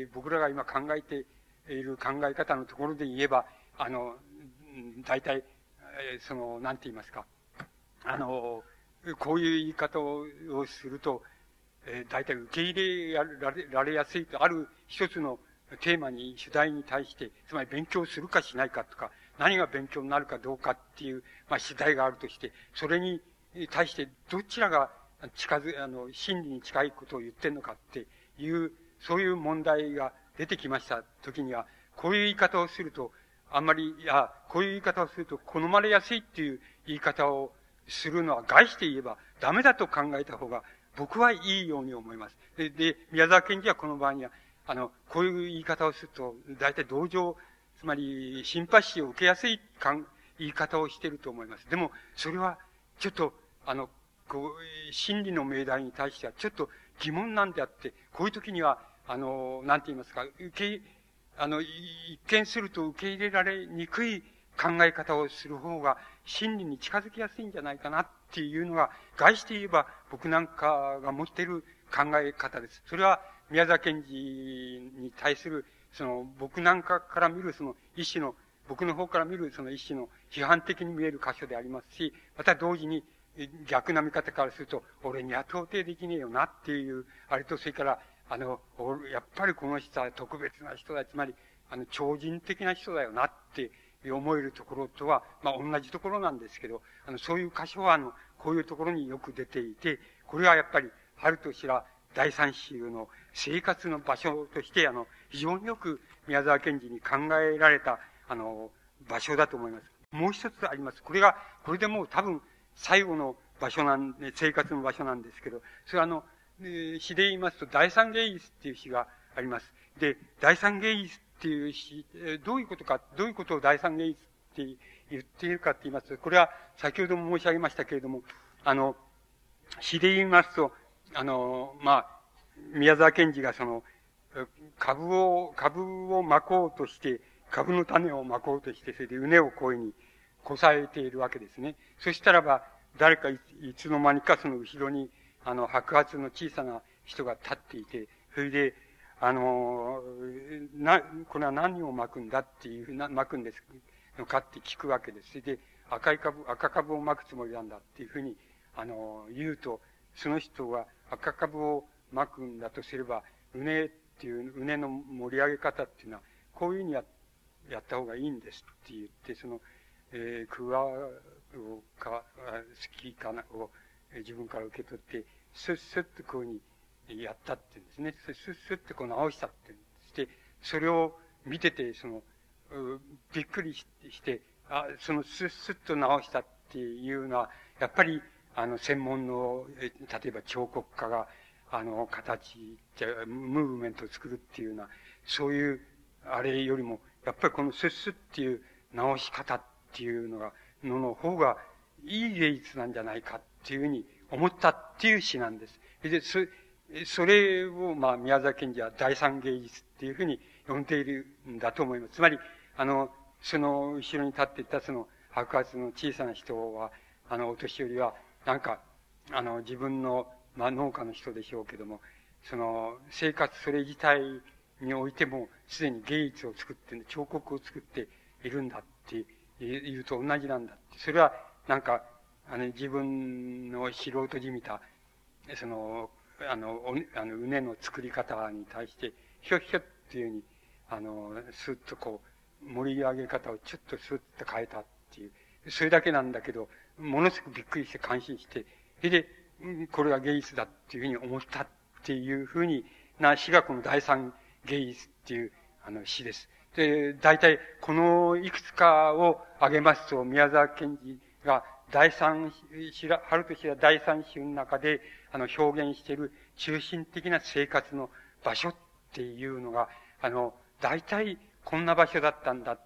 僕らが今考えている考え方のところで言えば、大体、なんて言いますか、こういう言い方をすると、大体受け入れられやすいと、ある一つのテーマに、主題に対して、つまり勉強するかしないかとか、何が勉強になるかどうかっていう、主題があるとして、それに対してどちらが真理に近いことを言ってんのかっていう、そういう問題が出てきました時には、こういう言い方をすると、こういう言い方をすると好まれやすいっていう言い方をするのは、概して言えばダメだと考えた方が、僕はいいように思います。で、宮沢賢治はこの場合には、こういう言い方をすると、大体同情、つまり、シンパシーを受けやすい言い方をしていると思います。でも、それは、ちょっと、真理の命題に対しては、ちょっと疑問なんであって、こういう時には、なんて言いますか、一見すると受け入れられにくい考え方をする方が、真理に近づきやすいんじゃないかなっていうのが、概して言えば、僕なんかが持っている考え方です。それは、宮沢賢治に対する、僕なんかから見る、僕の方から見る、一種の批判的に見える箇所でありますし、また同時に、逆な見方からすると、俺には到底できねえよなっていう、あれと、それから、やっぱりこの人は特別な人だ、つまり、超人的な人だよなって思えるところとは、同じところなんですけど、そういう箇所は、こういうところによく出ていて、これはやっぱり、春と白第三州の生活の場所として、非常によく宮沢賢治に考えられた、場所だと思います。もう一つあります。これでもう多分、最後の場所生活の場所なんですけど、それは詩で言いますと、第三芸術っていう詩があります。で、第三芸術っていう詩、どういうことを第三芸術って言っているかって言いますと、これは先ほども申し上げましたけれども、詩で言いますと、宮沢賢治が株をまこうとして、株の種をまこうとして、それで畝を声にこさえているわけですね。そしたらば、誰かいつの間にかその後ろに、白髪の小さな人が立っていて、それで、これは何をまくんだっていう、まくんですのかって聞くわけです。それで、赤株をまくつもりなんだっていうふうに、言うと、その人は赤株をまくんだとすれば、畝の盛り上げ方っていうのは、こういうふうにやった方がいいんですって言って、桑を好きかなを自分から受け取って、スッスッとこういうふうにやったって言うんですね。スッスッとこう直したって言うんです。で、それを見てて、びっくりして、スッスッと直したっていうのは、やっぱり、専門の、例えば彫刻家が、ムーブメントを作るっていうような、そういう、あれよりも、やっぱりこのスッスッっていう直し方っていうの方が、いい芸術なんじゃないかっていうふうに思ったっていう詩なんです。で、それを、宮沢賢治は第三芸術っていうふうに呼んでいるんだと思います。つまり、その後ろに立っていた白髪の小さな人は、お年寄りは、なんか、自分の、農家の人でしょうけども、生活それ自体においても、すでに芸術を作って、彫刻を作っているんだって言うと同じなんだって。それは、なんか、自分の素人じみた、畝の作り方に対して、ひょっっていうふうに、スッとこう、盛り上げ方をちょっとスッと変えたっていう、それだけなんだけど、ものすごくびっくりして感心して、それで、これが芸術だっていうふうに思ったっていうふうにな詩がこの第三芸術っていう、詩です。で、大体、このいくつかを挙げますと、宮沢賢治が第三、春と詩は第三詩の中で、表現している中心的な生活の場所っていうのが、大体こんな場所だったんだって、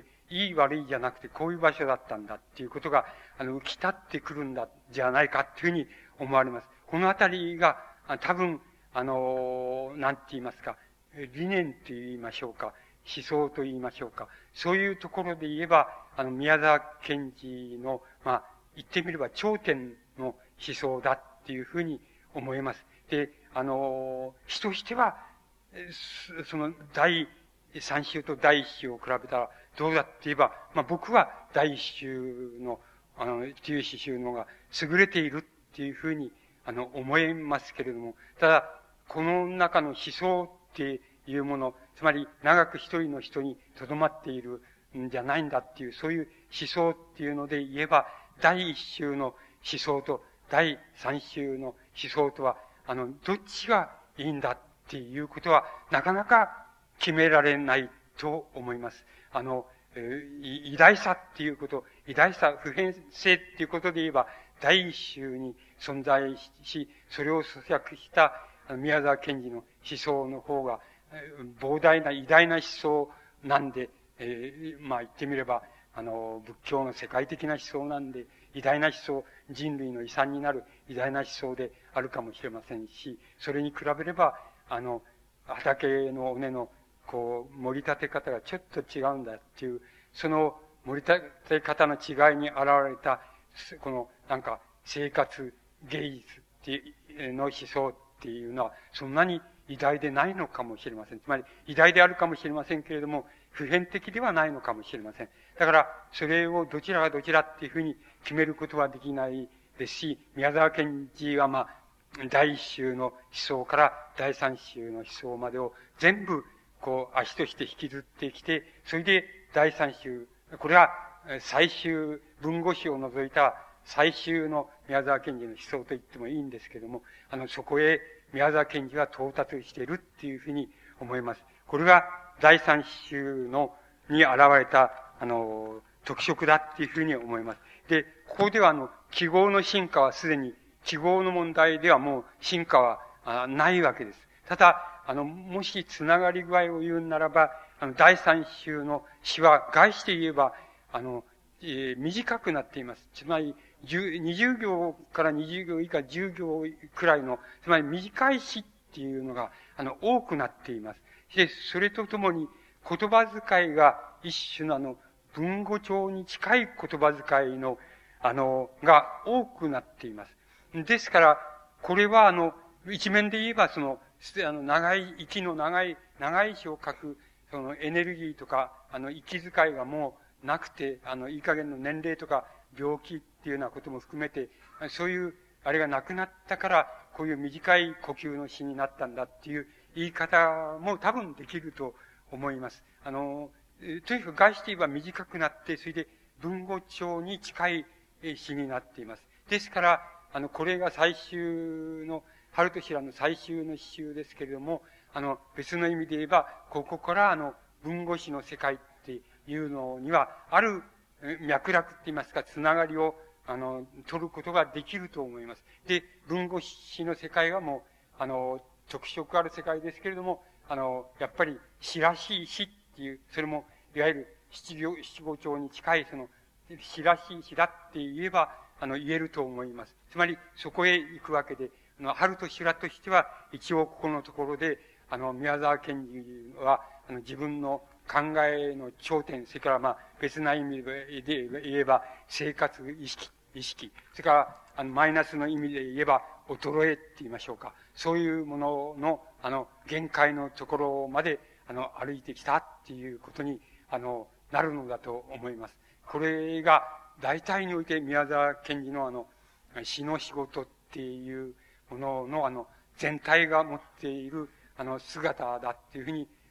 いい悪いじゃなくてこういう場所だったんだっていうことが、浮き立ってくるんだ、じゃないかっていうふうに思われます。このあたりが、多分、なんて言いますか、理念と言いましょうか、思想と言いましょうか、そういうところで言えば、宮沢賢治の、言ってみれば頂点の思想だっていうふうに思います。で、詩としては、その第三週と第一週を比べたらどうだって言えば、僕は第一週の、っていう詩集の方が優れているっていうふうに、思いますけれども、ただ、この中の思想っていうもの、つまり長く一人の人に留まっているんじゃないんだっていう、そういう思想っていうので言えば、第一週の思想と第三週の思想とは、どっちがいいんだっていうことは、なかなか決められないと思います。偉大さっていうこと、偉大さ、普遍性っていうことで言えば、第一週に存在し、それを咀嚼した宮沢賢治の思想の方が、膨大な偉大な思想なんで、言ってみれば、仏教の世界的な思想なんで、偉大な思想、人類の遺産になる偉大な思想であるかもしれませんし、それに比べれば、畑の尾根の、盛り立て方がちょっと違うんだっていう、その盛り立て方の違いに現れた、生活、芸術の思想っていうのは、そんなに偉大でないのかもしれません。つまり、偉大であるかもしれませんけれども、普遍的ではないのかもしれません。だから、それをどちらがどちらっていうふうに決めることはできないですし、宮沢賢治は第一週の思想から第三週の思想までを全部、足として引きずってきて、それで第三週、これは最終、文語史を除いた最終の宮沢賢治の思想と言ってもいいんですけども、そこへ宮沢賢治は到達しているっていうふうに思います。これが第三週に現れた、特色だっていうふうに思います。で、ここでは記号の進化はすでに、記号の問題ではもう進化はないわけです。ただ、もしつながり具合を言うならば、第三週の詩は、概して言えば、短くなっています。つまり、20行から20行以下10行くらいの、つまり短い詩っていうのが、多くなっています。で、それとともに、言葉遣いが一種の文語帳に近い言葉遣いの、が多くなっています。ですから、これは一面で言えば息の長い詩を書く、エネルギーとか、息遣いがもうなくて、いい加減の年齢とか、病気っていうようなことも含めて、そういう、あれがなくなったから、こういう短い呼吸の詩になったんだっていう言い方も多分できると思います。とにかく概して言えば短くなって、それで文語帳に近い詩になっています。ですから、これが最終の、春と修羅の最終の詩集ですけれども、別の意味で言えば、ここから文語詩の世界っていうのには、ある脈絡って言いますか、つながりを、取ることができると思います。で、文語詩の世界はもう、特色ある世界ですけれども、やっぱり詩らしい詩っていう、それも、いわゆる七五調に近い、詩らしい詩だって言えば、言えると思います。つまり、そこへ行くわけで、春と修羅としては、一応ここのところで、宮沢賢治は、自分の考えの頂点、それから別な意味で言えば、生活意識、それから、マイナスの意味で言えば、衰えって言いましょうか。そういうものの、限界のところまで、歩いてきたっていうことに、なるのだと思います。これが、大体において宮沢賢治の詩の仕事っていうものの全体が持っている姿だっていうふうに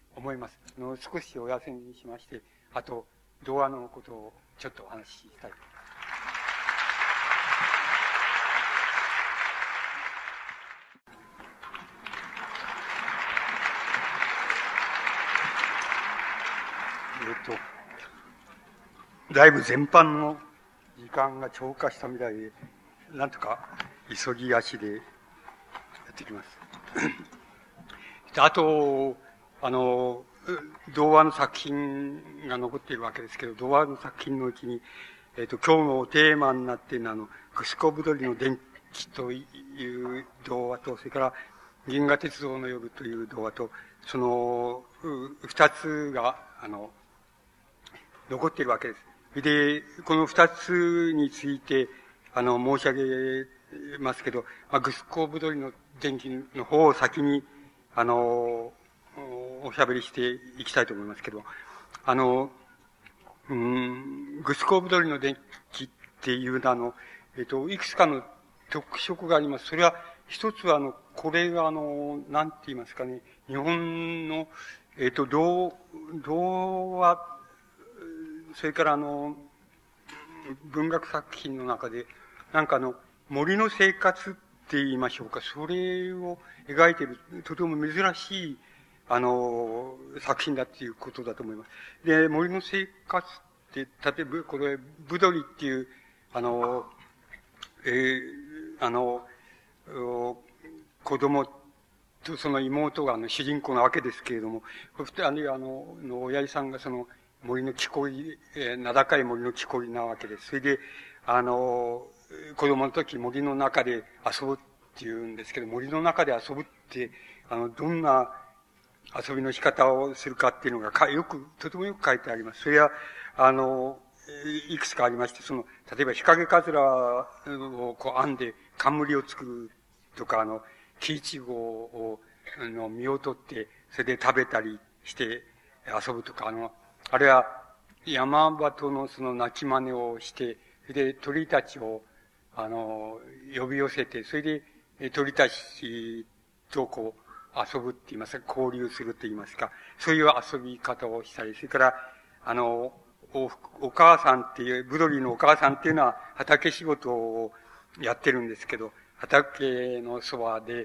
思います。少しお休みしまして、あと、童話のことをちょっとお話ししたい。だいぶ全般の時間が超過したみたいで、なんとか急ぎ足でやってきます。あと、童話の作品が残っているわけですけど、童話の作品のうちに、今日のテーマになっているのは、グスコブドリの伝記という童話と、それから、銀河鉄道の夜という童話と、その、二つが、残っているわけです。で、この二つについて、申し上げますけど、グスコブドリの伝記の方を先に、おしゃべりしていきたいと思いますけど、グスコーブドリの伝記っていうのは、いくつかの特色があります。それは、一つはこれがなんて言いますかね、日本の、童話、それから文学作品の中で、なんか森の生活って言いましょうか、それを描いている、とても珍しい、作品だっていうことだと思います。で、森の生活って、例えば、これ、ブドリっていう、子供とその妹が主人公なわけですけれども、あるいは親父さんがその森の木こり、名高い森の木こりなわけです。それで、子供の時森の中で遊ぶっていうんですけど、森の中で遊ぶって、どんな遊びの仕方をするかっていうのがとてもよく書いてあります。それは、いくつかありまして、例えば日陰かずらを編んで冠を作るとか、木イチゴを、実を取って、それで食べたりして遊ぶとか、あるいは山鳩の鳴き真似をして、それで鳥たちを、呼び寄せて、それで鳥たちと遊ぶって言いますか、交流するって言いますか、そういう遊び方をしたり、それから、お母さんっていう、ブドリのお母さんっていうのは畑仕事をやってるんですけど、畑のそばで、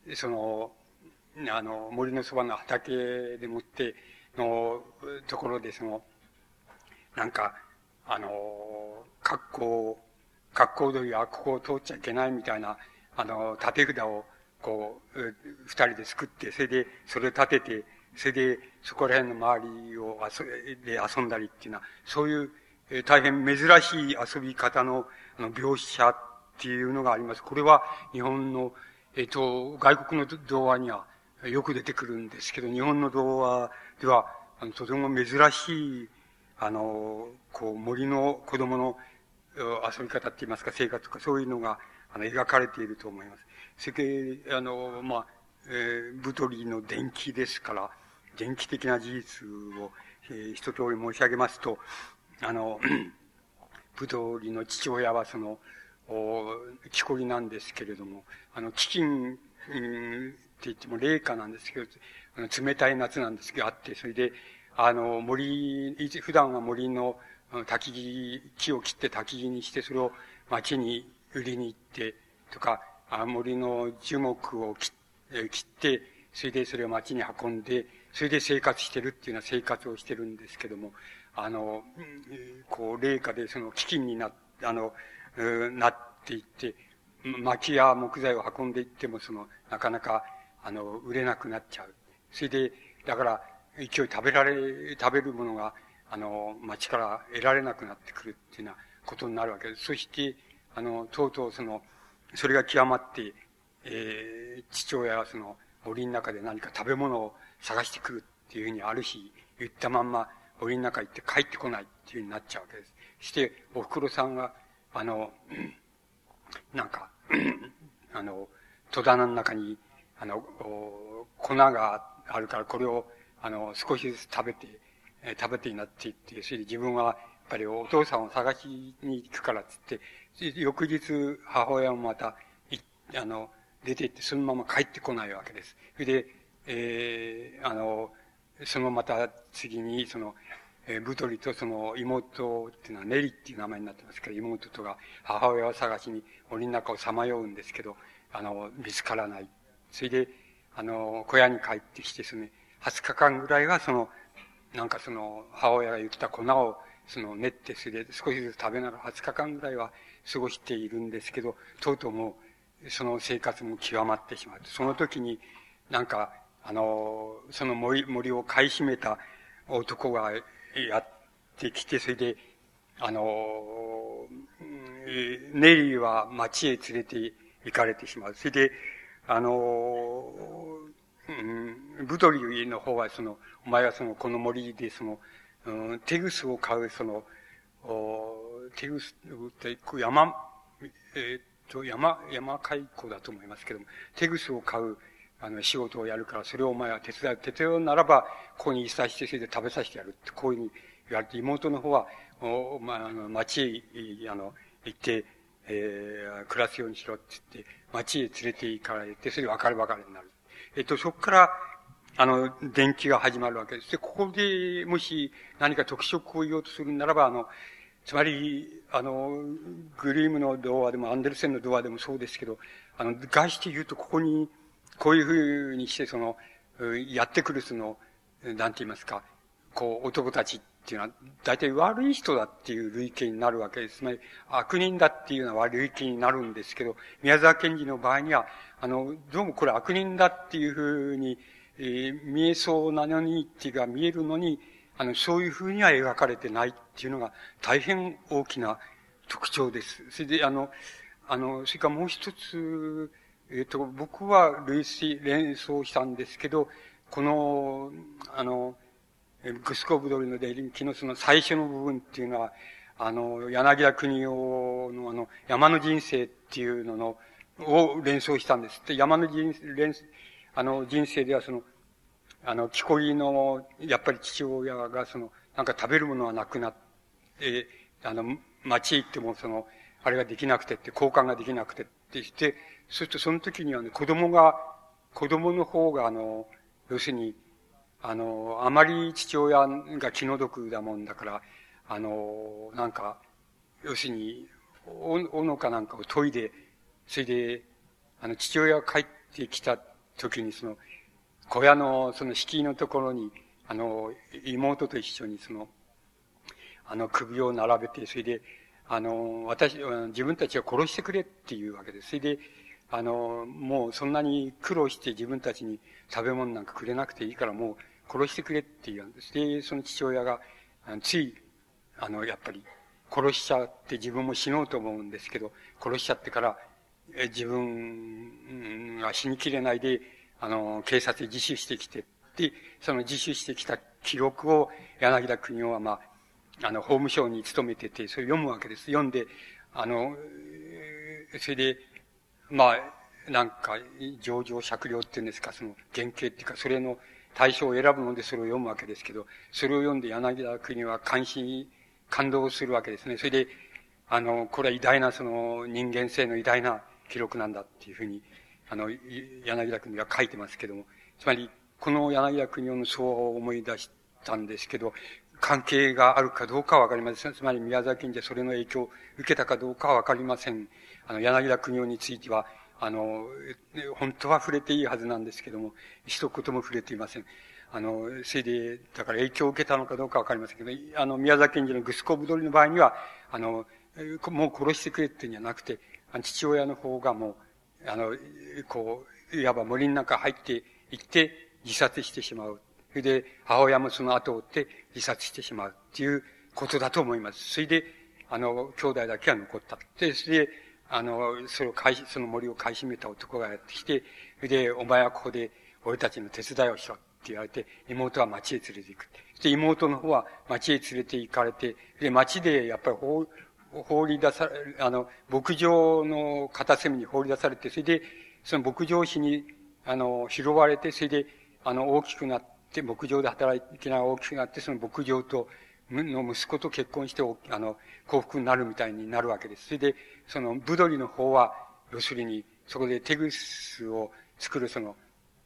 森のそばの畑でもってのところでなんか、格好鳥はここを通っちゃいけないみたいな、立て札を二人で作って、それで、それを立てて、それで、そこら辺の周りを遊んだりっていうのは、そういう、大変珍しい遊び方の、描写っていうのがあります。これは、日本の、外国の童話にはよく出てくるんですけど、日本の童話では、とても珍しい、森の子供の遊び方って言いますか、生活とか、そういうのが、描かれていると思います。それで、ブトリの伝記ですから、伝記的な事実を、一通り申し上げますと、ブトリの父親は木こりなんですけれども、飢饉って言っても冷夏なんですけど、冷たい夏なんですけど、あって、それで、普段は森の木を切って焚き木にして、それを町に売りに行って、とか、森の樹木を切って、それでそれを町に運んで、それで生活してるっていうような生活をしてるんですけども、冷夏で飢饉になっていって、薪や木材を運んでいっても、なかなか、売れなくなっちゃう。それで、だから、勢い食べるものが、町から得られなくなってくるっていうようなことになるわけです。そして、とうとうそれが極まって、父親は森の中で何か食べ物を探してくるっていうふうにある日言ったまんま森の中行って帰ってこないっていうふうになっちゃうわけです。そして、お袋さんが、なんか、戸棚の中に、粉があるからこれを、少しずつ食べてになっていって、それで自分はやっぱりお父さんを探しに行くからっつって、翌日母親もまた、出て行ってそのまま帰ってこないわけです。それで、 そのまた次に、ブトリとその妹っていうのはネリっていう名前になってますけど、妹とが母親を探しに森の中をさまようんですけど、見つからない。それで、小屋に帰ってきて20日間ぐらいは母親が言った粉を、練って、それで少しずつ食べながら20日間ぐらいは過ごしているんですけど、とうとうもう、その生活も極まってしまう。その時に、その森を買い占めた男がやってきて、それで、ネリーは町へ連れて行かれてしまう。それで、ブドリーの方はお前はこの森でテグスを飼うテグスって山蚕だと思いますけども、テグスを飼う仕事をやるから、それをお前は手伝うならば、ここにいさして、それで食べさせてやるって、こういうふうに言われて、妹の方は、町へ、行って、暮らすようにしろって言って、町へ連れて行かれて、それで別れになる。そこから、伝記が始まるわけです。で、ここで、もし何か特色を言おうとするならば、つまり、グリームの童話でも、アンデルセンの童話でもそうですけど、概して言うと、ここに、こういうふうにして、やってくるなんて言いますか、男たちっていうのは、大体悪い人だっていう類型になるわけです。つまり、悪人だっていうのは類型になるんですけど、宮沢賢治の場合には、どうもこれ悪人だっていうふうに、見えそうなのに、っていうか見えるのに、そういうふうには描かれてないっていうのが大変大きな特徴です。それで、それからもう一つ、僕は連想したんですけど、この、グスコブドリのデリンキの最初の部分っていうのは、柳田国夫の山の人生っていうのを連想したんです。で、山の人生では木こりの、やっぱり父親が食べるものはなくなって、町へ行ってもあれができなくてって、交換ができなくてってして、そうするとその時には子供の方が要するに、あまり父親が気の毒だもんだから、要するに、斧かなんかを研いで、それで、父親が帰ってきた時に小屋の敷居のところに、妹と一緒に首を並べて、それで、自分たちは殺してくれっていうわけです。それで、もうそんなに苦労して自分たちに食べ物なんかくれなくていいからもう殺してくれって言うんです。で、その父親が、つい、やっぱり殺しちゃって自分も死のうと思うんですけど、殺しちゃってから、自分が死にきれないで、警察に自首してきて、で、その自首してきた記録を柳田国夫は法務省に勤めてて、それを読むわけです。読んで、それで、情状酌量っていうんですか、原型っていうか、それの対象を選ぶのでそれを読むわけですけど、それを読んで柳田国は感動するわけですね。それで、これは偉大な人間性の偉大な記録なんだっていうふうに、柳田国は書いてますけども、つまり、この柳田国夫の相を思い出したんですけど、関係があるかどうかはわかりません。つまり宮崎県でそれの影響を受けたかどうかはわかりません。柳田国夫については、本当は触れていいはずなんですけども、一言も触れていません。それで、だから影響を受けたのかどうかわかりませんけど、宮崎県のグスコブドリの場合には、もう殺してくれっていうんじゃなくて、父親の方がもう、いわば森の中入って行って自殺してしまう。それで、母親もその後を追って自殺してしまうっていうことだと思います。それで、兄弟だけは残った。で、それで、その森を買い占めた男がやってきて、それで、お前はここで俺たちの手伝いをしろって言われて、妹は町へ連れて行く。そして妹の方は町へ連れて行かれて、で、町でやっぱり放り出され、牧場の片隅に放り出されて、それで、その牧場主に、拾われて、それで、大きくなって、牧場で働きながら大きくなって、その牧場の息子と結婚して、幸福になるみたいになるわけです。それで、ブドリの方は、要するに、そこでテグスを作る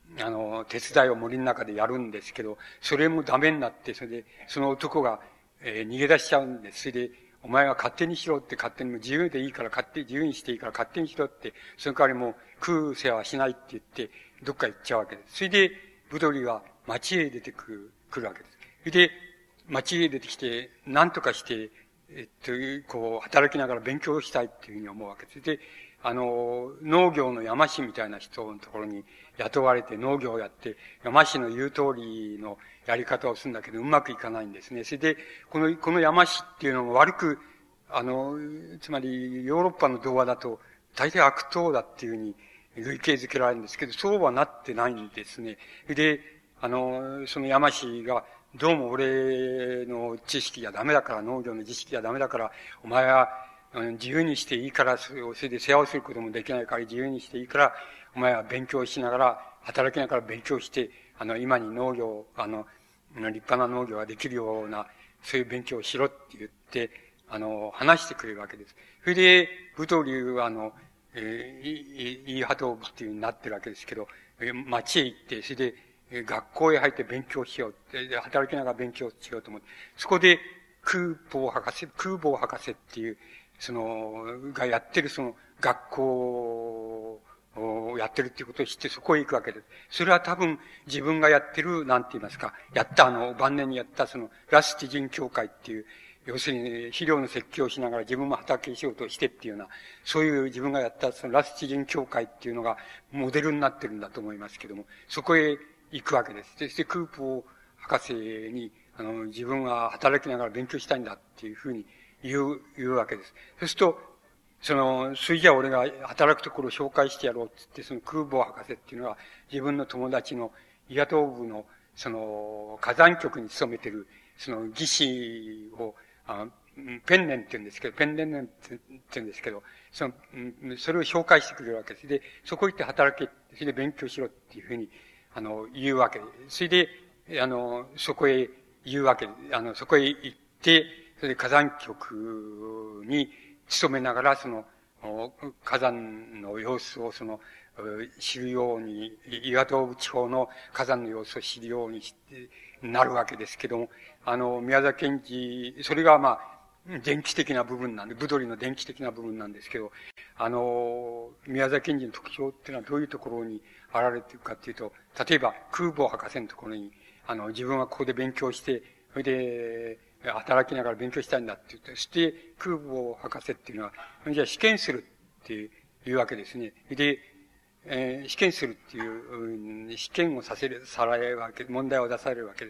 手伝いを森の中でやるんですけど、それもダメになって、それで、その男が、逃げ出しちゃうんです。それで、お前は勝手にしろって勝手に、自由でいいから自由にしていいから勝手にしろって、その代わりもう食う世話はしないって言って、どっか行っちゃうわけです。それで、ブドリは町へ出てくるわけです。それで、町へ出てきて、何とかして、こう、働きながら勉強したいっていうふうに思うわけです。で、農業の山師みたいな人のところに雇われて農業をやって、山師の言う通りのやり方をするんだけど、うまくいかないんですね。それで、この山師っていうのも悪く、つまり、ヨーロッパの童話だと、大体悪党だっていうふうに類型づけられるんですけど、そうはなってないんですね。で、その山師が、どうも俺の知識がダメだから、農業の知識がダメだから、お前は自由にしていいから、それで世話をすることもできないから自由にしていいから、お前は勉強しながら、働きながら勉強して、今に農業、立派な農業ができるような、そういう勉強をしろって言って、話してくれるわけです。それで、ブトリューは、イーハトーブっていう風になってるわけですけど、町へ行って、それで、学校へ入って勉強しようって、働きながら勉強しようと思って、そこで、空母博士っていう、がやってる学校をやってるっていうことを知ってそこへ行くわけです。それは多分自分がやってる、なんて言いますか、晩年にやったラスティ人協会っていう、要するに肥料の設計をしながら自分も畑仕事をしてっていうような、そういう自分がやったラスティ人協会っていうのがモデルになってるんだと思いますけども、そこへ行くわけです。そして空母博士に、自分は働きながら勉強したいんだっていうふうに言うわけです。そうすると、それじゃあ俺が働くところを紹介してやろうって言って、その空母博士っていうのは自分の友達のイアトーブの火山局に勤めてる、技師を、ペンネンって言うんですけど、ペンネンって言うんですけど、それを紹介してくれるわけです。で、そこ行って働け、それで勉強しろっていうふうに、言うわけです。それで、そこへ言うわけです。そこへ行って、それで火山局に勤めながら、火山の様子を知るように、岩東部地方の火山の様子を知るようになるわけですけども、宮沢賢治、それがまあ、電気的な部分なんで、ブドリの電気的な部分なんですけど、宮沢賢治の特徴っていうのはどういうところに現れているかっていうと、例えば空母博士のところに、自分はここで勉強して、それで、働きながら勉強したいんだって言って、そして空母博士っていうのは、じゃあ試験するっていうわけですね。で、試験するっていう、試験をされるわけ、問題を出されるわけです。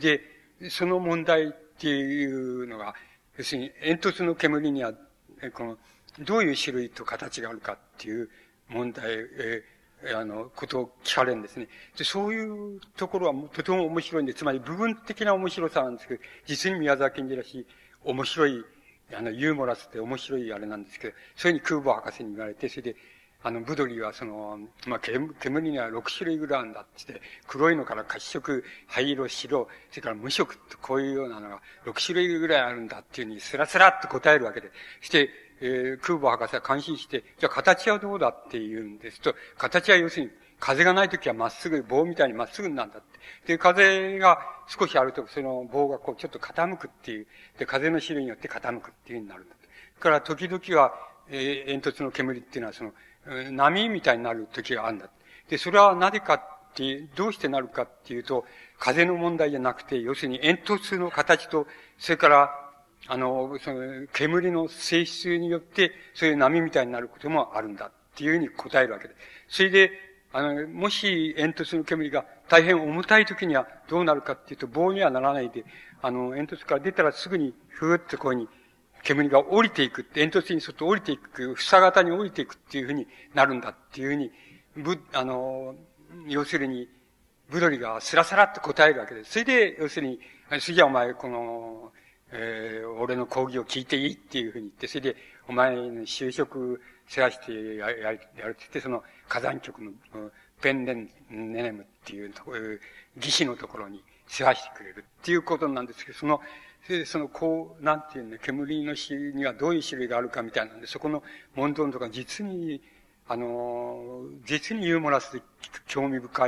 で、その問題っていうのが、要するに煙突の煙には、どういう種類と形があるかっていう問題、ことを聞かれるんですね。で、そういうところはとても面白いんで、つまり部分的な面白さなんですけど、実に宮沢賢治らしい、面白い、ユーモラスで面白いあれなんですけど、そういうふうに空母博士に言われて、それで、ブドリーは煙には6種類ぐらいあるんだって言って、黒いのから褐色、灰色、白、それから無色とこういうようなのが6種類ぐらいあるんだっていうふうにスラスラっと答えるわけで。そして、空母博士は感心して、じゃあ形はどうだって言うんですと、形は要するに、風がないときはまっすぐ、棒みたいにまっすぐなんだって。で、風が少しあると、その棒がこうちょっと傾くっていう。で、風の種類によって傾くっていうふうになるんだと。だから時々は、煙突の煙っていうのは波みたいになる時があるんだ。で、それはなぜかって、どうしてなるかっていうと、風の問題じゃなくて、要するに煙突の形と、それから、煙の性質によって、そういう波みたいになることもあるんだっていうふうに答えるわけです。それで、もし煙突の煙が大変重たい時にはどうなるかっていうと、棒にはならないで、煙突から出たらすぐに、ふーっとこういうふうに、煙が降りていくって、煙突に沿って降りていく、房型に降りていくっていうふうになるんだっていうふうに、要するに、ブドリがスラスラっと答えるわけです。それで、要するに、それじゃあお前、俺の講義を聞いていいっていうふうに言って、それで、お前の就職世話してやるって言って、火山局のペンネネムっていうところ、技師のところに世話してくれるっていうことなんですけど、なんていうね、煙の種にはどういう種類があるかみたいなんで、そこの問答とか実にユーモラスで興味深い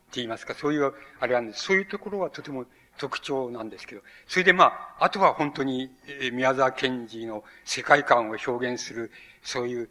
言いますか、そういう、あれなんです。そういうところはとても特徴なんですけど、それであとは本当に、宮沢賢治の世界観を表現する、そういう、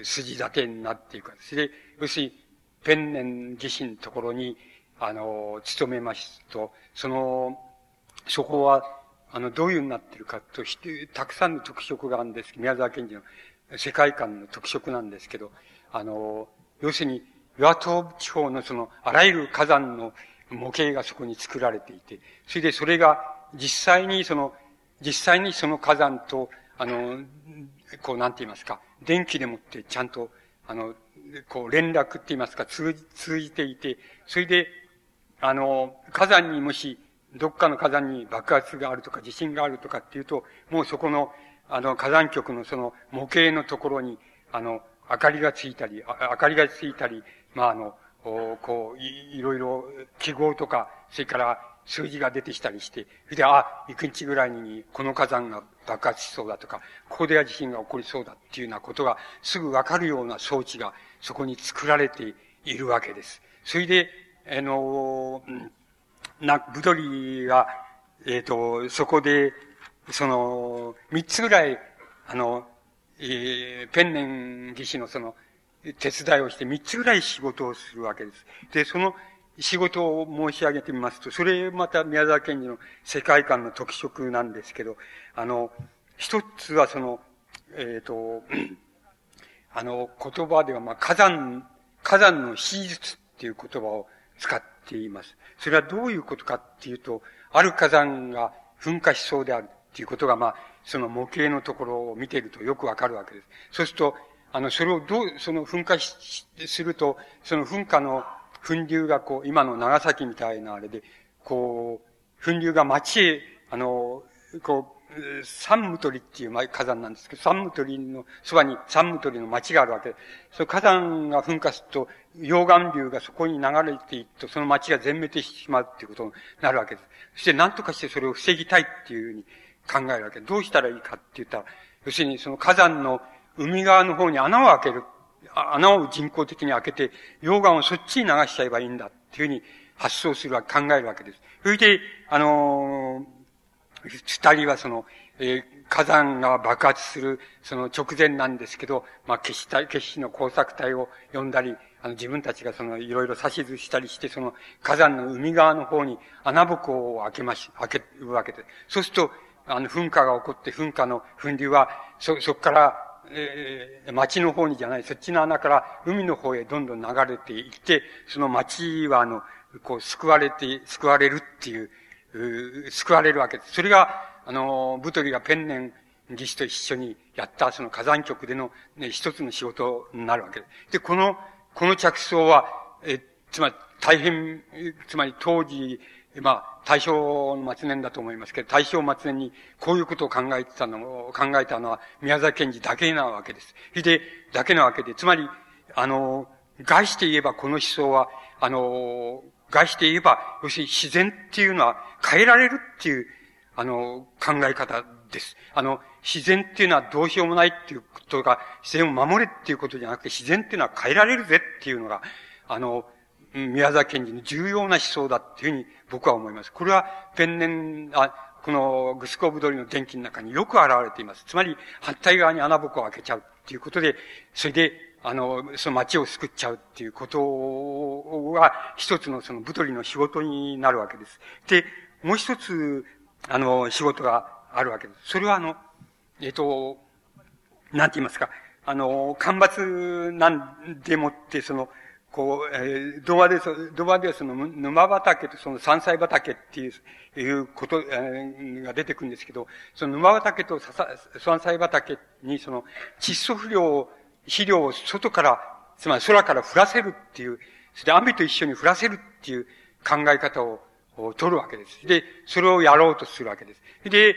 筋立てになっていくわけです。で、要するに、ペンネン自身のところに、勤めますと、そこは、どういうになっているかとして、たくさんの特色があるんです。宮沢賢治の世界観の特色なんですけど、要するに、岩東地方のあらゆる火山の模型がそこに作られていて、それでそれが実際にその火山と、なんて言いますか、電気でもってちゃんと、連絡って言いますか、通じていて、それで、火山にもし、どっかの火山に爆発があるとか地震があるとかっていうと、もうそこの、火山局の模型のところに、明かりがついたり、いろいろ記号とか、それから数字が出てきたりして、それで、幾日ぐらいにこの火山が爆発しそうだとか、ここでは地震が起こりそうだっていうようなことがすぐわかるような装置がそこに作られているわけです。それで、ブドリが、そこで、三つぐらい、ペンネン技師の手伝いをして三つぐらい仕事をするわけです。で、その仕事を申し上げてみますと、それまた宮沢賢治の世界観の特色なんですけど、一つは言葉では火山の史術っていう言葉を使っています。それはどういうことかっていうと、ある火山が噴火しそうであるっていうことがその模型のところを見ているとよくわかるわけです。そうすると、それを噴火すると、その噴火の噴流が今の長崎みたいなあれで、噴流が町へ、三武鳥っていう火山なんですけど、三武鳥のそばに三武鳥の町があるわけです。その火山が噴火すると、溶岩流がそこに流れていくと、その町が全滅してしまうっていうことになるわけです。そして何とかしてそれを防ぎたいっていうふうに考えるわけです。どうしたらいいかって言ったら、要するにその火山の海側の方に穴を開ける。穴を人工的に開けて、溶岩をそっちに流しちゃえばいいんだっていうふうに発想する考えるわけです。それで、二人は火山が爆発する、直前なんですけど、決死の工作隊を呼んだり、自分たちがいろいろ指図したりして、火山の海側の方に穴ぼこを開けるわけです。そうすると、噴火が起こって、噴火の噴流は、そこから、町の方にじゃない、そっちの穴から海の方へどんどん流れていって、その町は救われるっていう、救われるわけです。それが、ブトリがペンネン技師と一緒にやった火山局での、一つの仕事になるわけです。で、この着想は、つまり当時、大正の末年だと思いますけど、大正末年にこういうことを考えたのは宮沢賢治だけなわけです。だけなわけで、つまり、概して言えばこの思想は、概して言えば、要するに自然っていうのは変えられるっていう、考え方です。自然っていうのはどうしようもないっていうことが、自然を守れっていうことじゃなくて、自然っていうのは変えられるぜっていうのが、宮沢賢治の重要な思想だっていうふうに僕は思います。これはこのグスコブドリの電気の中によく現れています。つまり、反対側に穴ぼこを開けちゃうっていうことで、それで、その町を救っちゃうっていうことが一つのブドリの仕事になるわけです。で、もう一つ、仕事があるわけです。それはなんて言いますか、干ばつなんでもって、童話では沼畑と山菜畑っていうこと、が出てくるんですけど、沼畑と山菜畑に窒素肥料を外から、つまり空から降らせるっていう、それで雨と一緒に降らせるっていう考え方を取るわけです。で、それをやろうとするわけです。で、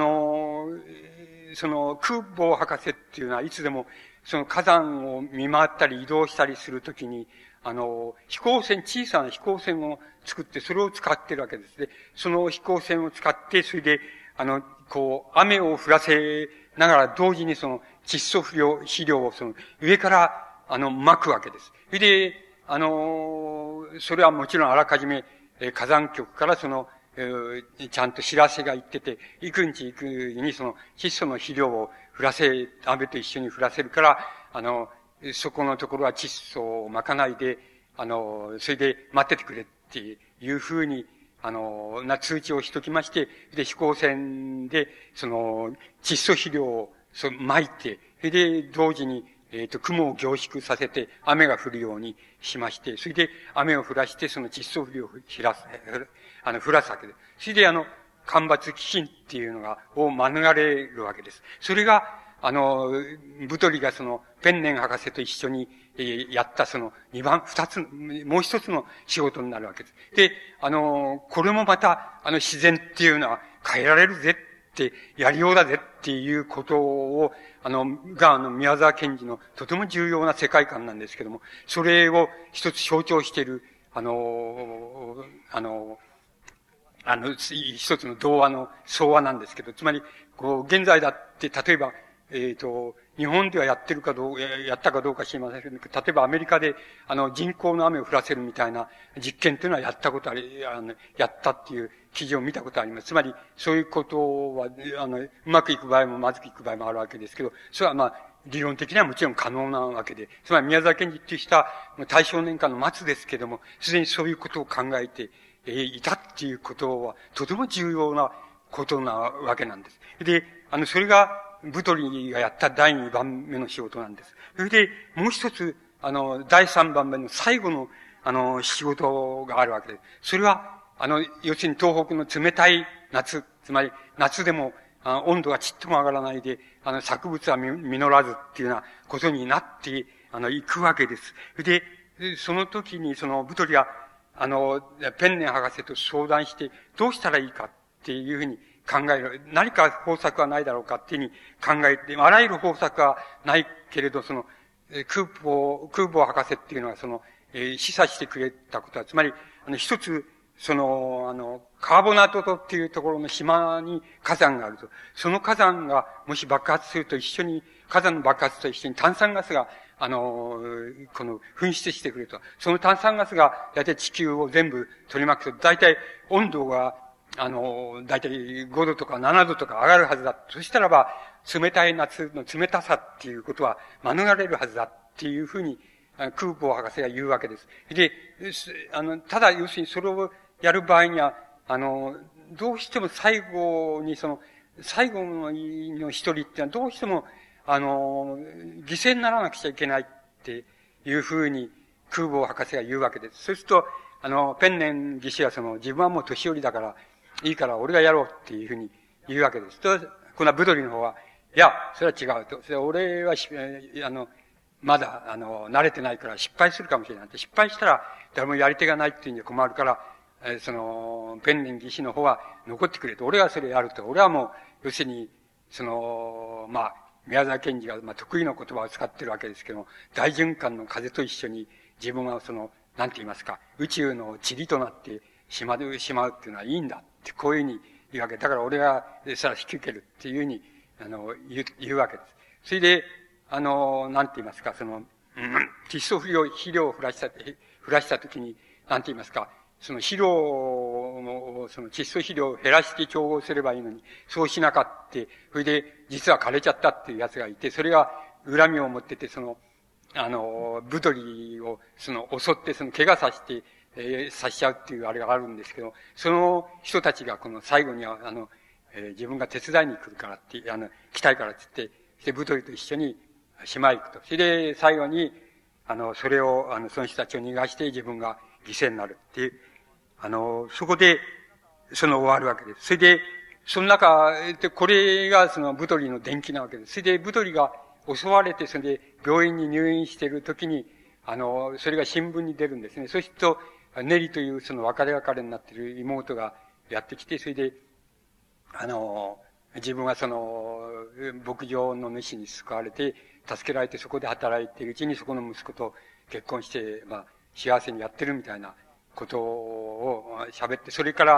空母博士っていうのはいつでも、火山を見回ったり移動したりするときに、小さな飛行船を作って、それを使ってるわけです。で、その飛行船を使って、それで、雨を降らせながら同時に窒素肥料を上から、撒くわけです。それで、 それはもちろんあらかじめ、火山局からちゃんと知らせが行ってて、行くにその窒素の肥料を雨と一緒に降らせるから、そこのところは窒素をまかないで、それで待っててくれっていうふうに、通知をしときまして、で、飛行船で、窒素肥料を、撒いて、それで、同時に、雲を凝縮させて、雨が降るようにしまして、それで、雨を降らして、その窒素肥料を降らすわけです。それで、干ばつ飢饉っていうのを免れるわけです。それが、ブトリがペンネン博士と一緒に、やったもう一つの仕事になるわけです。で、これもまた、自然っていうのは変えられるぜって、やりようだぜっていうことを、宮沢賢治のとても重要な世界観なんですけども、それを一つ象徴している、一つの童話の総話なんですけど、つまり、現在だって、例えば、日本ではやったかどうか知りませんけど、例えばアメリカで、人工の雨を降らせるみたいな実験っていうのはやったっていう記事を見たことあります。つまり、そういうことは、うまくいく場合もまずくいく場合もあるわけですけど、それは理論的にはもちろん可能なわけで、つまり宮沢賢治っていう人は、大正年間の末ですけども、すでにそういうことを考えていたっていうことは、とても重要なことなわけなんです。で、それが、ブトリがやった第2番目の仕事なんです。それで、もう一つ、第3番目の最後の、仕事があるわけです。それは、要するに東北の冷たい夏、つまり夏でも、温度がちっとも上がらないで、作物は実らずっていうようなことになって、いくわけです。で、その時にブトリは、ペンネン博士と相談して、どうしたらいいかっていうふうに考える。何か方策はないだろうかっていうふうに考えて、あらゆる方策はないけれど、空母博士っていうのは示唆してくれたことは、つまり、一つ、カーボナート島っていうところの島に火山があると。その火山がもし爆発すると火山の爆発と一緒に炭酸ガスが、噴出してくれと。その炭酸ガスが、だいたい地球を全部取り巻くと、だいたい温度が、だいたい5度とか7度とか上がるはずだ。そしたらば、冷たい夏の冷たさっていうことは免れるはずだっていうふうに、空母博士が言うわけです。で、ただ、要するにそれをやる場合には、どうしても最後の一人っていうのはどうしても、犠牲にならなくちゃいけないっていうふうに空母博士が言うわけです。そうすると、ペンネン技師は自分はもう年寄りだから、いいから俺がやろうっていうふうに言うわけです。と、このブドリの方は、いや、それは違うと。それは俺はまだ、慣れてないから失敗するかもしれない。失敗したら誰もやり手がないっていうんで困るから、ペンネン技師の方は残ってくれと。俺はそれやると。俺はもう、要するに、宮沢賢治が、得意の言葉を使ってるわけですけども、大循環の風と一緒に自分はなんて言いますか、宇宙の塵となってしまうっていうのはいいんだって、こういうふうに言うわけ。だから俺が、さら引き受けるっていうふうに、言うわけです。それで、なんて言いますか、窒素肥料を降らしたときに、なんて言いますか、窒素肥料を減らして調合すればいいのに、そうしなかった。それで、実は枯れちゃったっていう奴がいて、それが恨みを持ってて、ブドリを、襲って、怪我させて、さしちゃうっていうあれがあるんですけど、その人たちが最後には、自分が手伝いに来るからって、来たいからって言って、ブドリと一緒に島へ行くと。それで、最後に、それを、その人たちを逃がして自分が犠牲になるっていう、そこで、終わるわけです。それで、その中で、これがブドリの伝記なわけです。それで、ブドリが襲われて、それで、病院に入院している時に、それが新聞に出るんですね。そうすると、ネリという別れになっている妹がやってきて、それで、自分は牧場の主に救われて、助けられてそこで働いているうちにそこの息子と結婚して、幸せにやってるみたいなことを喋って、それから、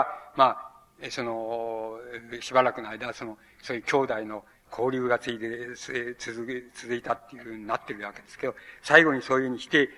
しばらくの間、そういう兄弟の交流が続いたっていうふうになってるわけですけど、最後にそういうふうにして、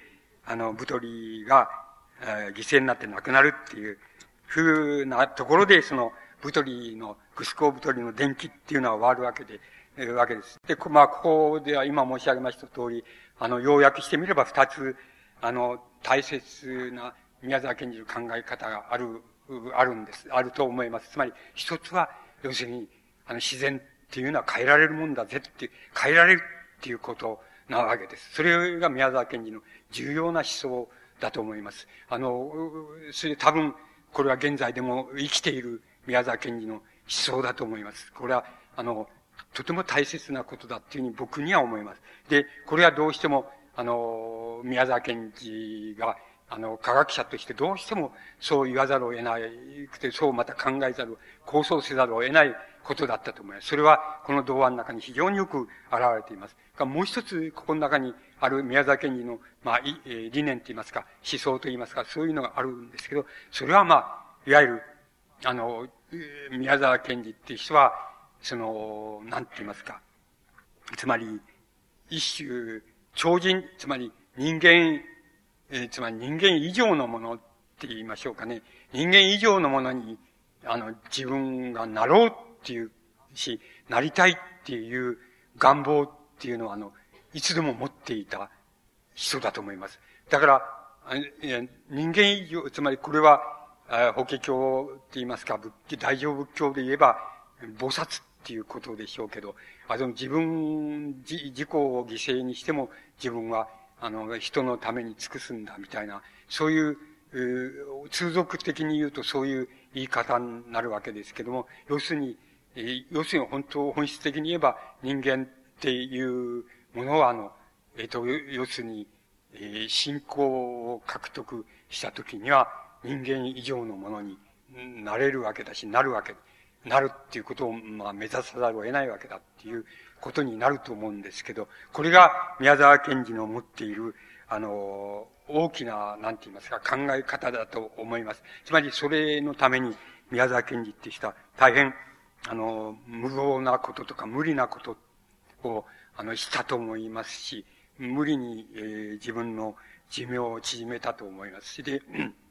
太りが、犠牲になって亡くなるっていう風なところで、その、太りの、グスコー太りの伝記っていうのは終わるわけで、わけです。で、ここでは今申し上げました通り、要約してみれば二つ、大切な宮沢賢治の考え方があるんです。あると思います。つまり、一つは、要するに、自然っていうのは変えられるもんだぜっていう、変えられるっていうことなわけです。それが宮沢賢治の重要な思想だと思います。それ多分、これは現在でも生きている宮沢賢治の思想だと思います。これは、とても大切なことだっていうふうに僕には思います。で、これはどうしても、宮沢賢治が、科学者としてどうしてもそう言わざるを得なくて、そうまた考えざる、構想せざるを得ないことだったと思います。それは、この童話の中に非常によく現れています。もう一つ、ここの中にある宮沢賢治の、理念と言いますか、思想と言いますか、そういうのがあるんですけど、それはいわゆる、宮沢賢治っていう人は、なんて言いますか、つまり、一種、超人、つまり人間以上のものって言いましょうかね。人間以上のものに、自分がなろうっていうし、なりたいっていう願望っていうのは、いつでも持っていた人だと思います。だから、人間以上、つまりこれは、法華経って言いますか、大乗仏教で言えば、菩薩っていうことでしょうけど、自己を犠牲にしても自分は、人のために尽くすんだみたいな、そういう、通俗的に言うとそういう言い方になるわけですけども、要するに本質的に言えば人間っていうものは要するに、信仰を獲得したときには人間以上のものになれるわけだし、なるっていうことを、目指さざるを得ないわけだっていうことになると思うんですけど、これが宮沢賢治の持っている、大きな、なんて言いますか、考え方だと思います。つまり、それのために宮沢賢治って人は大変、無謀なこととか無理なことを、したと思いますし、無理に、自分の寿命を縮めたと思いますし、で、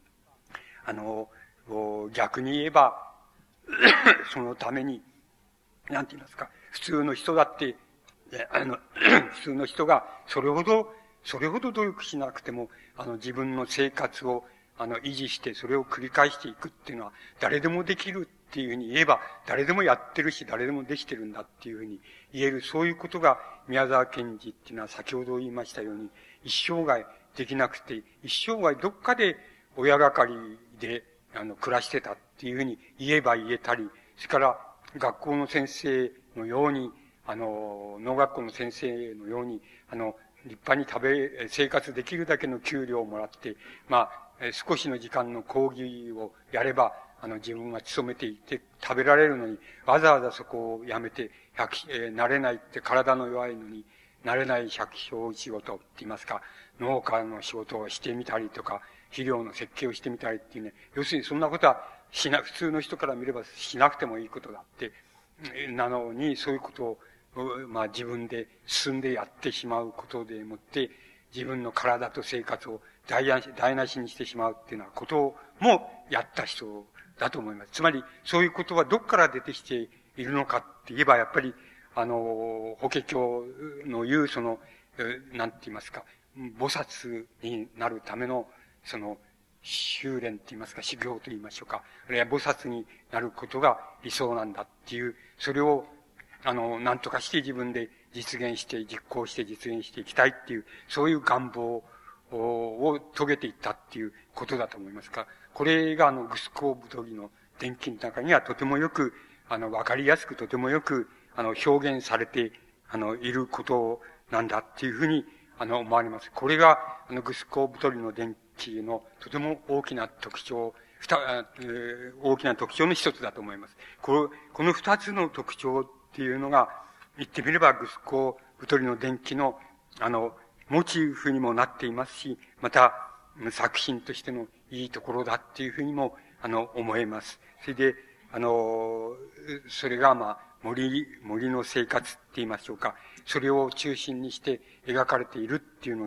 逆に言えば、そのために、なんて言いますか、普通の人だって、普通の人がそれほど努力しなくても、自分の生活を、維持して、それを繰り返していくっていうのは、誰でもできるっていうふうに言えば、誰でもやってるし、誰でもできてるんだっていうふうに言える、そういうことが宮沢賢治っていうのは先ほど言いましたように、一生涯できなくて、一生涯どっかで親がかりで、暮らしてたっていうふうに言えば言えたり、それから学校の先生のように、農学校の先生のように、立派に生活できるだけの給料をもらって、少しの時間の講義をやれば、自分は勤めていて食べられるのに、わざわざそこをやめて、慣れないって体の弱いのに、慣れない百姓仕事って言いますか、農家の仕事をしてみたりとか、肥料の設計をしてみたりっていうね、要するにそんなことは普通の人から見ればしなくてもいいことだって、なのに、そういうことを、自分で進んでやってしまうことでもって、自分の体と生活を台無しにしてしまうっていうようなこともやった人だと思います。つまり、そういうことはどこから出てきているのかって言えば、やっぱり、法華経の言う、なんて言いますか、菩薩になるための、修練って言いますか、修行と言いましょうか。あるいは菩薩になることが理想なんだっていう、それを、なんとかして自分で実現して、実行して実現していきたいっていう、そういう願望を遂げていったっていうことだと思いますが、これがグスコーブトギの伝記の中にはとてもよく、わかりやすくとてもよく、表現されて、いることなんだっていうふうに、思われます。これが、グスコーブトリの伝記のとても大きな特徴の一つだと思います。この二つの特徴っていうのが、言ってみればグスコーブトリの伝記の、モチーフにもなっていますし、また、作品としてのいいところだっていうふうにも、思えます。それで、それが森の生活って言いましょうか。それを中心にして描かれているっていうのが、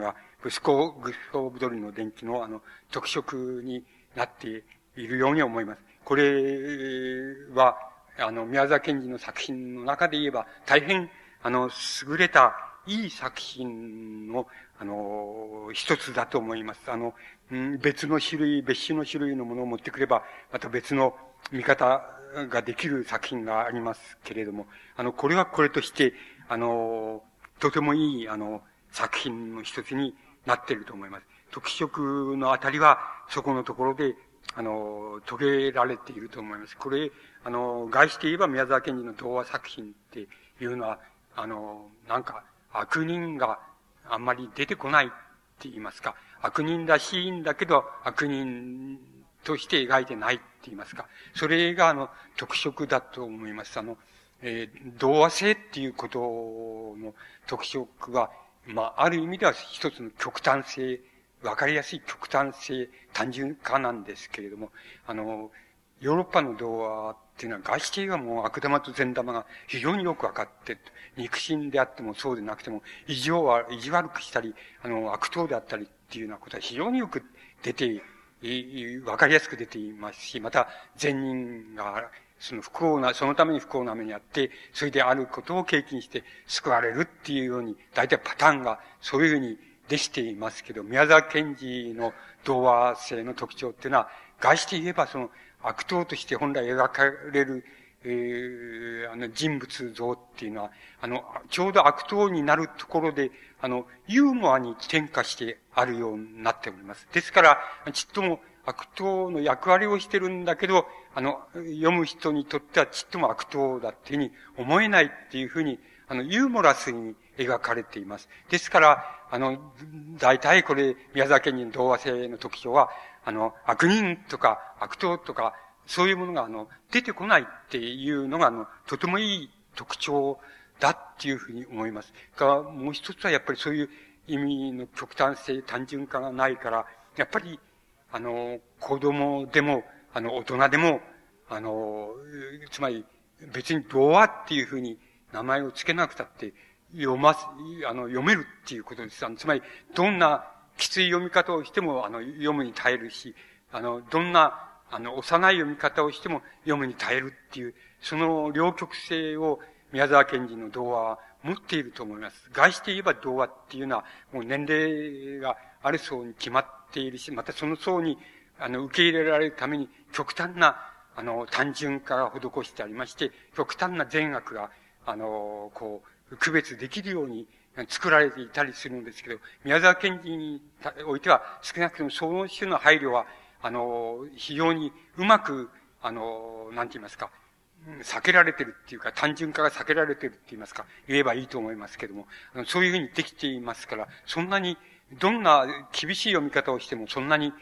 グスコーブドリの伝記の特色になっているように思います。これは、宮沢賢治の作品の中で言えば、大変、優れた、いい作品の、一つだと思います。別の種類、別種の種類のものを持ってくれば、また別の見方ができる作品がありますけれども、これはこれとして、とてもいい、作品の一つになっていると思います。特色のあたりは、そこのところで、遂げられていると思います。これ、概して言えば宮沢賢治の童話作品っていうのは、なんか、悪人があんまり出てこないって言いますか、悪人らしいんだけど、悪人として描いてないって言いますか、それが特色だと思います。童話性っていうことの特色は、ある意味では一つの極端性、わかりやすい極端性、単純化なんですけれども、ヨーロッパの童話っていうのは、外視系はもう悪玉と善玉が非常によくわかって、肉親であってもそうでなくても、意地悪くしたり、悪党であったりっていうようなことは非常によく出て、わかりやすく出ていますし、また、善人が、そのために不幸な目にあって、それであることを経験して救われるっていうように、大体パターンがそういうふうにできていますけど、宮沢賢治の童話性の特徴っていうのは、概して言えば悪党として本来描かれる、人物像っていうのは、ちょうど悪党になるところで、ユーモアに転化してあるようになっております。ですから、ちっとも悪党の役割をしてるんだけど、読む人にとってはちっとも悪党だっていうふうに思えないっていうふうに、ユーモラスに描かれています。ですから、大体これ、宮沢賢治の童話性の特徴は、悪人とか悪党とか、そういうものが、出てこないっていうのが、とてもいい特徴だっていうふうに思います。もう一つはやっぱりそういう意味の極端性、単純化がないから、やっぱり、子供でも、大人でも、つまり、別に童話っていうふうに名前を付けなくたって、読めるっていうことです。つまり、どんなきつい読み方をしても、読むに耐えるし、どんな、幼い読み方をしても読むに耐えるっていう、その両極性を宮沢賢治の童話は持っていると思います。概して言えば童話っていうのは、もう年齢がある層に決まっているし、またその層に、受け入れられるために極端な、単純化が施してありまして、極端な善悪が、区別できるように作られていたりするんですけど、宮沢賢治においては少なくともその種の配慮は、非常にうまく、なんて言いますか、避けられてるっていうか、単純化が避けられてるって言いますか、言えばいいと思いますけども、そういうふうにできていますから、そんなに、どんな厳しい読み方をしても、そんなに、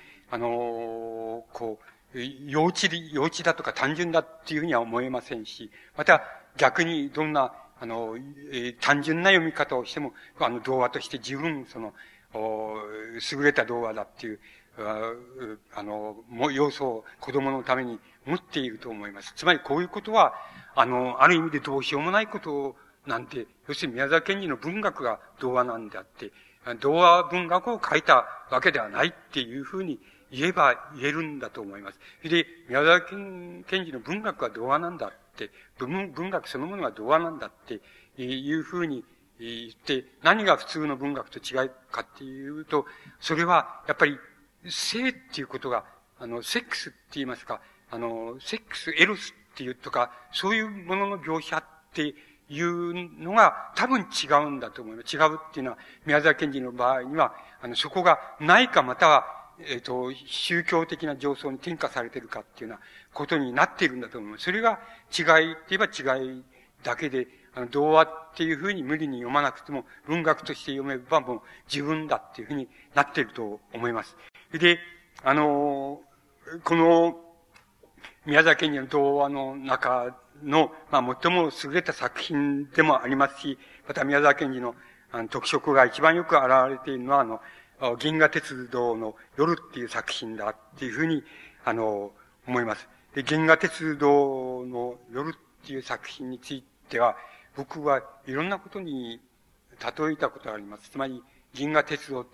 幼稚だとか単純だっていうふうには思えませんし、また逆にどんな、単純な読み方をしても、童話として十分優れた童話だっていう、要素を子供のために持っていると思います。つまりこういうことは、ある意味でどうしようもないことなんて、要するに宮沢賢治の文学が童話なんであって、童話文学を書いたわけではないっていうふうに言えるんだと思います。で、宮沢賢治の文学は童話なんだって、文学そのものが童話なんだっていうふうに言って、何が普通の文学と違うかっていうと、それはやっぱり性っていうことが、セックスって言いますか、セックス、エロスっていうとか、そういうものの描写っていうのが多分違うんだと思います。違うっていうのは、宮沢賢治の場合には、そこがないかまたは、宗教的な上層に転化されているかっていうようなことになっているんだと思います。それが違いって言えば違いだけで、童話っていうふうに無理に読まなくても、文学として読めばもう十分だっていうふうになっていると思います。で、この、宮沢賢治の童話の中の、最も優れた作品でもありますし、また宮沢賢治の特色が一番よく現れているのは、銀河鉄道の夜っていう作品だっていうふうに、思います。で、銀河鉄道の夜っていう作品については、僕はいろんなことに例えたことがあります。つまり、銀河鉄道っていう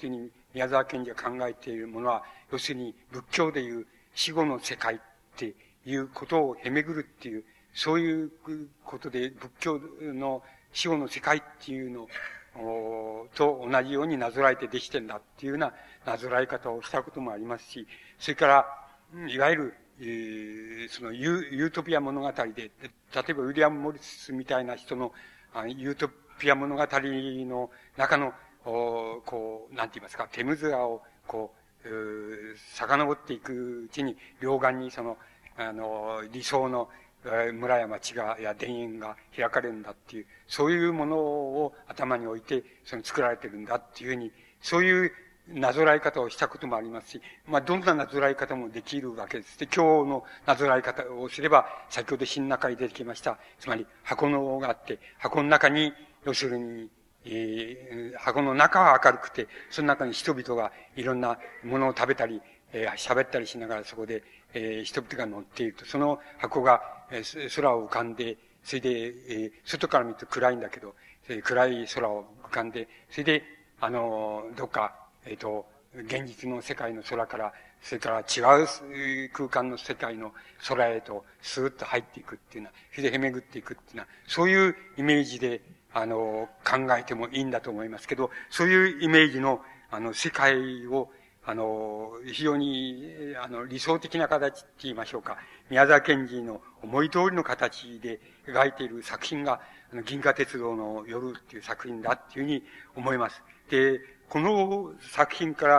宮沢賢治が考えているものは、要するに仏教でいう死後の世界っていうことをへめぐるっていう、そういうことで仏教の死後の世界っていうのと同じようになぞらえてできてんだっていうようななぞらえ方をしたこともありますし、それから、いわゆる、そのユートピア物語で、例えばウィリアム・モリスみたいな人のユートピア物語の中の、こう、なんて言いますか、テムズ川を、こう、遡っていくうちに、両岸にその、理想の、村や町や田園が開かれるんだっていう、そういうものを頭に置いて、作られてるんだっていうふうに、そういうなぞらえ方をしたこともありますし、どんななぞらえ方もできるわけです。で、今日のなぞらえ方をすれば、先ほど新中に出てきました、つまり箱のがあって、箱の中に、要するに、箱の中は明るくて、その中に人々がいろんなものを食べたり、喋ったりしながらそこで、人々が乗っていると。その箱が、空を浮かんで、それで、外から見ると暗いんだけど、暗い空を浮かんで、それで、どっか、現実の世界の空から、それから違う空間の世界の空へと、スーッと入っていくっていうのは、それでへめぐっていくっていうのは、そういうイメージで、考えてもいいんだと思いますけど、そういうイメージの、世界を、非常に、理想的な形って言いましょうか。宮沢賢治の思い通りの形で描いている作品が、銀河鉄道の夜っていう作品だっていうふうに思います。で、この作品から、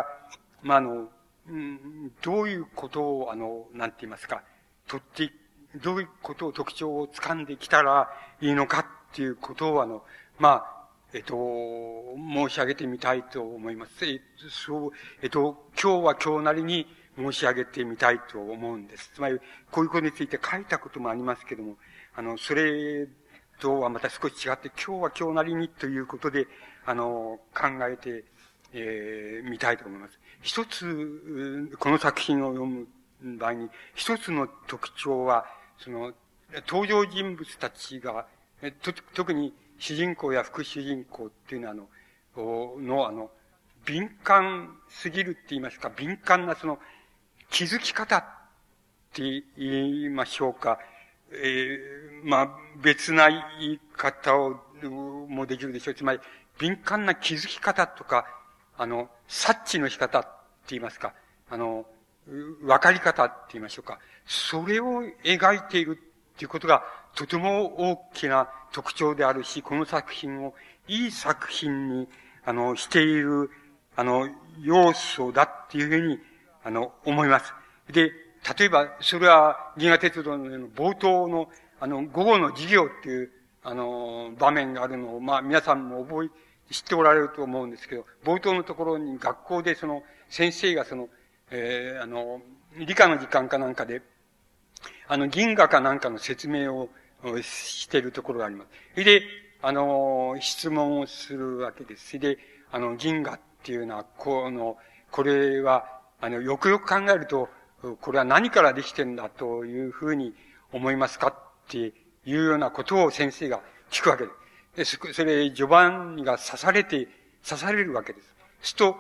どういうことを、なんて言いますか、どういうことを特徴を掴んできたらいいのかっていうことを、申し上げてみたいと思います。今日は今日なりに申し上げてみたいと思うんです。つまり、こういうことについて書いたこともありますけども、それとはまた少し違って、今日は今日なりにということで、考えて、みたいと思います。一つ、この作品を読む場合に、一つの特徴は、登場人物たちが、特に主人公や副主人公っていうのは、敏感すぎるって言いますか、敏感な気づき方って言いましょうか。別な言い方もできるでしょう。つまり、敏感な気づき方とか、察知の仕方って言いますか、わかり方って言いましょうか。それを描いているっていうことが、とても大きな特徴であるし、この作品をいい作品に、している、要素だっていうふうに、思います。で、例えば、それは、銀河鉄道の冒頭の、午後の授業っていう、場面があるのを、皆さんも知っておられると思うんですけど、冒頭のところに学校で先生が理科の時間かなんかで、銀河かなんかの説明をしているところがあります。それで、質問をするわけです。それで、銀河っていうのは、これは、よくよく考えると、これは何からできてんだというふうに思いますかっていうようなことを先生が聞くわけです。で、それ、ジョバンニが刺されるわけです。すると、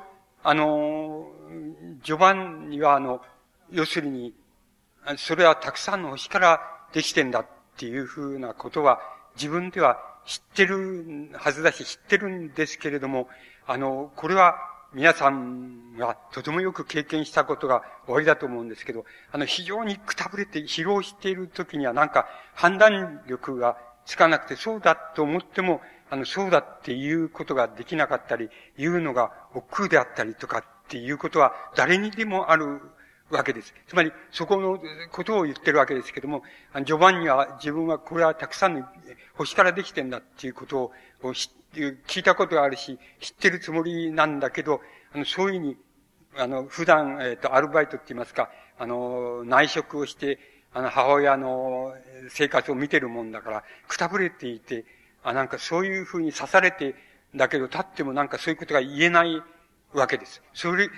ジョバンニは、要するに、それはたくさんの星からできてんだっていうふうなことは、自分では知ってるはずだし、知ってるんですけれども、これは皆さんがとてもよく経験したことがおありだと思うんですけど、非常にくたぶれて疲労している時にはなんか判断力がつかなくて、そうだと思っても、そうだっていうことができなかったり、言うのが億劫であったりとかっていうことは誰にでもあるわけです。つまり、そこのことを言ってるわけですけども、ジョバンニは自分はこれはたくさんの星からできてんだっていうことを聞いたことがあるし、知ってるつもりなんだけど、そういうふうに、普段、アルバイトって言いますか、内職をして、母親の生活を見てるもんだから、くたぶれていて、なんかそういうふうに刺されて、だけど立ってもなんかそういうことが言えないわけです。それ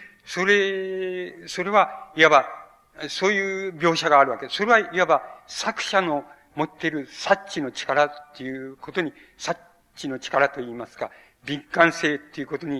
は、いわば、そういう描写があるわけです。それはいわば、作者の持っている察知の力っていうことに、察知の力と言いますか、敏感性っていうことに、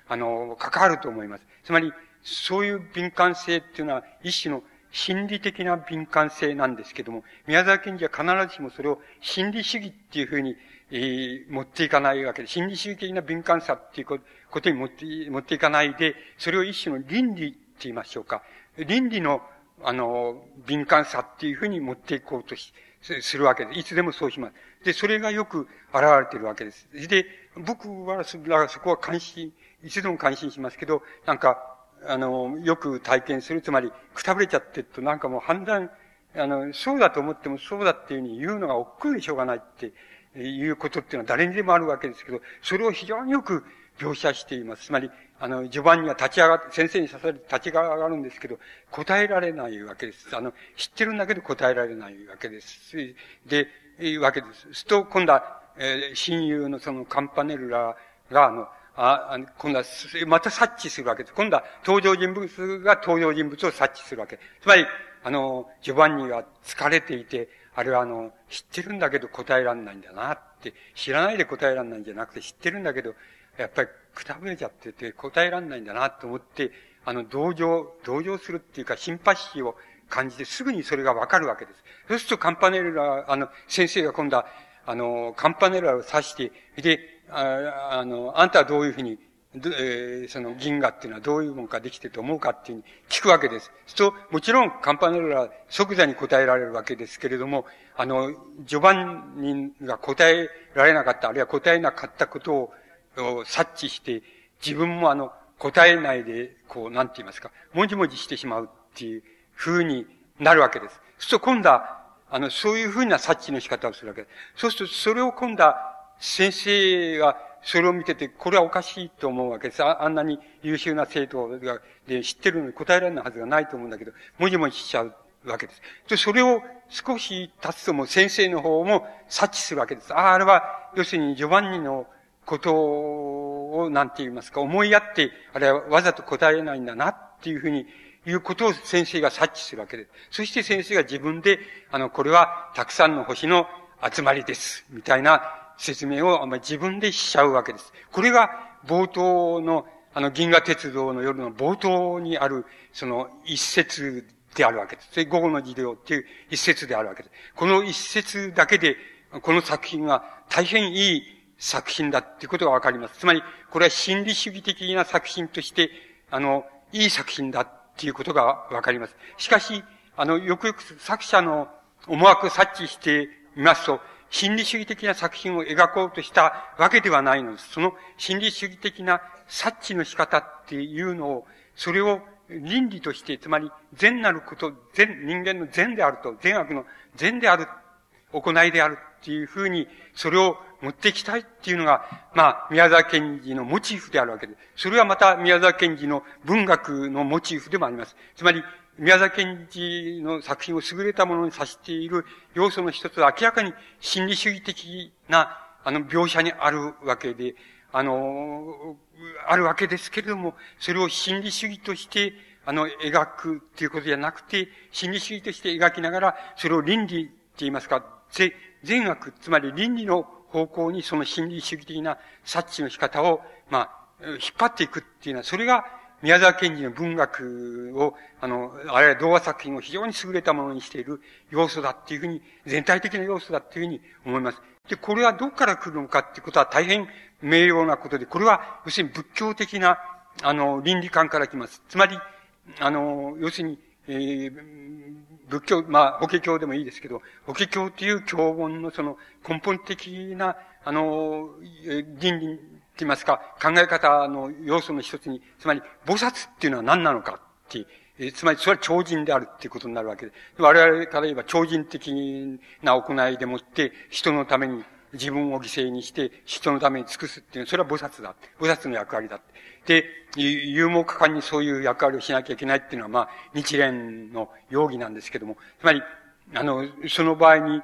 関わると思います。つまり、そういう敏感性っていうのは、一種の心理的な敏感性なんですけども、宮沢賢治は必ずしもそれを心理主義っていうふうに、持っていかないわけで、心理主義的な敏感さっていうことに持っていかないで、それを一種の倫理って言いましょうか。倫理の、敏感さっていうふうに持っていこうとするわけです。いつでもそうします。で、それがよく現れているわけです。で、僕は、そこはいつでも感心しますけど、なんか、よく体験する、つまり、くたぶれちゃってると、なんかもう判断、そうだと思ってもそうだっていうふうに言うのが億劫でしょうがないっていうことっていうのは誰にでもあるわけですけど、それを非常によく描写しています。つまり、序盤には先生に刺されて立ち上がるんですけど、答えられないわけです。知ってるんだけど答えられないわけです。で、わけです。すると、今度は、親友のそのカンパネルラが、今度は、また察知するわけです。今度は登場人物が登場人物を察知するわけ。つまり、ジョバンニが疲れていて、あれは知ってるんだけど答えられないんだなって、知らないで答えられないんじゃなくて、知ってるんだけど、やっぱりくたぶれちゃってて答えられないんだなと思って、同情するっていうか、シンパシーを感じてすぐにそれがわかるわけです。そうするとカンパネルラ、先生が今度は、カンパネルラを指して、で、あんたはどういうふうに、その銀河っていうのはどういうものかできてると思うかっていうふうに聞くわけです。そう、もちろんカンパネルラは即座に答えられるわけですけれども、ジョバンニが答えられなかった、あるいは答えなかったことを察知して、自分も答えないで、なんて言いますか、もじもじしてしまうっていう風になるわけです。そうすると今度は、そういう風な察知の仕方をするわけです。そうすると、それを今度は、先生がそれを見てて、これはおかしいと思うわけです。あんなに優秀な生徒で知ってるのに答えられないはずがないと思うんだけど、もじもじしちゃうわけです。で、それを少し経つとも先生の方も察知するわけです。あれは、要するにジョバンニのことを、なんて言いますか、思いやって、あれはわざと答えないんだなっていうふうに、いうことを先生が察知するわけです。そして先生が自分で、これはたくさんの星の集まりです。みたいな説明を自分でしちゃうわけです。これが冒頭の、銀河鉄道の夜の冒頭にある、その一節であるわけです。それ午後の授業っていう一節であるわけです。この一節だけで、この作品が大変いい作品だっていうことがわかります。つまり、これは心理主義的な作品として、いい作品だっていうことがわかります。しかし、よくよく作者の思惑を察知してみますと、心理主義的な作品を描こうとしたわけではないのです。その心理主義的な察知の仕方っていうのを、それを倫理として、つまり善なること、人間の善であると、善悪の善である、行いであるっていうふうに、それを持っていきたいっていうのが、宮沢賢治のモチーフであるわけです。それはまた宮沢賢治の文学のモチーフでもあります。つまり、宮沢賢治の作品を優れたものに指している要素の一つは明らかに心理主義的な、描写にあるわけで、あるわけですけれども、それを心理主義として、描くっていうことじゃなくて、心理主義として描きながら、それを倫理って言いますか、善悪、つまり倫理の方向にその心理主義的な察知の仕方を、引っ張っていくっていうのは、それが宮沢賢治の文学を、あるいは童話作品を非常に優れたものにしている要素だっていうふうに、全体的な要素だっていうふうに思います。で、これはどこから来るのかっていうことは大変明瞭なことで、これは要するに仏教的な、倫理観から来ます。つまり、要するに、仏教、法華経でもいいですけど、法華経という教本のその根本的な、倫理って言いますか、考え方の要素の一つに、つまり、菩薩っていうのは何なのかって、つまり、それは超人であるっていうことになるわけで。我々から言えば超人的な行いでもって、人のために自分を犠牲にして、人のために尽くすっていうのは、それは菩薩だ。菩薩の役割だ。で、勇猛果敢にそういう役割をしなきゃいけないっていうのは、日蓮の容疑なんですけども、つまり、その場合に、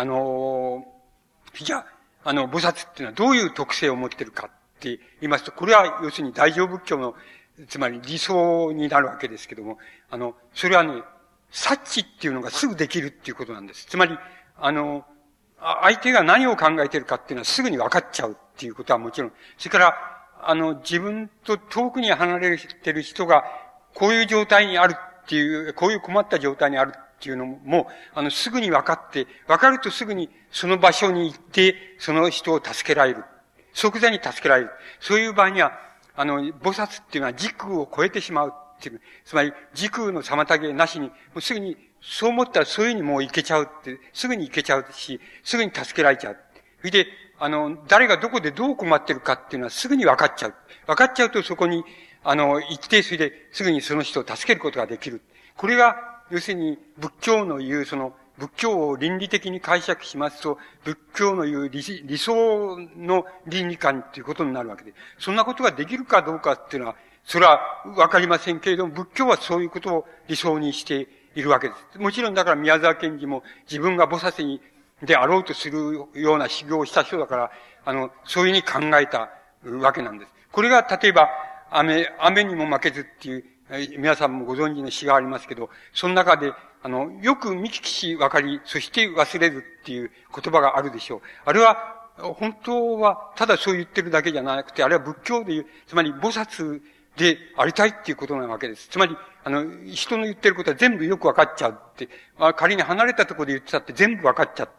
じゃあ、菩薩っていうのはどういう特性を持っているかって言いますと、これは要するに大乗仏教の、つまり理想になるわけですけども、それはね、察知っていうのがすぐできるっていうことなんです。つまり、相手が何を考えているかっていうのはすぐに分かっちゃうっていうことはもちろん、それから、 自分と遠くに離れてる人が、こういう状態にあるっていう、こういう困った状態にあるっていうのも、すぐに分かって、分かるとすぐにその場所に行って、その人を助けられる。即座に助けられる。そういう場合には、菩薩っていうのは時空を超えてしまうっていう。つまり、時空の妨げなしに、もうすぐに、そう思ったらそういうふうにもう行けちゃうって、すぐに行けちゃうし、すぐに助けられちゃう。それで、誰がどこでどう困ってるかっていうのはすぐに分かっちゃう。分かっちゃうとそこに、行って、それですぐにその人を助けることができる。これが、要するに、仏教の言う、仏教を倫理的に解釈しますと、仏教の言う理想の倫理観っていうことになるわけで、そんなことができるかどうかっていうのは、それはわかりませんけれども、仏教はそういうことを理想にしているわけです。もちろんだから宮沢賢治も自分が菩薩にであろうとするような修行をした人だから、そういうふうに考えたわけなんです。これが例えば、雨にも負けずっていう、皆さんもご存知の詩がありますけど、その中で、よく見聞きし分かり、そして忘れずっていう言葉があるでしょう。あれは、本当は、ただそう言ってるだけじゃなくて、あれは仏教でいう、つまり菩薩でありたいっていうことなわけです。つまり、人の言ってることは全部よく分かっちゃうって、仮に離れたところで言ってたって全部分かっちゃって、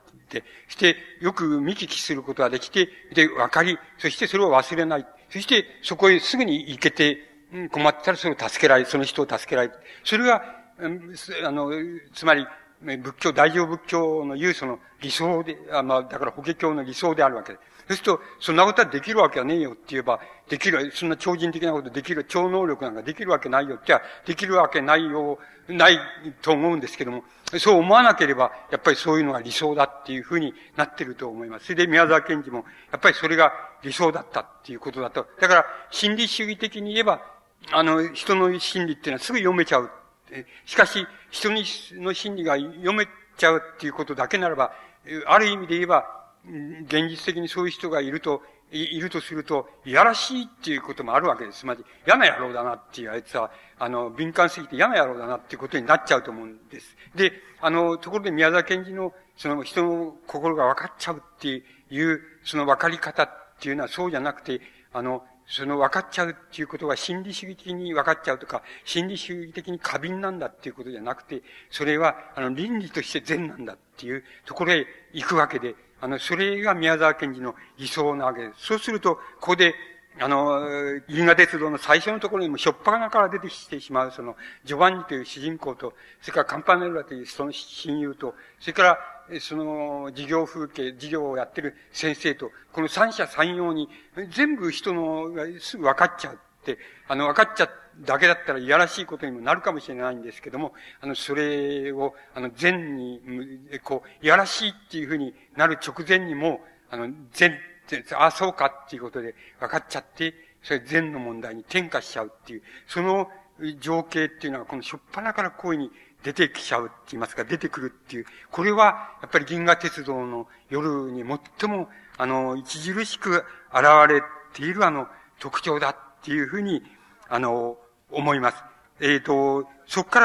して、よく見聞きすることができて、で、分かり、そしてそれを忘れない。そして、そこへすぐに行けて、困ったらそれを助けられる、その人を助けられる。それが、つまり、大乗仏教の言うその理想で、だから法華経の理想であるわけです。そうすると、そんなことはできるわけはねえよって言えば、できる、そんな超人的なことできる、超能力なんかできるわけないよってできるわけないと思うんですけども、そう思わなければ、やっぱりそういうのが理想だっていうふうになってると思います。それで宮沢賢治も、やっぱりそれが理想だったっていうことだと。だから、心理主義的に言えば、人の心理っていうのはすぐ読めちゃう。しかし、人の心理が読めちゃうっていうことだけならば、ある意味で言えば、現実的にそういう人がいるとすると、いやらしいっていうこともあるわけです。つまり、嫌な野郎だなっていうあいつは、敏感すぎて嫌な野郎だなっていうことになっちゃうと思うんです。で、ところで宮沢賢治の、その人の心が分かっちゃうっていう、その分かり方っていうのはそうじゃなくて、その分かっちゃうっていうことが心理主義的に分かっちゃうとか、心理主義的に過敏なんだっていうことじゃなくて、それは、倫理として善なんだっていうところへ行くわけで、それが宮沢賢治の理想なわけです。そうすると、ここで、銀河鉄道の最初のところにも、しょっぱなから出てきてしまう、ジョバンニという主人公と、それからカンパネルラというその親友と、それから、授業をやってる先生と、この三者三様に、全部人のがすぐ分かっちゃうって、分かっちゃうだけだったらいやらしいことにもなるかもしれないんですけども、それを、善に、いやらしいっていうふうになる直前にも、善、そうかっていうことで分かっちゃって、それ善の問題に転化しちゃうっていう、その情景っていうのは、この初っ端からこういうふうに出てきちゃうって言いますか、出てくるっていう、これは、やっぱり銀河鉄道の夜に最も、著しく現れている特徴だっていうふうに、思います。そこから、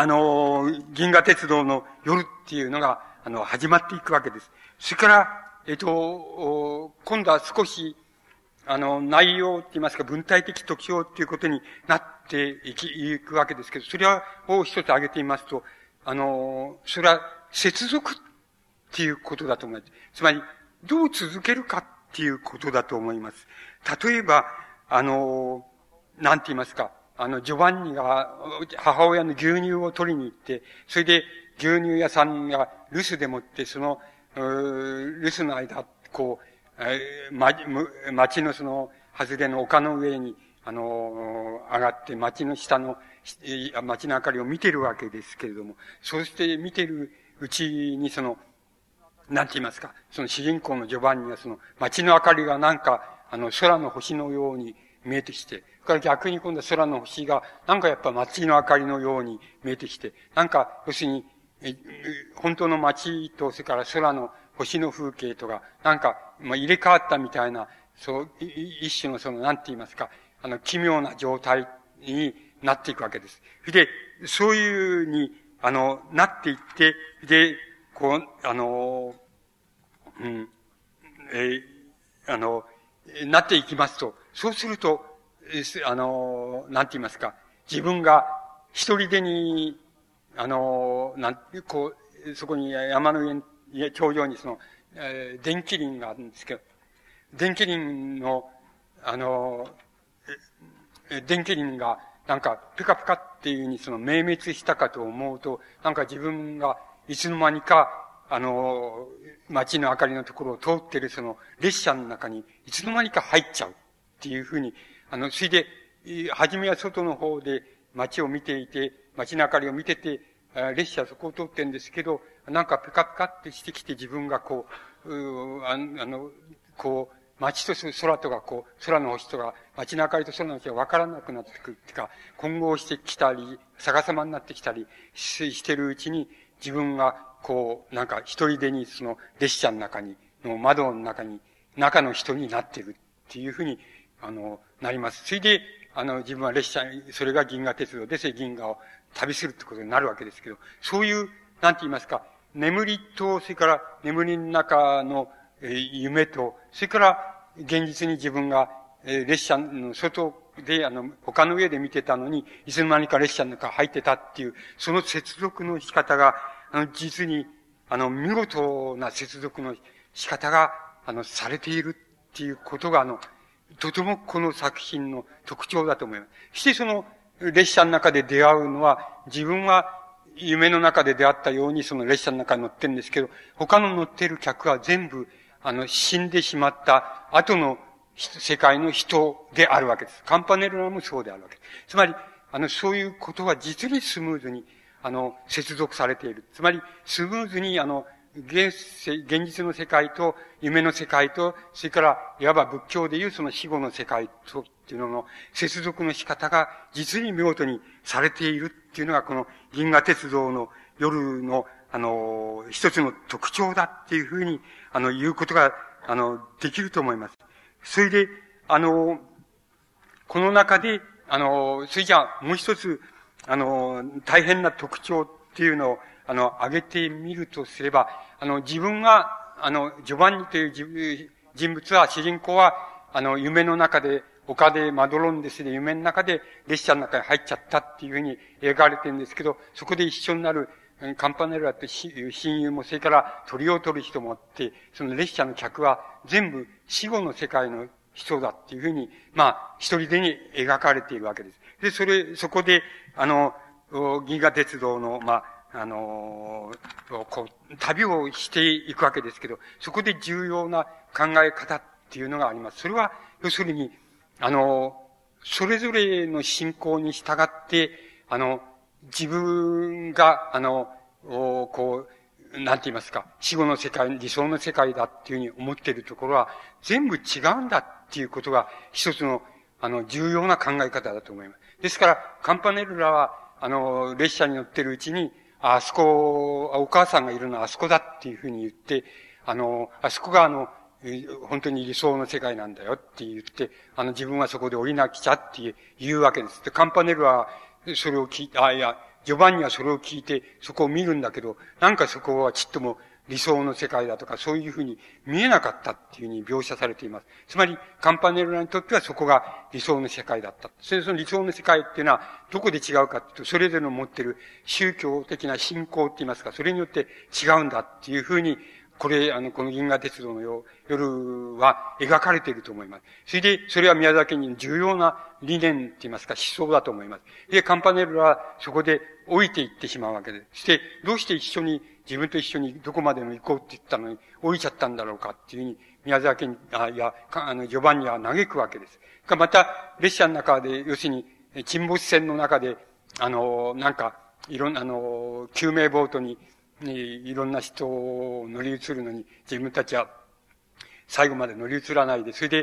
銀河鉄道の夜っていうのが、始まっていくわけです。それから、今度は少し、内容って言いますか、文体的特徴っていうことになっていくわけですけど、それを一つ挙げてみますと、それは接続っていうことだと思います。つまり、どう続けるかっていうことだと思います。例えば、なんて言いますか、ジョバンニが母親の牛乳を取りに行って、それで牛乳屋さんが留守でもって、その、留守の間、町の外れの丘の上に、上がって、町の下の、町の明かりを見てるわけですけれども、そうして見てるうちになんて言いますか、その主人公のジョバンニは町の明かりがなんか、空の星のように見えてきて、それから逆に今度は空の星が、なんかやっぱ町の明かりのように見えてきて、なんか、要するに、本当の街と、それから空の星の風景とか、なんか、入れ替わったみたいな、一種のなんて言いますか、奇妙な状態になっていくわけです。で、そういうに、なっていって、で、 なっていきますと、そうすると、なんて言いますか、自分が一人でに、そこに山の上に、頂上に電気林があるんですけど、電気林の、電気林が、なんか、ピカピカっていうふうに明滅したかと思うと、なんか自分がいつの間にか、街の明かりのところを通っている列車の中にいつの間にか入っちゃうっていうふうに、それで、初めは外の方で街を見ていて、街の明かりを見てて、列車そこを通ってるんですけど、なんかピカピカってしてきて自分が街と空とか空の星とか、街の明かりと空の星が分からなくなってくるっていうか、混合してきたり、逆さまになってきたりしてるうちに、自分がなんか一人でに列車の中に、の窓の中に、中の人になってるっていうふうに、なります。それで、自分は列車、それが銀河鉄道で、銀河を旅するってことになるわけですけど、そういう、なんて言いますか、眠りと、それから眠りの中の、夢と、それから現実に自分が、列車の外で、他の上で見てたのに、いつの間にか列車の中入ってたっていう、その接続の仕方が、実に、見事な接続の仕方が、されているっていうことが、とてもこの作品の特徴だと思います。そして列車の中で出会うのは、自分は夢の中で出会ったように列車の中に乗ってるんですけど、他の乗っている客は全部、死んでしまった後の世界の人であるわけです。カンパネルラもそうであるわけです。つまり、そういうことは実にスムーズに、接続されている。つまり、スムーズに、現実の世界と夢の世界と、それから、いわば仏教でいう死後の世界とっていうのの接続の仕方が実に見事にされているっていうのが、この銀河鉄道の夜の、一つの特徴だっていうふうに、言うことが、できると思います。それで、この中で、それじゃあ、もう一つ、大変な特徴っていうのを、挙げてみるとすれば、自分は、ジョバンニという人物は、主人公は、夢の中で、丘でマドロンデスで夢の中で列車の中に入っちゃったっていうふうに描かれてるんですけど、そこで一緒になるカンパネルラって親友も、それから鳥を取る人もあって、その列車の客は全部死後の世界の人だっていうふうに、一人でに描かれているわけです。で、そこで、銀河鉄道の、旅をしていくわけですけど、そこで重要な考え方っていうのがあります。それは、要するに、それぞれの信仰に従って、自分が、なんて言いますか、死後の世界、理想の世界だっていうふうに思っているところは、全部違うんだっていうことが、一つの、重要な考え方だと思います。ですから、カンパネルラは、列車に乗ってるうちに、あそこ、お母さんがいるのはあそこだっていうふうに言って、あそこが本当に理想の世界なんだよって言って、自分はそこで降りなくちゃって言うわけです。で、カンパネルは、それを聞いて、ジョバンニはそれを聞いて、そこを見るんだけど、なんかそこはちっとも理想の世界だとか、そういうふうに見えなかったっていうふうに描写されています。つまり、カンパネルラにとってはそこが理想の世界だった。その理想の世界っていうのは、どこで違うかっていうと、それぞれの持っている宗教的な信仰って言いますか、それによって違うんだっていうふうに、この銀河鉄道の夜は描かれていると思います。それで、それは宮崎に重要な理念って言いますか、思想だと思います。で、カンパネルラはそこで置いていってしまうわけです。そして、どうして自分と一緒にどこまでも行こうって言ったのに、降りちゃったんだろうかっていうふうに、宮崎に、ジョバンニは嘆くわけです。また、列車の中で、要するに、沈没船の中で、いろんな、救命ボートに、いろんな人を乗り移るのに、自分たちは最後まで乗り移らないで、それで、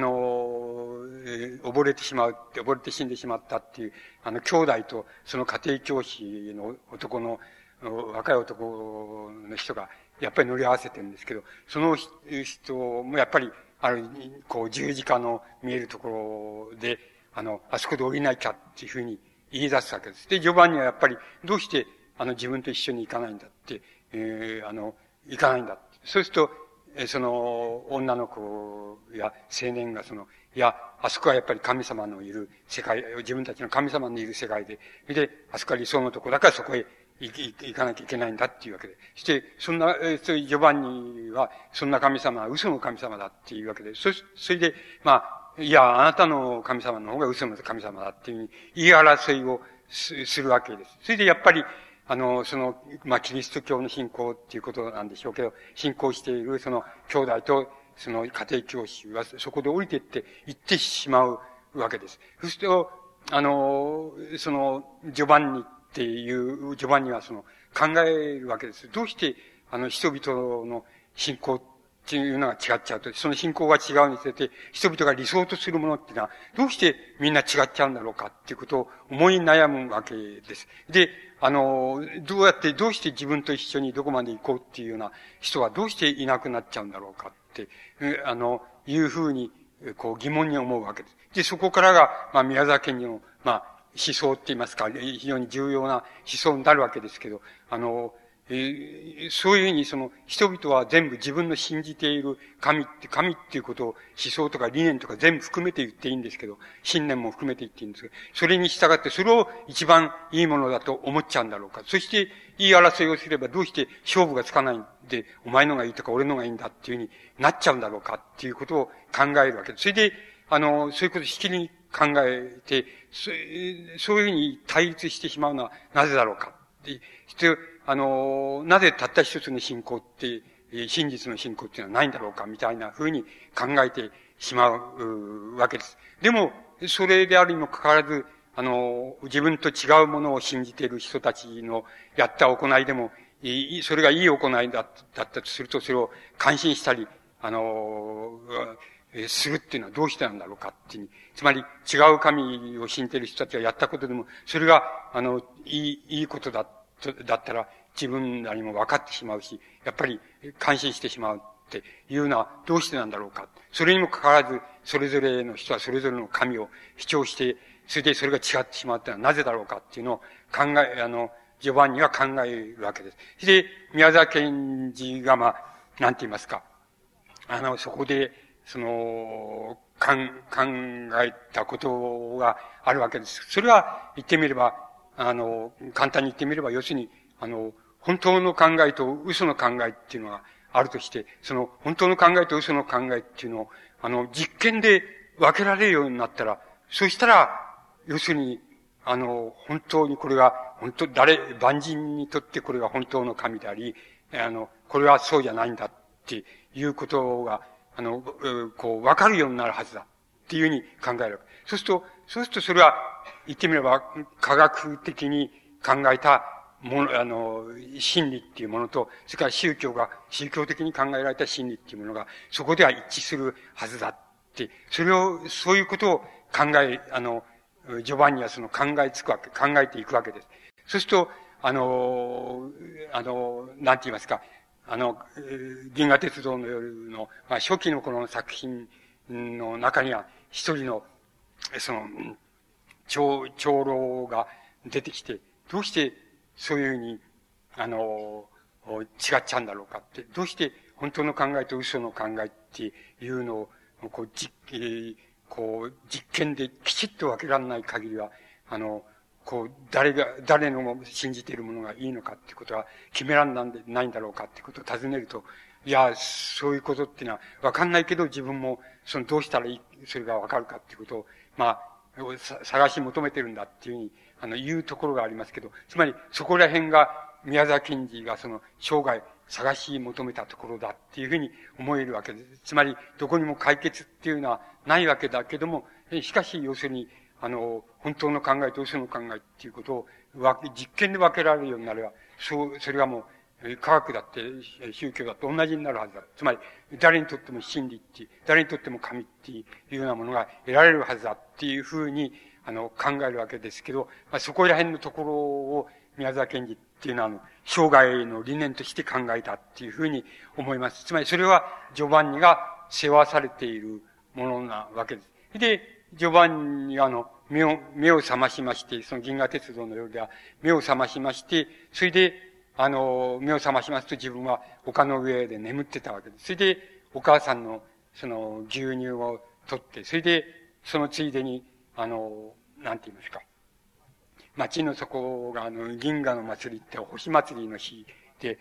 溺れて死んでしまったっていう、兄弟とその家庭教師の若い男の人が、やっぱり乗り合わせてるんですけど、その人もやっぱり、十字架の見えるところで、あそこで降りなきゃっていうふうに言い出すわけです。で、ジョバンニはやっぱり、どうして、自分と一緒に行かないんだって、行かないんだ。そうすると、 その、女の子や青年がいや、あそこはやっぱり神様のいる世界、自分たちの神様のいる世界で、で、あそこは理想のとこだからそこへ行かなきゃいけないんだっていうわけで。そして、そういうジョバンニは、そんな神様は嘘の神様だっていうわけで、それで、いや、あなたの神様の方が嘘の神様だっていうふうに言い争いをするわけです。それでやっぱり、キリスト教の信仰っていうことなんでしょうけど、信仰している兄弟と家庭教師はそこで降りて行ってしまうわけです。そうすると、ジョバンニっていう、ジョバンニは考えるわけです。どうして、人々の信仰っていうのが違っちゃうと、その信仰が違うにつれて、人々が理想とするものっていうのは、どうしてみんな違っちゃうんだろうかっていうことを思い悩むわけです。で、どうして自分と一緒にどこまで行こうっていうような人はどうしていなくなっちゃうんだろうかって、いうふうに、疑問に思うわけです。で、そこからが、宮沢賢治の、思想って言いますか、非常に重要な思想になるわけですけど、そういうふうに人々は全部自分の信じている神っていうことを思想とか理念とか全部含めて言っていいんですけど、信念も含めて言っていいんですけど、それに従ってそれを一番いいものだと思っちゃうんだろうか。そして言い争いをすればどうして勝負がつかないんで、お前のがいいとか俺のがいいんだっていうふうになっちゃうんだろうかっていうことを考えるわけです。それで、そういうことをしきりに考えて、そういうふうに対立してしまうのはなぜだろうかって。なぜたった一つの信仰って、真実の信仰っていうのはないんだろうか、みたいな風に考えてしまうわけです。でも、それであるにもかかわらず、自分と違うものを信じている人たちのやった行いでも、それがいい行いだったとすると、それを感心したり、するっていうのはどうしてなんだろうかっていう。つまり、違う神を信じている人たちがやったことでも、それが、いいことだったら、自分なりも分かってしまうし、やっぱり感心してしまうっていうのはどうしてなんだろうか。それにもかかわらず、それぞれの人はそれぞれの神を主張して、それでそれが違ってしまうってのはなぜだろうかっていうのをジョバンニは考えるわけです。それで、宮沢賢治がなんて言いますか、そこで、考えたことがあるわけです。それは言ってみれば、簡単に言ってみれば、要するに、本当の考えと嘘の考えっていうのがあるとして、本当の考えと嘘の考えっていうのを、実験で分けられるようになったら、そしたら、要するに、本当にこれが、万人にとってこれが本当の神であり、これはそうじゃないんだっていうことが、分かるようになるはずだっていうふうに考える。そうするとそれは、言ってみれば、科学的に考えたもの、真理っていうものと、それから宗教的に考えられた真理っていうものが、そこでは一致するはずだって、そういうことをジョバンニは考えていくわけです。そうすると、なんて言いますか、銀河鉄道の夜の、初期のこの作品の中には、一人の、長老が出てきて、どうしてそういうふうに、違っちゃうんだろうかって、どうして本当の考えと嘘の考えっていうのを、実験できちっと分けられない限りは、誰の信じているものがいいのかっていうことは決められないんだろうかっていうことを尋ねると、いや、そういうことっていうのは分かんないけど自分もどうしたらそれが分かるかっていうことを、探し求めてるんだっていうふうに、言うところがありますけど、つまりそこら辺が宮沢賢治が生涯探し求めたところだっていうふうに思えるわけです。つまり、どこにも解決っていうのはないわけだけども、しかし、要するに、本当の考えと嘘の考えっていうことを実験で分けられるようになれば、それがもう、科学だって、宗教だって同じになるはずだ。つまり、誰にとっても真理っていう、誰にとっても神っていうようなものが得られるはずだっていうふうに、考えるわけですけど、そこら辺のところを宮沢賢治っていうのは、生涯の理念として考えたっていうふうに思います。つまり、それはジョバンニが世話されているものなわけです。で、ジョバンニが目を覚ましまして、銀河鉄道の夜では目を覚ましまして、それで、 目を覚ましますと自分は丘の上で眠ってたわけです。それで、お母さんの、牛乳を取って、それで、そのついでに、なんて言いますか。町の底が、銀河の祭りって星祭りの日で、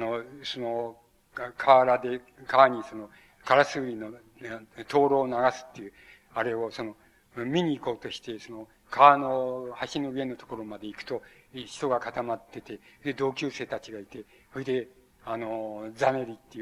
川にカラスウリの、灯籠を流すっていう、あれを見に行こうとして、川の橋の上のところまで行くと、人が固まってて、で、同級生たちがいて、それで、ザネリっていう、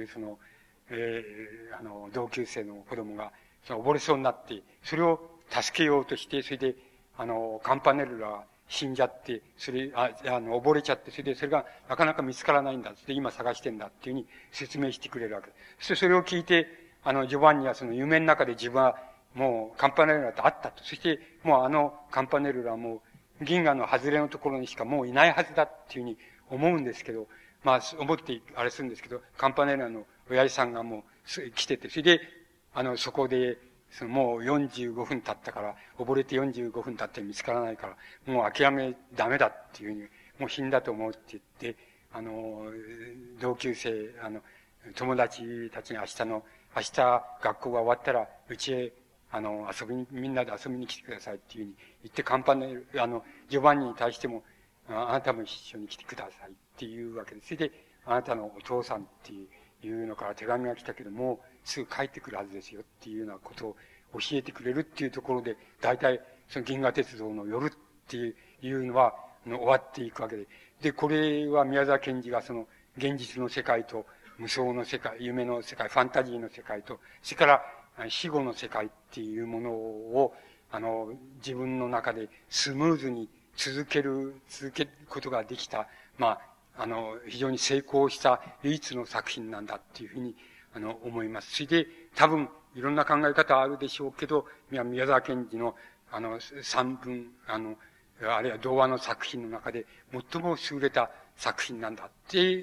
同級生の子供が、溺れそうになって、それを助けようとして、それで、カンパネルラが死んじゃって、溺れちゃって、それがなかなか見つからないんだ。それで今探してんだっていうふうに説明してくれるわけです。それを聞いて、ジョバンニは夢の中で自分はもうカンパネルラと会ったと。そして、もうカンパネルラはもう銀河の外れのところにしかもういないはずだっていうふうに思うんですけど、まあ、思ってあれするんですけど、カンパネルラの親父さんがもう来てて、それで、そこで、もう45分経ったから、溺れて45分経って見つからないから、もう諦めダメだっていうふうに、もう死んだと思うって言って、同級生、友達たちに明日学校が終わったら、うちへ、みんなで遊びに来てくださいっていうふうに言って、カンパネル、ジョバンニに対しても、あなたも一緒に来てくださいっていうわけです。それで、あなたのお父さんっていうのから手紙が来たけども、すぐ帰ってくるはずですよっていうようなことを教えてくれるっていうところで、大体、銀河鉄道の夜っていうのは、終わっていくわけで。で、これは宮沢賢治が現実の世界と、無双の世界、夢の世界、ファンタジーの世界と、それから、死後の世界っていうものを、自分の中でスムーズに続けることができた、まあ、非常に成功した唯一の作品なんだっていうふうに、思います。それで、多分、いろんな考え方あるでしょうけど、宮沢賢治の、散文、あるいは童話の作品の中で、最も優れた作品なんだって、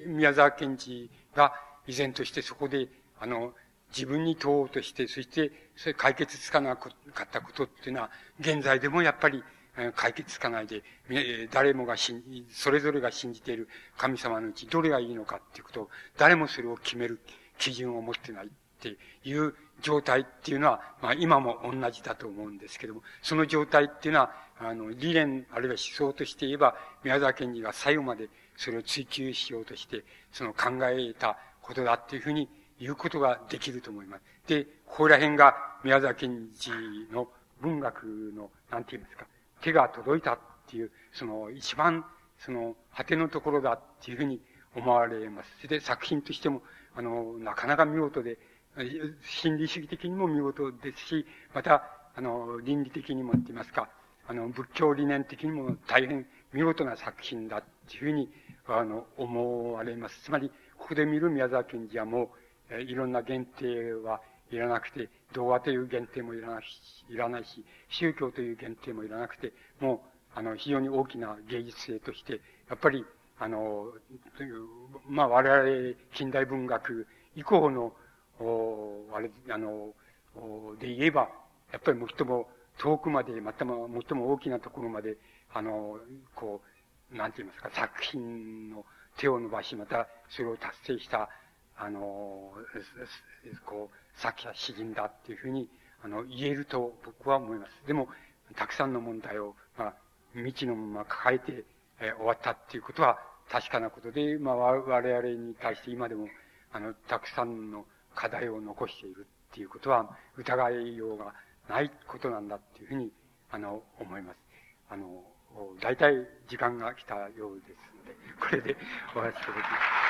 宮沢賢治が依然としてそこで、自分に問おうとして、そして、それ解決つかなかったことっていうのは、現在でもやっぱり、解決つかないで、誰もがそれぞれが信じている神様のうちどれがいいのかっていうことを、誰もそれを決める基準を持ってないっていう状態っていうのは、まあ今も同じだと思うんですけども、その状態っていうのは、理念あるいは思想として言えば、宮沢賢治が最後までそれを追求しようとして、考えたことだっていうふうに言うことができると思います。で、ここら辺が宮沢賢治の文学の、なんて言いますか、手が届いたっていう、一番、果てのところだっていうふうに思われます。それで作品としても、なかなか見事で、心理主義的にも見事ですし、また、倫理的にもって言いますか、仏教理念的にも大変見事な作品だっていうふうに、思われます。つまり、ここで見る宮沢賢治はもう、いろんな限定はいらなくて、童話という限定もいらないし、宗教という限定もいらなくて、もう、非常に大きな芸術性として、やっぱり、まあ、我々近代文学以降の、で言えば、やっぱり最も遠くまで、またも最も大きなところまで、なんて言いますか、作品の手を伸ばし、またそれを達成した、作者詩人だっていうふうに、言えると僕は思います。でも、たくさんの問題を、まあ、未知のまま抱えて、終わったっていうことは確かなことで、まあ、我々に対して今でも、たくさんの課題を残しているっていうことは、疑いようがないことなんだっていうふうに、思います。大体時間が来たようですので、これで終わらせていただきます。